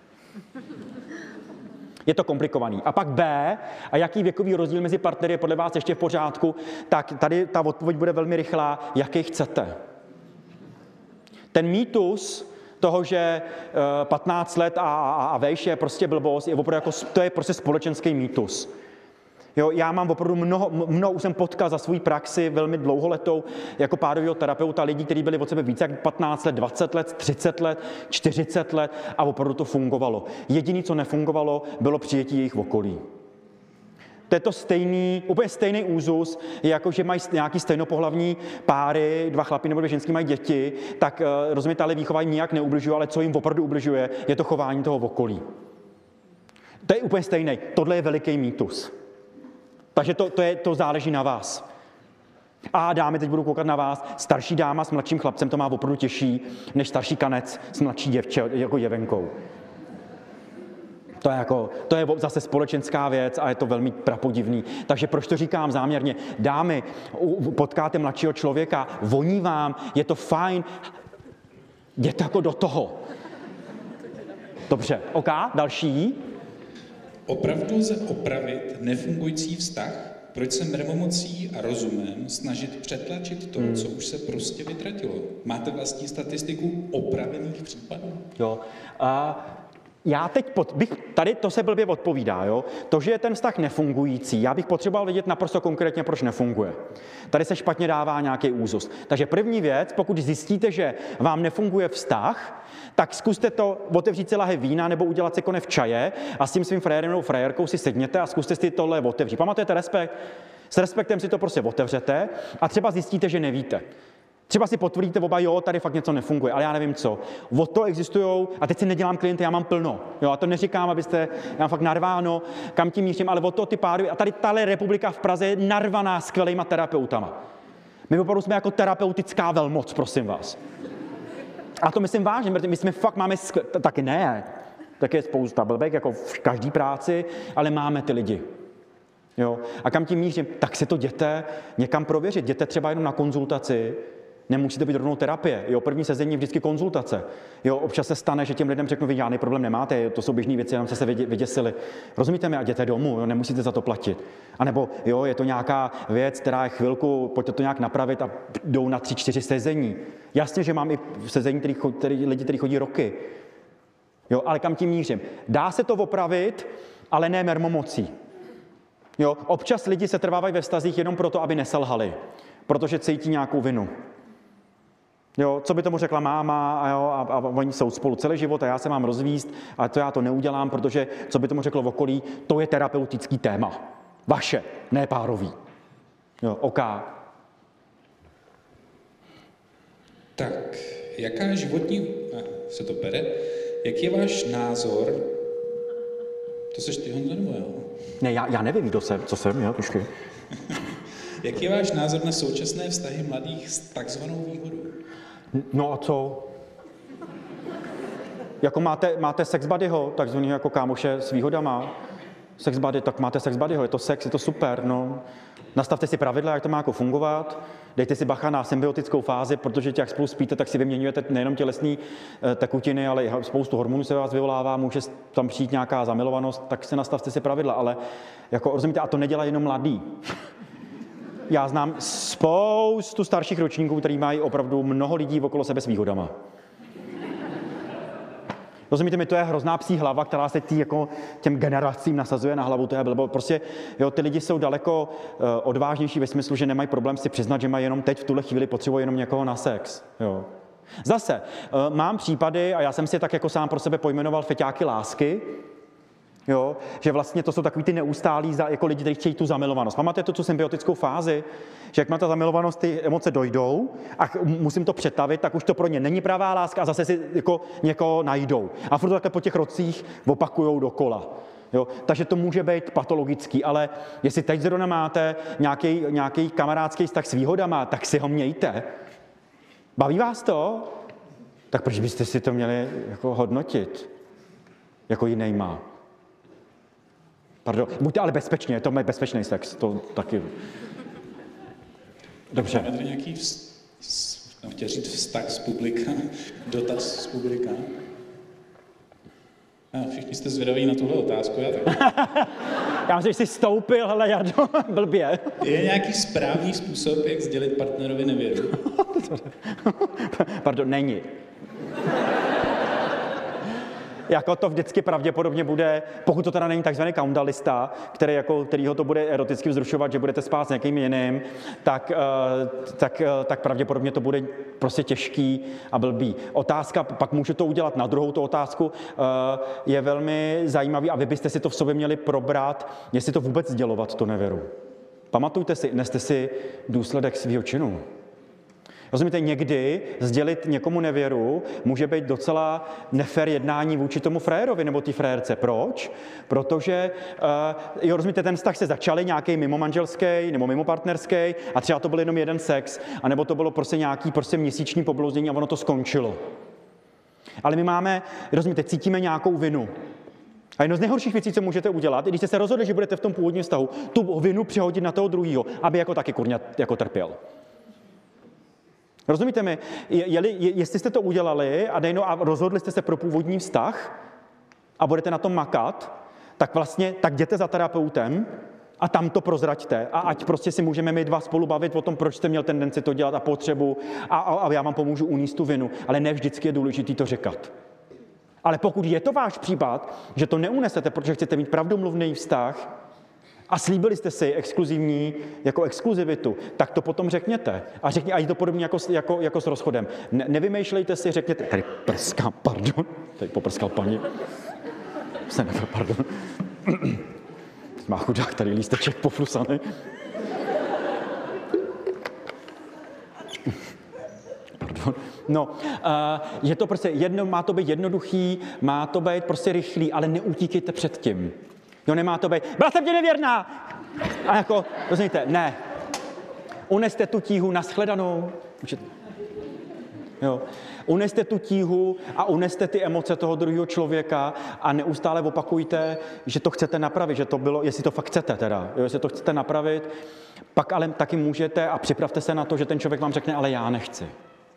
Je to komplikovaný. A pak B, a jaký věkový rozdíl mezi partnery je podle vás ještě v pořádku, tak tady ta odpověď bude velmi rychlá, jaký chcete. Ten mýtus toho, že patnáct let a, a, a vejš je prostě blbost, je opravdu jako, to je prostě společenský mýtus. Jo, já mám opravdu mnoho, mnoho, už jsem potkal za svou praxi velmi dlouholetou jako párovýho terapeuta lidí, kteří byli od sebe více jak patnáct let, dvacet let, třicet let, čtyřicet let a opravdu to fungovalo. Jediné, co nefungovalo, bylo přijetí jejich okolí. To je to stejný, úplně stejný úzus, jako že mají nějaký stejnopohlavní páry, dva chlapi nebo dvě ženský mají děti, tak rozumíte, ale výchova jim nijak neubližuje, ale co jim opravdu ubližuje, je to chování toho okolí. To je úplně stejný. Tohle je veliký mýtus. Takže to, to, je, to záleží na vás. A dámy, teď budu koukat na vás, starší dáma s mladším chlapcem to má opravdu těžší, než starší kanec s mladší děvče, jako děvenkou. To je, jako, to je zase společenská věc a je to velmi prapodivný. Takže proč to říkám záměrně? Dámy, potkáte mladšího člověka, voní vám, je to fajn, jděte jako do toho. Dobře, OK, další. Opravdu lze opravit nefungující vztah? Proč se mermomocí a rozumem snažit přetlačit to, hmm. co už se prostě vytratilo? Máte vlastní statistiku opravených případů? Jo. A já teď pod, bych, tady to se blbě odpovídá, jo? To, že je ten vztah nefungující, já bych potřeboval vědět naprosto konkrétně, proč nefunguje. Tady se špatně dává nějaký úzus. Takže první věc, pokud zjistíte, že vám nefunguje vztah, tak zkuste to otevřít si lahev vína nebo udělat si konev čaje a s tím svým frérem nebo frérkou si sedněte a zkuste si tohle otevřít. Pamatujete respekt? S respektem si to prostě otevřete a třeba zjistíte, že nevíte. Třeba si potvrdíte oba, jo, tady fakt něco nefunguje, ale já nevím co. O to existujou, a teď si nedělám klienty, já mám plno. Jo, a to neříkám, abyste, já mám fakt narváno, kam tím mířím, ale o to ty páry, a tady tahle republika v Praze je narvaná skvělejma terapeutama. My opravdu jsme jako terapeutická velmoc, prosím vás. A to myslím vážně, protože my jsme fakt máme, skvěl... taky ne, tak je spousta blbek, jako v každé práci, ale máme ty lidi. Jo, a kam tím mířím? Tak si to jděte někam prověřit, jděte třeba jenom na konzultaci. Nemusí to být rovnou terapie. Jo, první sezení je vždycky konzultace. Jo, občas se stane, že těm lidem řeknu, vy žádný problém nemáte, to jsou běžné věci, jenom jste se vyděsili. Rozumíte mi, a jděte domů, jo, nemusíte za to platit. A nebo jo, je to nějaká věc, která je chvilku, pojďte to nějak napravit a jdou na tři, čtyři sezení. Jasně, že mám i sezení, který, který, lidi, kteří chodí roky. Jo, ale kam tím mířím? Dá se to opravit, ale ne mermomocí. Jo, občas lidi se trvávají ve vztazích jenom proto, aby neselhali, protože cítí nějakou vinu. Jo, co by tomu řekla máma a, jo, a, a oni jsou spolu celý život a já se mám rozvíst a to já to neudělám, protože co by tomu řeklo v okolí, to je terapeutický téma. Vaše, ne párový. Jo, OK. Tak, jaká životní... A, se to bere. Jaký je váš názor? To seš ty, Honzo, nebo jo? Ne, já, já nevím, kdo jsem, co jsem, jo, trošku. Jaký je váš názor na současné vztahy mladých s takzvanou výhodou? No a co? Jako máte, máte sex buddyho, takzvaného jako kámoše s výhodama. Sex buddy, tak máte sex buddyho, je to sex, je to super, no. Nastavte si pravidla, jak to má jako fungovat. Dejte si bacha na symbiotickou fázi, protože jak spolu spíte, tak si vyměňujete nejenom tělesné tekutiny, ale i spoustu hormonů se vás vyvolává, může tam přijít nějaká zamilovanost, tak si nastavte si pravidla, ale jako rozumíte, a to nedělá jenom mladý. Já znám spoustu starších ročníků, který mají opravdu mnoho lidí okolo sebe s výhodama. Rozumíte mi, to je hrozná psí hlava, která se tý, jako těm generacím nasazuje na hlavu, to je blbo. Prostě jo, ty lidi jsou daleko uh, odvážnější ve smyslu, že nemají problém si přiznat, že mají jenom teď v tuhle chvíli potřebují jenom někoho na sex. Jo. Zase, uh, mám případy, a já jsem si tak jako sám pro sebe pojmenoval feťáky lásky, Jo, že vlastně to jsou takový ty neustálí za, jako lidi, kteří chtějí tu zamilovanost. Pamatujete to, tu symbiotickou fázi? Že jak má ta zamilovanost, ty emoce dojdou a musím to přetavit, tak už to pro ně není pravá láska a zase si jako někoho najdou. A furt takhle po těch rocích opakujou dokola. Jo, takže to může být patologický, ale jestli teď zrovna máte nějaký, nějaký kamarádský vztah s výhodama, tak si ho mějte. Baví vás to? Tak proč byste si to měli jako hodnotit? Jako jiný má. Pardon, buďte ale bezpečně, to je bezpečný sex, to taky. Dobře. Máme tady nějaký, vz, vz, chtěl říct vztah z publika, dotaz z publika. A všichni jste zvědaví na tuhle otázku, já tak. Já myslím, že jsi stoupil, hele, Jardo, blbě. Je nějaký správný způsob, jak sdělit partnerovi nevěru? Pardon, není. Jako to vždycky pravděpodobně bude, pokud to teda není takzvaný kaundalista, který jako, kterýho to bude eroticky vzrušovat, že budete spát s někým jiným, tak, tak, tak pravděpodobně to bude prostě těžký a blbý. Otázka, pak můžu to udělat na druhou tu otázku, je velmi zajímavý a vy byste si to v sobě měli probrat, jestli to vůbec sdělovat, to nevěru. Pamatujte si, neste si důsledek svého činu. Rozumíte, někdy sdělit někomu nevěru může být docela nefér jednání vůči tomu frajerovi nebo té frérce. Proč? Protože, uh, jo, rozumíte, ten vztah se začali nějaký mimo manželský nebo mimo partnerský a třeba to byl jenom jeden sex, anebo to bylo prostě nějaký prostě měsíční poblouznění a ono to skončilo. Ale my máme, rozumíte, cítíme nějakou vinu. A jedno z nejhorších věcí, co můžete udělat, když jste se rozhodli, že budete v tom původním vztahu, tu vinu přehodit na toho druhého, aby jako taky kurňa jako trpěl. Rozumíte mi? Jeli, jestli jste to udělali a, dejno, a rozhodli jste se pro původní vztah a budete na tom makat, tak vlastně tak jděte za terapeutem a tam to prozraďte. A ať prostě si můžeme my dva spolu bavit o tom, proč jste měl tendenci to dělat a potřebu a, a, a já vám pomůžu unést tu vinu. Ale ne vždycky je důležité to říkat. Ale pokud je to váš případ, že to neunesete, protože chcete mít pravdomluvný vztah, a slíbili jste si exkluzivní, jako exkluzivitu, tak to potom řekněte. A řekni, a je to podobně jako, jako, jako s rozchodem. Ne, nevymýšlejte si, řekněte, tady prskám, pardon, tady poprskal paní. Se nebyl, pardon. Má chudák tady lísteček poflusaný. Pardon. No, je to prostě jedno, má to být jednoduchý, má to být prostě rychlý, ale neutíkejte před tím. Jo, nemá to být, byla jsem tě nevěrná! A jako, rozumíte, ne. Uneste tu tíhu na shledanou. Jo. Uneste tu tíhu a uneste ty emoce toho druhého člověka a neustále opakujte, že to chcete napravit, že to bylo, jestli to fakt chcete teda, jo, jestli to chcete napravit, pak ale taky můžete a připravte se na to, že ten člověk vám řekne, ale já nechci.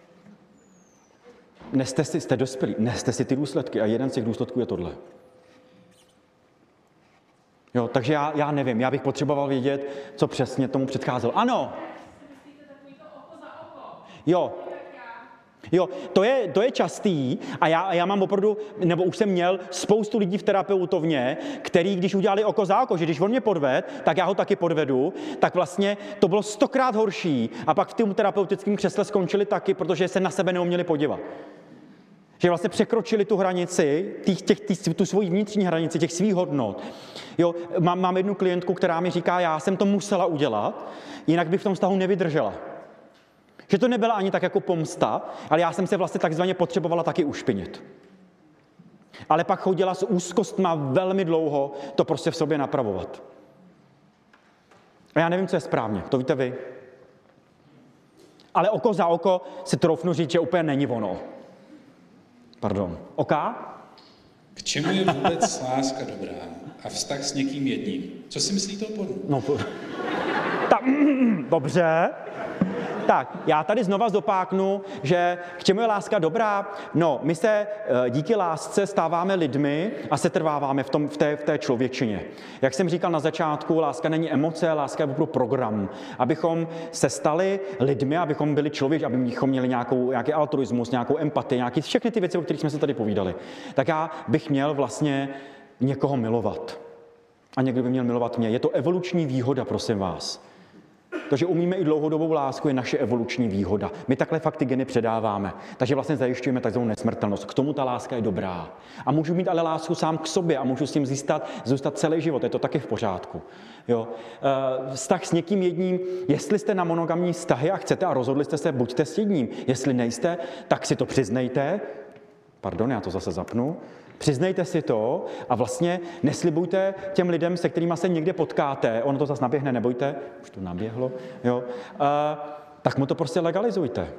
Neste si, jste dospělí, neste si ty důsledky a jeden z těch důsledků je tohle. Jo, takže já, já nevím, já bych potřeboval vědět, co přesně tomu předcházelo. Ano. Jo. Jo, to je, to je častý a já, já mám opravdu, nebo už jsem měl spoustu lidí v terapeutovně, který, když udělali oko za oko, že když on mě podved, tak já ho taky podvedu, tak vlastně to bylo stokrát horší a pak v tom terapeutickém křesle skončili taky, protože se na sebe neuměli podívat. Že vlastně překročili tu hranici, těch, těch, těch, tu svoji vnitřní hranici, těch svých hodnot. Jo, mám, mám jednu klientku, která mi říká, já jsem to musela udělat, jinak bych v tom vztahu nevydržela. Že to nebyla ani tak jako pomsta, ale já jsem se vlastně takzvaně potřebovala taky ušpinit. Ale pak chodila s úzkostma velmi dlouho to prostě v sobě napravovat. A já nevím, co je správně, to víte vy. Ale oko za oko si troufnu říct, že úplně není ono. Pardon. Oká? K čemu je vůbec láska dobrá a vztah s někým jedním? Co si myslíte o pornu? No, ta, dobře. Tak, já tady znova zopáknu, že k čemu je láska dobrá? No, my se díky lásce stáváme lidmi a se trváváme v, tom, v, té, v té člověčině. Jak jsem říkal na začátku, láska není emoce, láska je opravdu program. Abychom se stali lidmi, abychom byli člověk, abychom měli nějakou, nějaký altruismus, nějakou empatii, nějaký, všechny ty věci, o kterých jsme se tady povídali. Tak já bych měl vlastně někoho milovat. A někdo by měl milovat mě. Je to evoluční výhoda, prosím vás. To, že umíme i dlouhodobou lásku, je naše evoluční výhoda. My takhle fakt ty geny předáváme. Takže vlastně zajišťujeme takzvanou nesmrtelnost. K tomu ta láska je dobrá. A můžu mít ale lásku sám k sobě a můžu s tím zůstat, zůstat celý život. Je to taky v pořádku. Jo. Vztah s někým jedním, jestli jste na monogamní vztahy a chcete a rozhodli jste se, buďte s jedním. Jestli nejste, tak si to přiznejte. Pardon, já to zase zapnu. Přiznejte si to a vlastně neslibujte těm lidem, se kterými se někde potkáte, ono to zase naběhne, nebojte, už to naběhlo, jo, a, tak mu to prostě legalizujte.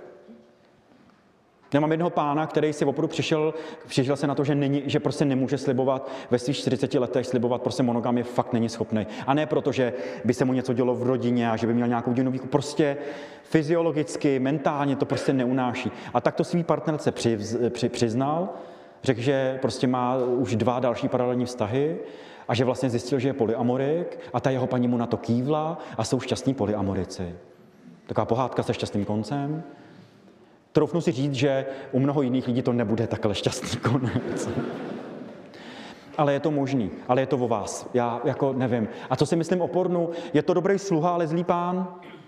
Já mám jednoho pána, který si opravdu přišel, přišel se na to, že, není, že prostě nemůže slibovat ve svých čtyřiceti letech, slibovat prostě monogamie, fakt není schopný. A ne proto, že by se mu něco dělo v rodině a že by měl nějakou divnou výchovu, prostě fyziologicky, mentálně to prostě neunáší. A tak to svý partnerce při, při, přiznal, řekl, že prostě má už dva další paralelní vztahy a že vlastně zjistil, že je polyamorik a ta jeho paní mu na to kývla a jsou šťastní polyamorici. Taková pohádka se šťastným koncem. Troufnu si říct, že u mnoho jiných lidí to nebude takhle šťastný konec. Ale je to možný, ale je to o vás. Já jako nevím. A co si myslím o pornu? Je to dobrý sluha, ale zlý pán?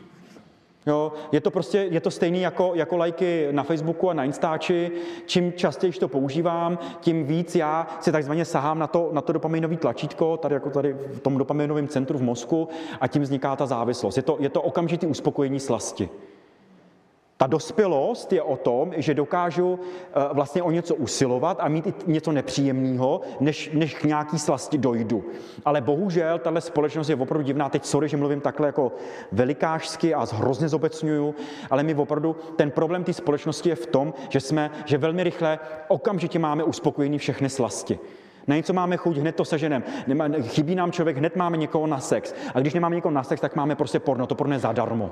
Jo, je to prostě, je to stejný jako, jako lajky na Facebooku a na Instači. Čím častěji to používám, tím víc já si takzvaně sahám na to, na to dopaminové tlačítko, tady jako tady v tom dopaminovém centru v mozku a tím vzniká ta závislost. Je to, je to okamžitý uspokojení slasti. Ta dospělost je o tom, že dokážu vlastně o něco usilovat a mít i něco nepříjemného, než, než k nějaký slasti dojdu. Ale bohužel tahle společnost je opravdu divná. Teď sorry, že mluvím takhle jako velikářsky a hrozně zobecňuju, ale my opravdu, ten problém té společnosti je v tom, že jsme, že velmi rychle okamžitě máme uspokojený všechny slasti. Na něco máme chuť, hned to seženem. Chybí nám člověk, hned máme někoho na sex. A když nemáme někoho na sex, tak máme prostě porno. To porno je zadarmo.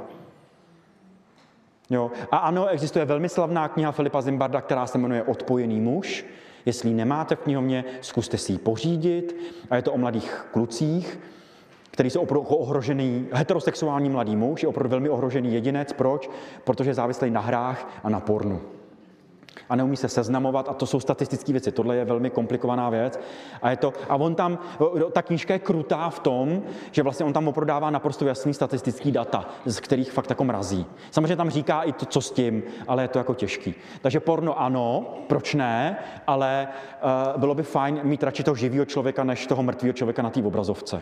Jo. A ano, existuje velmi slavná kniha Filipa Zimbarda, která se jmenuje Odpojený muž. Jestli ji nemáte v knihovně, zkuste si ji pořídit. A je to o mladých klucích, který jsou opravdu ohrožený, heterosexuální mladý muž, je opravdu velmi ohrožený jedinec. Proč? Protože je závislý na hrách a na pornu. A neumí se seznamovat a to jsou statistické věci. Tohle je velmi komplikovaná věc. A, je to, a on tam, ta knížka je krutá v tom, že vlastně on tam oprodává naprosto jasný statistický data, z kterých fakt jako mrazí. Samozřejmě tam říká i to, co s tím, ale je to jako těžký. Takže porno ano, proč ne, ale uh, bylo by fajn mít radši toho živého člověka, než toho mrtvého člověka na té obrazovce.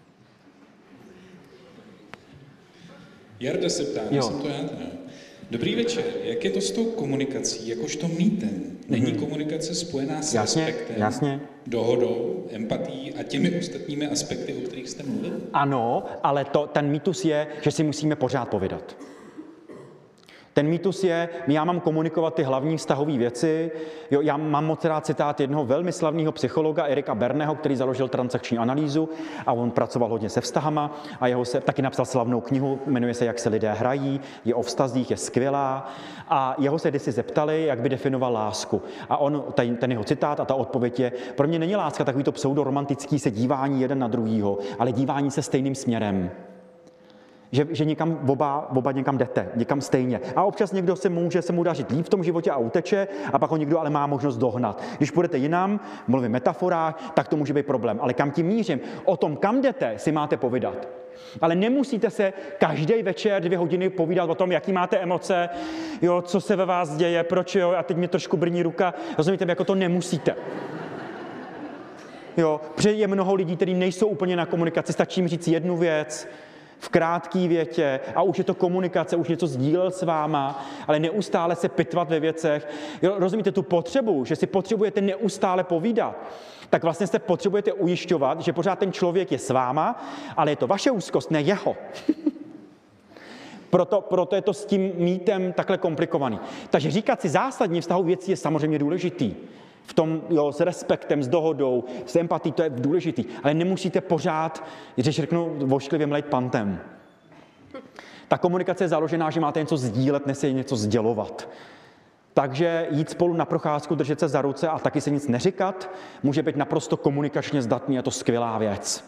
Jarda se ptá, jsem to já teda. Dobrý večer. Jak je to s tou komunikací, jakožto mýtem? Není mm-hmm. komunikace spojená s jasně, respektem, jasně. dohodou, empatií a těmi ostatními aspekty, o kterých jste mluvili? Ano, ale to, ten mýtus je, že si musíme pořád povídat. Ten mýtus je, já mám komunikovat ty hlavní vztahové věci. Jo, já mám moc rád citát jednoho velmi slavného psychologa Erika Berneho, který založil transakční analýzu a on pracoval hodně se vztahama a jeho se taky napsal slavnou knihu, jmenuje se Jak se lidé hrají, je o vztazích, je skvělá a jeho se kdysi zeptali, jak by definoval lásku. A on, ten, ten jeho citát a ta odpověď je, pro mě není láska takový to pseudoromantický se dívání jeden na druhýho, ale dívání se stejným směrem. Že, že někam oba, oba někam jdete, někam stejně. A občas někdo se může se mu dařit líp v tom životě a uteče, a pak ho někdo ale má možnost dohnat. Když půjdete jinam, mluvím metaforách, tak to může být problém. Ale kam tím mířím? O tom, kam jdete, si máte povídat. Ale nemusíte se každý večer dvě hodiny povídat o tom, jaký máte emoce, jo, co se ve vás děje, proč jo, a teď mě trošku brní ruka. Rozumíte, jako to nemusíte. Jo, protože je mnoho lidí, kteří nejsou úplně na komunikaci, stačí jim říct jednu věc, v krátké větě a už je to komunikace, už něco sdílel s váma, ale neustále se pitvat ve věcech. Jo, rozumíte tu potřebu, že si potřebujete neustále povídat, tak vlastně se potřebujete ujišťovat, že pořád ten člověk je s váma, ale je to vaše úzkost, ne jeho. Proto, proto je to s tím mýtem takhle komplikovaný. Takže říkat si zásadní vztahu věcí je samozřejmě důležitý. V tom, jo, s respektem, s dohodou, s empatí, to je důležitý. Ale nemusíte pořád, když řeknu, vošklivě mlejt pantem. Ta komunikace je založená, že máte něco sdílet, než si něco sdělovat. Takže jít spolu na procházku, držet se za ruce a taky se nic neříkat, může být naprosto komunikačně zdatný, je to skvělá věc.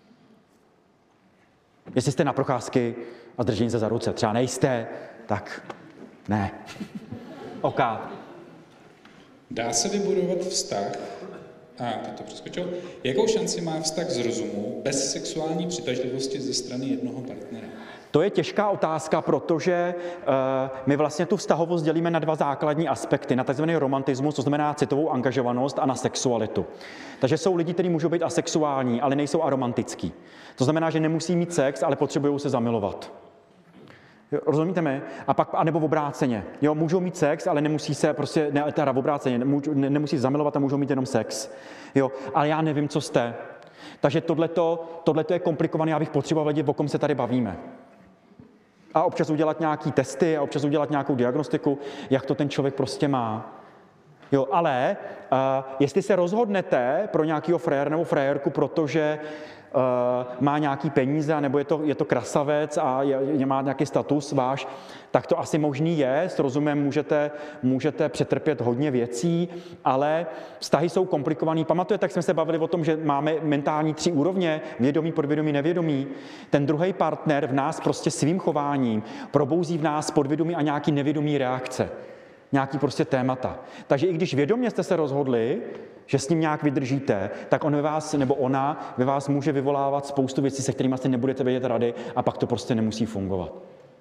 Jestli jste na procházky a držení se za ruce, třeba nejste, tak ne. OK. Dá se vybudovat vztah A teď to přeskočil. Jakou šanci má vztah z rozumu bez sexuální přitažlivosti ze strany jednoho partnera? To je těžká otázka, protože uh, my vlastně tu vztahovost dělíme na dva základní aspekty. Na tzv. Romantismus, to znamená citovou angažovanost, a na sexualitu. Takže jsou lidi, kteří můžou být asexuální, ale nejsou aromantický. To znamená, že nemusí mít sex, ale potřebují se zamilovat. Jo, rozumíte mi? A pak, anebo v obráceně. Jo, můžou mít sex, ale nemusí se prostě, ne, teda v obráceně, nemůžu, ne, nemusí se zamilovat a můžou mít jenom sex. Jo, ale já nevím, co jste. Takže tohleto, tohleto je komplikované, já bych potřeboval vědět, o kom se tady bavíme. A občas udělat nějaký testy a občas udělat nějakou diagnostiku, jak to ten člověk prostě má. Jo, ale uh, jestli se rozhodnete pro nějakého frajer nebo frajerku, protože uh, má nějaký peníze, nebo je to, je to krasavec a je, je, má nějaký status váš, tak to asi možný je. S rozumem můžete, můžete přetrpět hodně věcí, ale vztahy jsou komplikovaný. Pamatujete, tak jsme se bavili o tom, že máme mentální tři úrovně, vědomí, podvědomí, nevědomí. Ten druhý partner v nás prostě svým chováním probouzí v nás podvědomí a nějaký nevědomý reakce. Nějaký prostě témata. Takže i když vědomě jste se rozhodli, že s ním nějak vydržíte, tak on ve vás, nebo ona ve vás může vyvolávat spoustu věcí, se kterými si nebudete vědět rady a pak to prostě nemusí fungovat.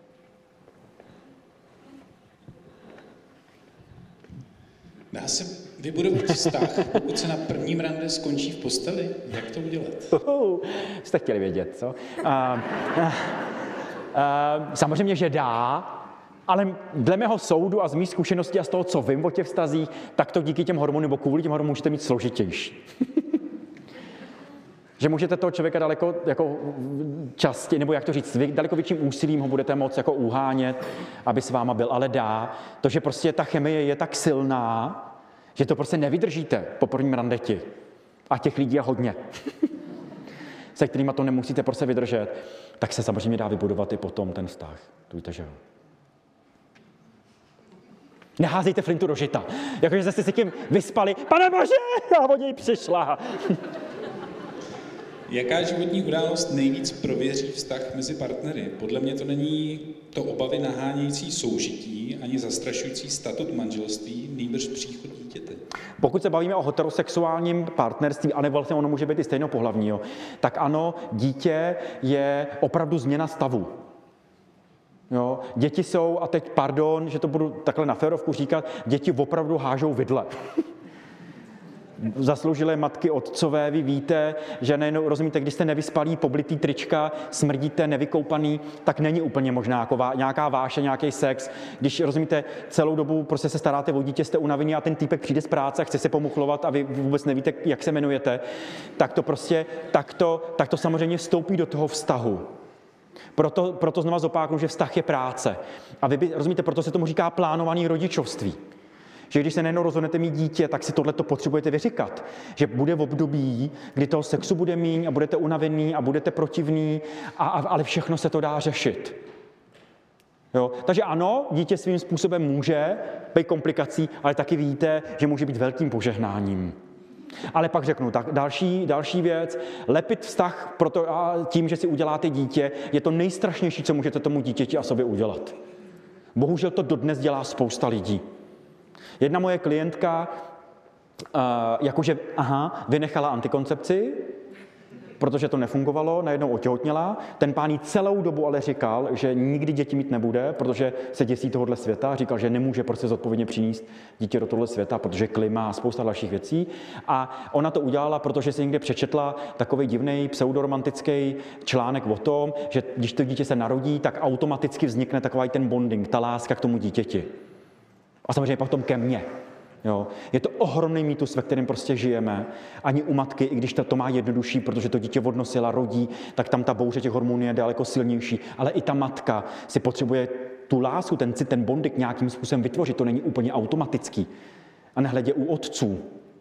Dá se vybudovat vztah, pokud se na prvním rande skončí v posteli? Jak to udělat? Uh, jste chtěli vědět, co? Uh, uh, uh, samozřejmě, že dá, ale dle mého soudu a z mých zkušeností a z toho, co vím o těch vztazích, tak to díky těm hormonům nebo kvůli těm hormonům můžete mít složitější. Že můžete toho člověka daleko jako častěji, nebo jak to říct, daleko větším úsilím ho budete moct jako uhánět, aby s váma byl, ale dá. To, že prostě ta chemie je tak silná, že to prostě nevydržíte po prvním randeti. A těch lidí je hodně. Se kterýma to nemusíte prostě vydržet, tak se samozřejmě dá vybudovat i potom ten vztah. To víte, že jo. Neházejte flintu do žita. Jakože jste si tím vyspali. Pane Bože, já o něj přišla. Jaká životní událost nejvíc prověří vztah mezi partnery? Podle mě to není to obavy nahánějící soužití, ani zastrašující statut manželství, nýbrž příchod dítěte. Pokud se bavíme o heterosexuálním partnerství, anebo vlastně ono může být i stejnopohlavního, tak ano, dítě je opravdu změna stavu. Jo, děti jsou, a teď pardon, že to budu takhle na férovku říkat, děti opravdu hážou vidle. Zasloužilé matky, otcové, vy víte, že nejenom, rozumíte, když jste nevyspalí, poblitý trička, smrdíte, nevykoupaný, tak není úplně možná jako vá, nějaká váše, nějaký sex. Když, rozumíte, celou dobu prostě se staráte o dítě, jste unavený a ten týpek přijde z práce a chce se pomuchlovat a vy vůbec nevíte, jak se jmenujete, tak to prostě, tak to, tak to samozřejmě vstoupí do toho vztahu. Proto, proto znova zopáknu, že vztah je práce. A vy by, rozumíte, proto se tomu říká plánovaný rodičovství. Že když se nejenom rozhodnete mít dítě, tak si tohleto potřebujete vyříkat. Že bude v období, kdy toho sexu bude míň a budete unavený a budete protivný, a, a, ale všechno se to dá řešit. Jo? Takže ano, dítě svým způsobem může být komplikací, ale taky víte, že může být velkým požehnáním. Ale pak řeknu, tak další, další věc, lepit vztah proto, a tím, že si uděláte dítě, je to nejstrašnější, co můžete tomu dítěti a sobě udělat. Bohužel to dodnes dělá spousta lidí. Jedna moje klientka, uh, jakože, aha, vynechala antikoncepci, protože to nefungovalo, najednou otěhotněla. Ten pán jí celou dobu ale říkal, že nikdy děti mít nebude, protože se děsí tohohle světa. Říkal, že nemůže prostě zodpovědně přinést dítě do tohohle světa, protože klima a spousta dalších věcí. A ona to udělala, protože si někde přečetla takový divný pseudoromantický článek o tom, že když to dítě se narodí, tak automaticky vznikne takový ten bonding, ta láska k tomu dítěti. A samozřejmě potom ke mně. Jo. Je to ohromný mýtus, ve kterém prostě žijeme. Ani u matky, i když to, to má jednodušší, protože to dítě odnosila, rodí, tak tam ta bouře těch hormonů je daleko silnější. Ale i ta matka si potřebuje tu lásku, ten cit, ten bonding nějakým způsobem vytvořit. To není úplně automatický. A nehledě u otců.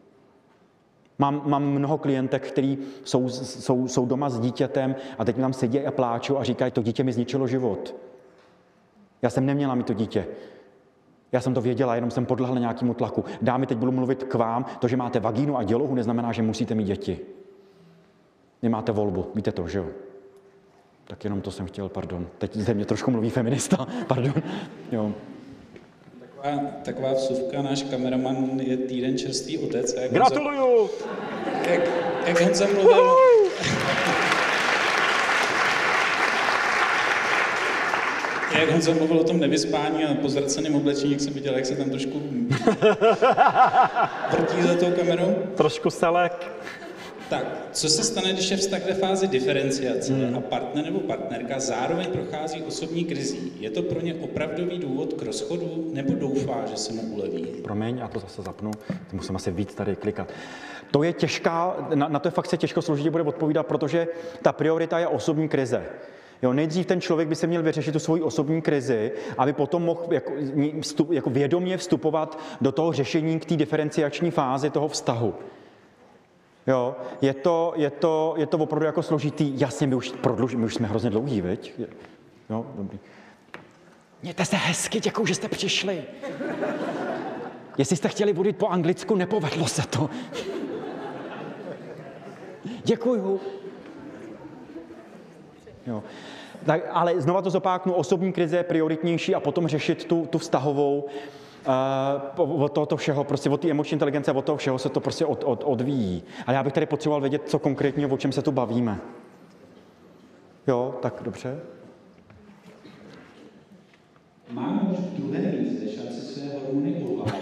Mám, mám mnoho klientek, kteří jsou, jsou, jsou doma s dítětem a teď tam sedí a pláčou a říkají, to dítě mi zničilo život. Já jsem neměla mít to dítě. Já jsem to věděla, jenom jsem podlehla nějakému tlaku. Dámy, teď budu mluvit k vám. To, že máte vagínu a dělohu, neznamená, že musíte mít děti. Nemáte volbu, víte to, že jo? Tak jenom to jsem chtěl, pardon. Teď ze mě trošku mluví feminista, pardon. Jo. Taková Taková, taková vsuvka, náš kameraman je týden čerstvý otec. Jak Gratuluju! Honza, jak, jak Honza mluvil... Jak Honza mluvil o tom nevyspání a pozraceném oblečení, jak jsem viděl, jak se tam trošku vrtí za tou kamerou. Trošku selek. Tak, co se stane, když je vztah ve fázi diferenciace hmm. a partner nebo partnerka zároveň prochází osobní krizí? Je to pro ně opravdový důvod k rozchodu nebo doufá, že se mu uleví? Promiň, já to zase zapnu, ty musím asi víc tady klikat. To je těžká, na, na to je fakt se těžko složitě bude odpovídat, protože ta priorita je osobní krize. Jo, nejdřív ten člověk by se měl vyřešit tu svoji osobní krizi, aby potom mohl jako, vstup, jako vědomě vstupovat do toho řešení k té diferenciační fázi toho vztahu. Jo, je to, je to, je to opravdu jako složitý. Jasně, my už, prodluž, my už jsme hrozně dlouhý, viď? Jo, dobrý. Mějte se hezky, děkuju, že jste přišli. Jestli jste chtěli vodit po anglicku, nepovedlo se to. Děkuju. Jo. Tak, ale znova to zopáknu, osobní krize je prioritnější a potom řešit tu, tu vztahovou. Uh, od toho všeho, prostě od té emoční inteligence, od toho všeho se to prostě od, od, odvíjí. Ale já bych tady potřeboval vědět, co konkrétně, o čem se tu bavíme. Jo, tak dobře. Mám už v druhé místě šance své hormony ulovat.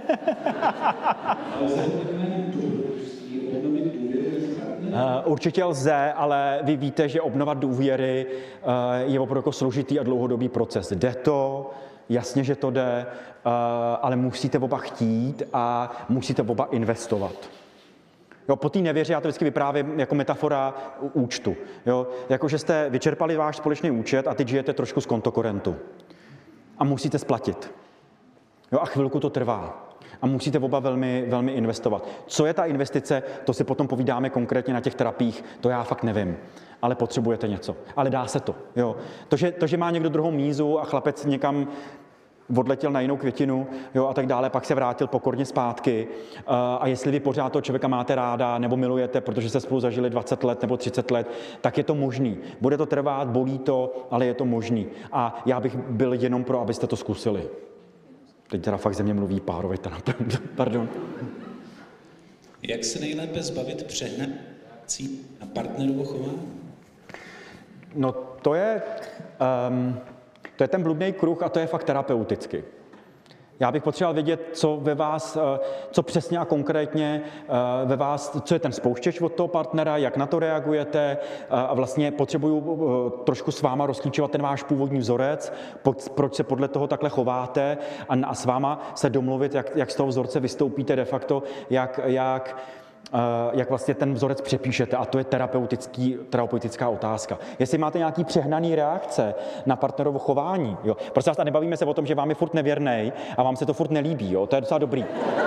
Ale zahodnání dobrodružství obnovit důvěru s partnerem? Určitě lze, ale vy víte, že obnovat důvěry uh, je opravdu jako složitý a dlouhodobý proces. Jde to, jasně, že to jde, uh, ale musíte oba chtít a musíte oba investovat. Jo, po té nevěře, já to vždycky vyprávím jako metafora účtu. Jo, jako, že jste vyčerpali váš společný účet a teď žijete trošku z kontokorentu. A musíte splatit. Jo, a chvilku to trvá. A musíte oba velmi, velmi investovat. Co je ta investice, to si potom povídáme konkrétně na těch terapiích, to já fakt nevím. Ale potřebujete něco. Ale dá se to. Jo. To, že, to, že má někdo druhou mízu a chlapec někam odletěl na jinou květinu, jo, a tak dále, pak se vrátil pokorně zpátky. A jestli vy pořád toho člověka máte ráda nebo milujete, protože jste spolu zažili dvacet let nebo třicet let, tak je to možný. Bude to trvat, bolí to, ale je to možný. A já bych byl jenom pro, abyste to zkusili. Teď teda fakt ze mě mluví párový terapeut. Pardon. Jak se nejlépe zbavit přehnací na partnerovo chování? No to je, um, to je ten bludný kruh a to je fakt terapeuticky. Já bych potřeboval vědět, co ve vás, co přesně a konkrétně ve vás, co je ten spouštěč od toho partnera, jak na to reagujete a vlastně potřebuju trošku s váma rozklíčovat ten váš původní vzorec, proč se podle toho takhle chováte a s váma se domluvit, jak, jak z toho vzorce vystoupíte de facto, jak, jak jak vlastně ten vzorec přepíšete, a to je terapeutický, terapeutická otázka. Jestli máte nějaký přehnaný reakce na partnerovo chování, jo. Prostě vás nebavíme se o tom, že vám je furt nevěrnej a vám se to furt nelíbí, jo. To je docela dobrý.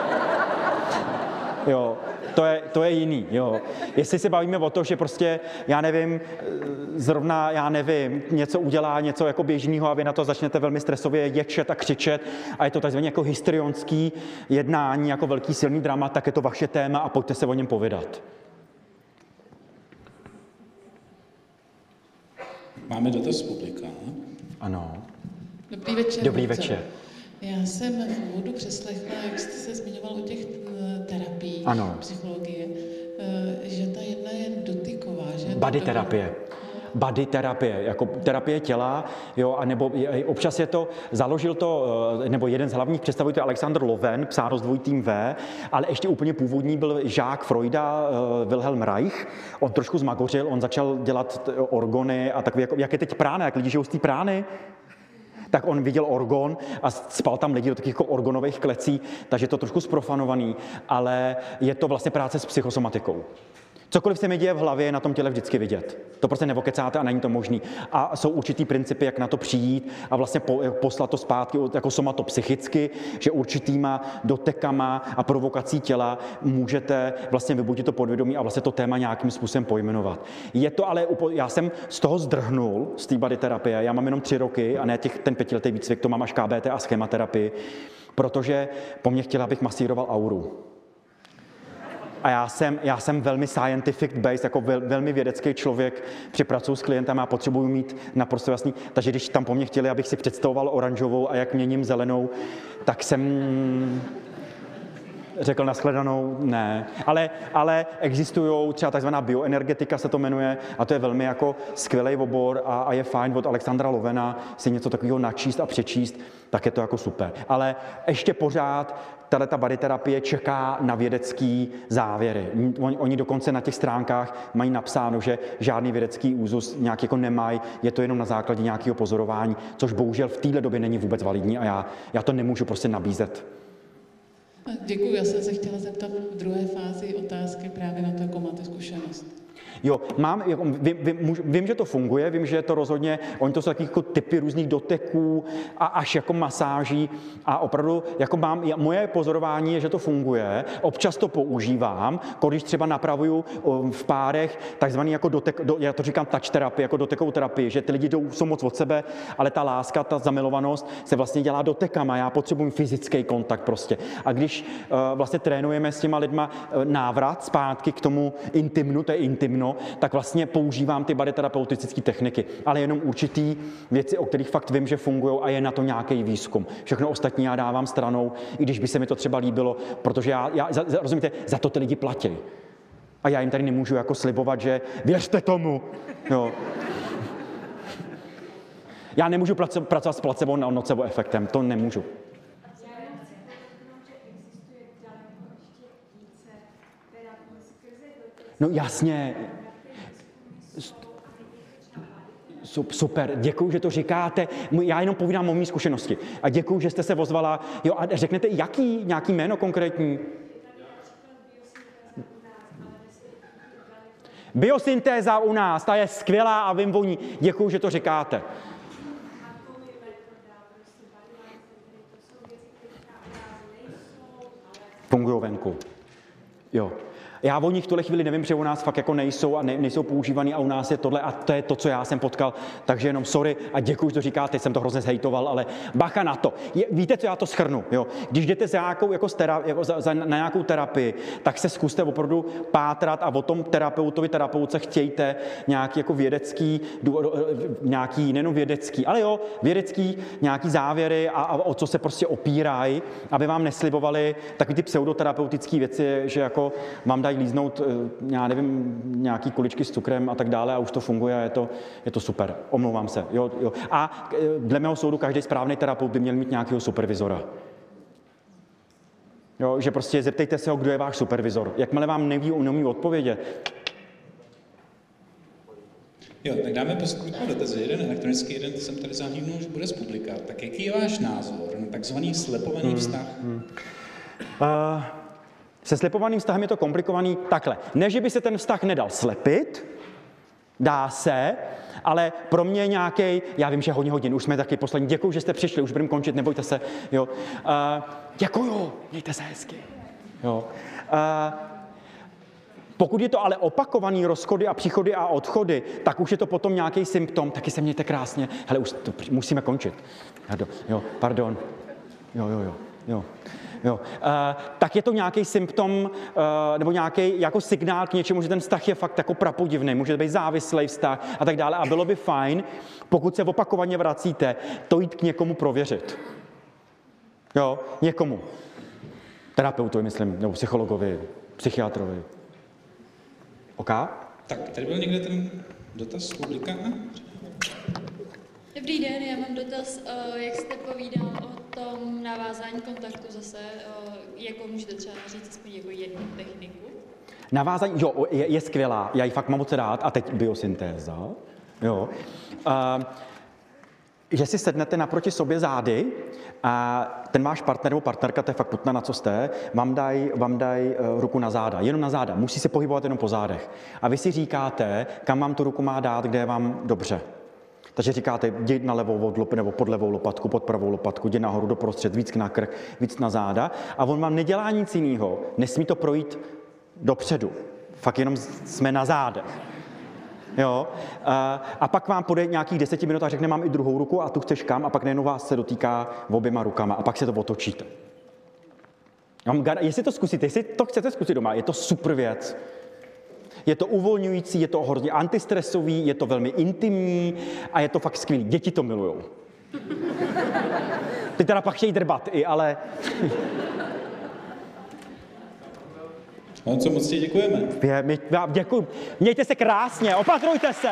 Jo. To je, to je jiný, jo. Jestli se bavíme o to, že prostě, já nevím, zrovna, já nevím, něco udělá, něco jako běžného a vy na to začnete velmi stresově ječet a křičet a je to takzvaně jako histrionský jednání, jako velký silný drama, tak je to vaše téma a pojďte se o něm povědat. Máme dotaz z publika. Ano. Dobrý večer. Dobrý večer. Já jsem v úvodu přeslechla, jak jste se zmiňoval o těch terapiích, ano. Psychologie, že ta jedna je dotyková, že? Body terapie. Body terapie, jako terapie těla, jo, a nebo občas je to, založil to, nebo jeden z hlavních představitelů Alexander Loven, psáno s dvojitým V, ale ještě úplně původní byl žák Freuda, Wilhelm Reich. On trošku zmagořil, on začal dělat orgony a takové, jako, jak je teď prána, jak lidi žijou z té prány, tak on viděl orgon a spal tam lidi do takových jako orgonových klecí, takže je to trošku zprofanovaný, ale je to vlastně práce s psychosomatikou. Cokoliv se mi děje v hlavě, je na tom těle vždycky vidět. To prostě nevokecáte a není to možný. A jsou určitý principy, jak na to přijít a vlastně poslat to zpátky jako somatopsychicky, že určitýma dotekama a provokací těla můžete vlastně vybudit to podvědomí a vlastně to téma nějakým způsobem pojmenovat. Je to ale, já jsem z toho zdrhnul, z té body terapie, já mám jenom tři roky a ne těch, ten pětiletý výcvik, to mám až K B T a schématerapii, protože po mně chtěla, abych masíroval auru. a já jsem, já jsem velmi scientific based, jako vel, velmi vědecký člověk, při pracuji s klientem a potřebuju mít naprosto jasný. Takže když tam po mně chtěli, abych si představoval oranžovou a jak měním zelenou, tak jsem řekl nashledanou, ne. Ale, ale existují třeba takzvaná bioenergetika se to jmenuje a to je velmi jako skvělý obor a, a je fajn od Alexandra Lovena si něco takového načíst a přečíst, tak je to jako super. Ale ještě pořád tato baryterapie čeká na vědecký závěry. Oni, oni dokonce na těch stránkách mají napsáno, že žádný vědecký úzus nějak jako nemají, je to jenom na základě nějakého pozorování, což bohužel v této době není vůbec validní a já, já to nemůžu prostě nabízet. Děkuji, já jsem se chtěla zeptat v druhé fázi otázky právě na to, jakou máte zkušenost. Jo, mám, vím, vím, vím, že to funguje, vím, že je to rozhodně, oni to jsou taky jako typy různých doteků a až jako masáží a opravdu, jako mám, moje pozorování je, že to funguje, občas to používám, když třeba napravuju v párech takzvaný jako dotek, do, já to říkám touch terapii, jako dotekovou terapii, že ty lidi jdou, jsou moc od sebe, ale ta láska, ta zamilovanost se vlastně dělá dotekama, já potřebuji fyzický kontakt prostě. A když uh, vlastně trénujeme s těma lidma uh, návrat zpátky k tomu intimnu, to je intimno, tak vlastně používám ty baryterapeutické techniky, ale jenom určitý věci, o kterých fakt vím, že fungují a je na to nějaký výzkum. Všechno ostatní já dávám stranou, i když by se mi to třeba líbilo, protože já, já za, rozumíte, za to ty lidi platí. A já jim tady nemůžu jako slibovat, že věřte tomu. Jo. Já nemůžu pracovat s placebo a nocebo efektem, to nemůžu. No jasně. Super, děkuju, že to říkáte. Já jenom povídám o mý zkušenosti. A děkuju, že jste se ozvala. Jo, a řeknete, jaký, nějaký jméno konkrétní? Biosyntéza u nás, ta je skvělá a vím o ní. Děkuju, že to říkáte. Fungují venku. Jo. Já o nich v tuhle chvíli nevím, že u nás fakt jako nejsou a ne, nejsou používaný a u nás je tohle a to je to, co já jsem potkal. Takže jenom sorry a děkuji, že to říkáte, jsem to hrozně zhejtoval, ale bacha na to. Je, víte, co já to shrnu? Jo? Když jdete za nějakou, jako stera, jako za, za, na nějakou terapii, tak se zkuste opravdu pátrat a o tom terapeutovi, terapeutce chtějte nějaký jako vědecký, nějaký, nejenom vědecký, ale jo, vědecký nějaký závěry a, a o co se prostě opírají, aby vám neslibovali takový ty pseudoterapeutické věci, že jako vám dají líznout, já nevím, nějaký kuličky s cukrem a tak dále a už to funguje a je to, je to super. Omlouvám se. Jo, jo. A dle mého soudu každý správný terapeut by měl mít nějakého supervizora. Jo, že prostě zeptejte se ho, kdo je váš supervizor. Jakmile vám neví, neumí odpovědět. Jo, tak dáme poslední dotazy. Jeden elektronický, jeden jsem tady zahlídnul, že bude z publika. Tak jaký je váš názor na takzvaný slepovaný hmm, vztah? Hmm. Uh, Se slepovaným vztahem je to komplikovaný takhle. Ne, že by se ten vztah nedal slepit, dá se, ale pro mě nějaký, já vím, že hodně hodin, už jsme taky poslední, děkuju, že jste přišli, už budeme končit, nebojte se, jo. Uh, děkuju, mějte se hezky. Jo. Uh, pokud je to ale opakovaný rozchody a příchody a odchody, tak už je to potom nějaký symptom, taky se mějte krásně, hele, už to musíme končit. Jo, pardon. Jo, jo, jo, jo. Jo. Uh, tak je to nějaký symptom uh, nebo nějaký jako signál k něčemu, že ten vztah je fakt jako prapodivný, může být závislý vztah a tak dále. A bylo by fajn, pokud se opakovaně vracíte, to jít k někomu prověřit. Jo, někomu. Terapeutovi, myslím, nebo psychologovi, psychiatrovi. OK? Tak, tady byl někde ten dotaz z publika. Dobrý den, já mám dotaz, jak jste povídal o tom navázání kontaktu zase, jako můžete třeba říct aspoň jako jednu techniku? Navázání, jo, je, je skvělá, já ji fakt mám moc rád, a teď biosyntéza, jo. Uh, že si sednete naproti sobě zády a ten váš partner nebo partnerka, to je fakt putna, na co jste, vám dají vám daj ruku na záda, jenom na záda, musí se pohybovat jenom po zádech. A vy si říkáte, kam vám tu ruku má dát, kde je vám dobře. Takže říkáte, jdi na levou nebo pod levou lopatku, pod pravou lopatku, jdi nahoru doprostřed, víc na krk, víc na záda. A on vám nedělá nic jiného, nesmí to projít dopředu. Fakt jenom jsme na zádech. Jo? A pak vám půjde nějakých deseti minut a řekne, mám i druhou ruku a tu chceš kam a pak nejenom vás se dotýká oběma rukama a pak se to otočíte. Jestli to zkusíte, jestli to chcete zkusit doma, je to super věc. Je to uvolňující, je to hrozně antistresový, je to velmi intimní a je to fakt skvělý. Děti to milujou. Ty teda pak chtějí drbat i, ale... No, co moc ti děkujeme. My, já děkuji. Mějte se krásně, opatrujte se!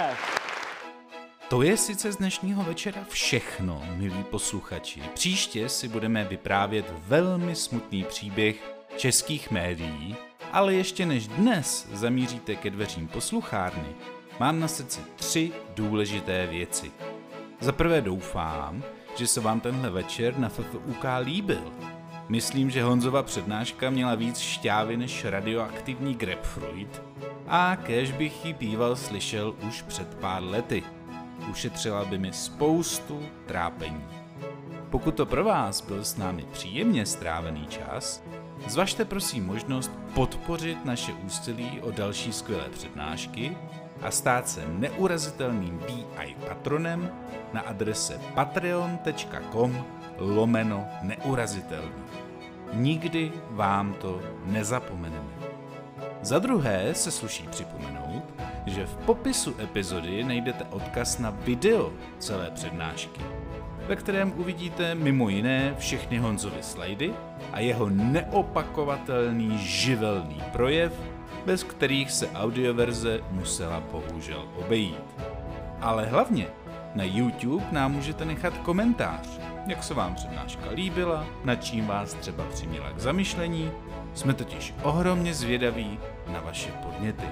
To je sice z dnešního večera všechno, milí posluchači. Příště si budeme vyprávět velmi smutný příběh českých médií, ale ještě než dnes zamíříte ke dveřím posluchárny, mám na srdci tři důležité věci. Za prvé doufám, že se vám tenhle večer na F F U K líbil. Myslím, že Honzova přednáška měla víc šťávy než radioaktivní grapefruit a kéž bych ji býval slyšel už před pár lety. Ušetřila by mi spoustu trápení. Pokud to pro vás byl s námi příjemně strávený čas, zvažte prosím možnost podpořit naše úsilí o další skvělé přednášky a stát se neurazitelným V I patronem na adrese patreon tečka com lomeno neurazitelný. Nikdy vám to nezapomeneme. Za druhé se sluší připomenout, že v popisu epizody najdete odkaz na video celé přednášky, ve kterém uvidíte mimo jiné všechny Honzovy slajdy a jeho neopakovatelný živelný projev, bez kterých se audioverze musela bohužel obejít. Ale hlavně na YouTube nám můžete nechat komentář, jak se vám přednáška líbila, nad čím vás třeba přiměla k zamyšlení. Jsme totiž ohromně zvědaví na vaše podněty.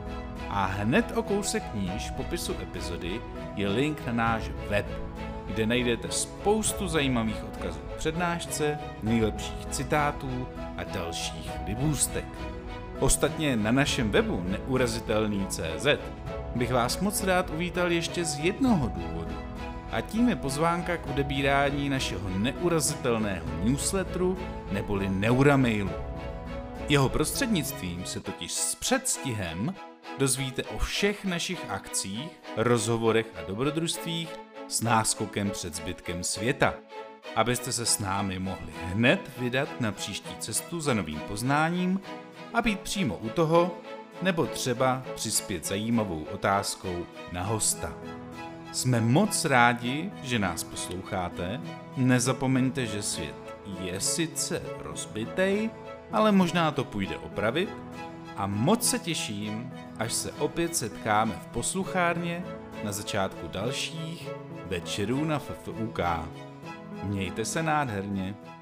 A hned o kousek níž v popisu epizody je link na náš web, kde najdete spoustu zajímavých odkazů k přednášce, nejlepších citátů a dalších libůstek. Ostatně na našem webu neurazitelný tečka cé zet bych vás moc rád uvítal ještě z jednoho důvodu. A tím je pozvánka k odebírání našeho neurazitelného newsletteru neboli Neuramailu. Jeho prostřednictvím se totiž s předstihem dozvíte o všech našich akcích, rozhovorech a dobrodružstvích s náskokem před zbytkem světa, abyste se s námi mohli hned vydat na příští cestu za novým poznáním a být přímo u toho, nebo třeba přispět zajímavou otázkou na hosta. Jsme moc rádi, že nás posloucháte, nezapomeňte, že svět je sice rozbitej, ale možná to půjde opravit a moc se těším, až se opět setkáme v posluchárně na začátku dalších večerů na F F U K. Mějte se nádherně.